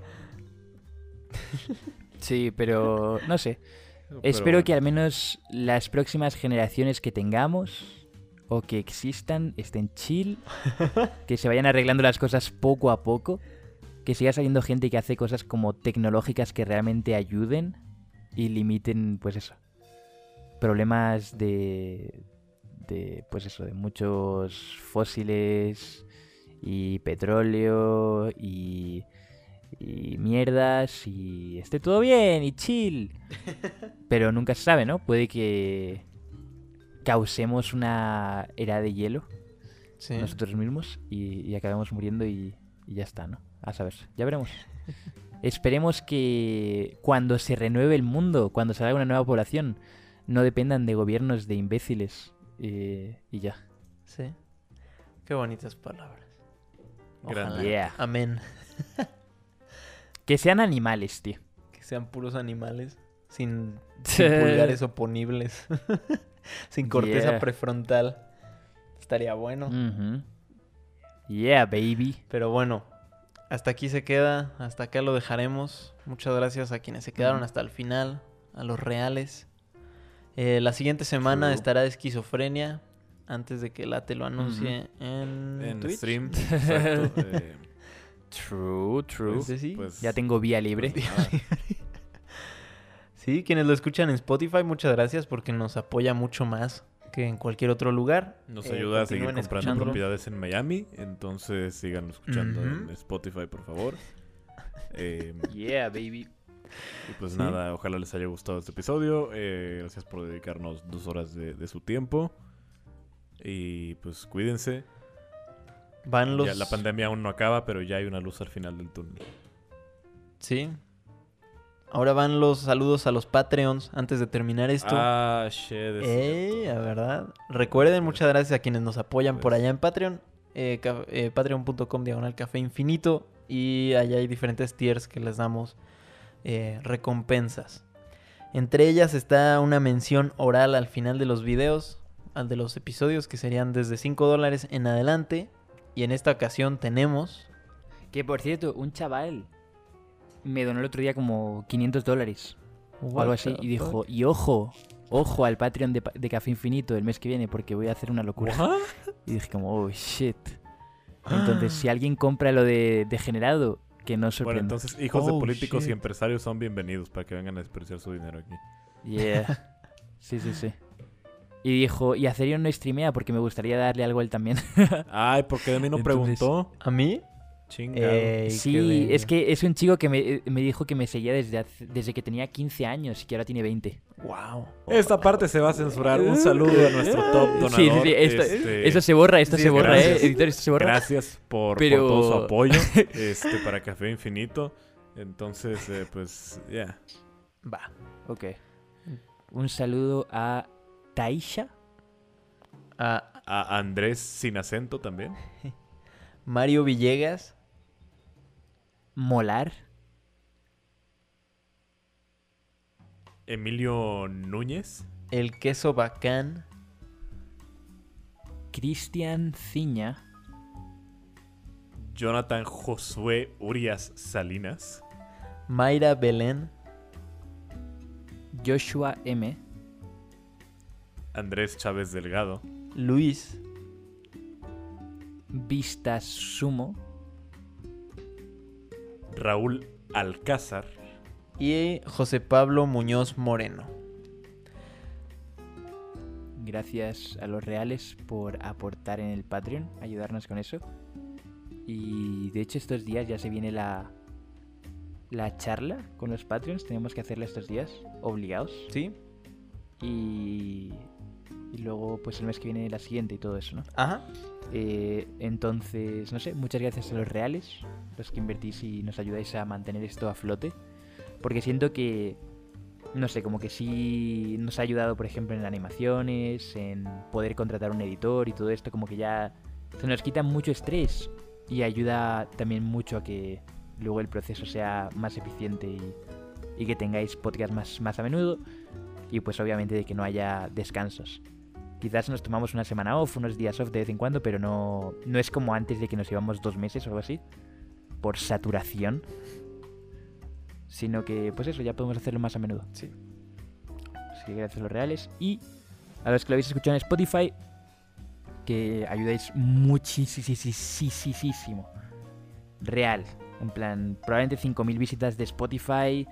Sí, pero no sé. Espero que al menos las próximas generaciones que tengamos o que existan estén chill, que se vayan arreglando las cosas poco a poco, que siga saliendo gente que hace cosas como tecnológicas que realmente ayuden y limiten, pues eso, problemas de pues eso, de muchos fósiles y petróleo y mierdas y esté todo bien y chill. Pero nunca se sabe, ¿no? Puede que causemos una era de hielo nosotros mismos y acabemos muriendo y ya está, ¿no? A saber, ya veremos. Esperemos que cuando se renueve el mundo, cuando salga una nueva población, no dependan de gobiernos de imbéciles y ya. Sí. Qué bonitas palabras. Ojalá. Yeah. Amén. Que sean animales, tío. Que sean puros animales sin pulgares oponibles. Sin corteza prefrontal. Estaría bueno. Yeah, baby. Pero bueno, hasta aquí se queda. Hasta acá lo dejaremos. Muchas gracias a quienes se quedaron hasta el final, a los reales. La siguiente semana estará Esquizofrenia, antes de que Late lo anuncie en Twitch. Stream. Exacto. True. Pues, sí. Pues, ya tengo vía libre. Sí, quienes lo escuchan en Spotify, muchas gracias porque nos apoya mucho más que en cualquier otro lugar. Nos ayuda a seguir Continúen comprando escuchándolo. propiedades en Miami. Entonces síganlo escuchando en Spotify, por favor. Yeah, baby. Y pues Sí. nada, ojalá les haya gustado este episodio. Gracias por dedicarnos 2 horas de su tiempo. Y pues cuídense. Van los... Ya, la pandemia aún no acaba, pero ya hay una luz al final del túnel. Sí. Ahora van los saludos a los Patreons antes de terminar esto. Ah, shit. Es La verdad. Recuerden, muchas gracias a quienes nos apoyan por Pues- allá en Patreon. Patreon.com/Café Infinito. Y allá hay diferentes tiers que les damos recompensas. Entre ellas está una mención oral al final de los videos, al de los episodios, que serían desde $5 en adelante. Y en esta ocasión tenemos... Que por cierto, un chaval me donó el otro día como $500 o algo así. Y dijo, y ojo al Patreon de Café Infinito el mes que viene porque voy a hacer una locura. ¿What? Y dije como, oh shit. Entonces, si alguien compra lo de Degenerado, que no Bueno, sorprenda. entonces hijos de Oh, políticos shit. y empresarios son bienvenidos para que vengan a desperdiciar su dinero aquí. Yeah. Sí. Y dijo, y Acerion no streamea porque me gustaría darle algo a él también. Ay, ¿por qué de mí no Entonces- preguntó? ¿A mí? Chingado. Sí, es que es un chico que me dijo que me seguía desde que tenía 15 años y que ahora tiene 20. Wow. Esta parte se va a censurar. Un saludo a nuestro top donador. Sí, esto se borra, Sí, se borra, gracias. editor, esto se borra. Gracias por Pero- todo su apoyo para Café Infinito. Entonces, pues, ya. Va. Ok. Un saludo a Taisha. A Andrés sin acento también. Mario Villegas. Molar. Emilio Núñez. El Queso Bacán. Cristian Ciña. Jonathan Josué Urias Salinas. Mayra Belén. Joshua M. Andrés Chávez Delgado. Luis. Vistas Sumo. Raúl Alcázar. Y José Pablo Muñoz Moreno. Gracias a los reales por aportar en el Patreon, ayudarnos con eso. Y de hecho estos días ya se viene la charla con los Patreons. Tenemos que hacerla estos días, obligados. ¿Sí? Y luego pues el mes que viene la siguiente y todo eso, ¿no? Ajá. Entonces, no sé, muchas gracias a los reales, los que invertís y nos ayudáis a mantener esto a flote. Porque siento que, no sé, como que sí nos ha ayudado, por ejemplo, en animaciones, en poder contratar un editor y todo esto, como que ya se nos quita mucho estrés y ayuda también mucho a que luego el proceso sea más eficiente y que tengáis podcast más a menudo y pues obviamente de que no haya descansos. Quizás nos tomamos una semana off, unos días off de vez en cuando, pero no es como antes de que nos llevamos 2 meses o algo así, por saturación, sino que pues eso, ya podemos hacerlo más a menudo. Sí. Así que gracias a los reales y a los que lo habéis escuchado en Spotify, que ayudáis muchísimo. Real, en plan, probablemente 5.000 visitas de Spotify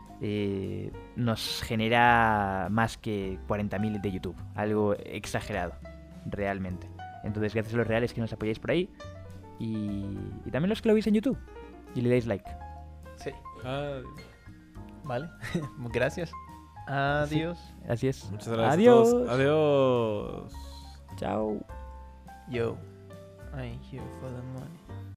nos genera más que 40.000 de YouTube. Algo exagerado, realmente. Entonces, gracias a los reales que nos apoyáis por ahí. Y también los que lo veis en YouTube. Y le dais like. Sí. Vale. Gracias. Adiós. Sí, así es. Muchas gracias Adiós. a todos. Adiós. Chao. Yo. I'm here for the money.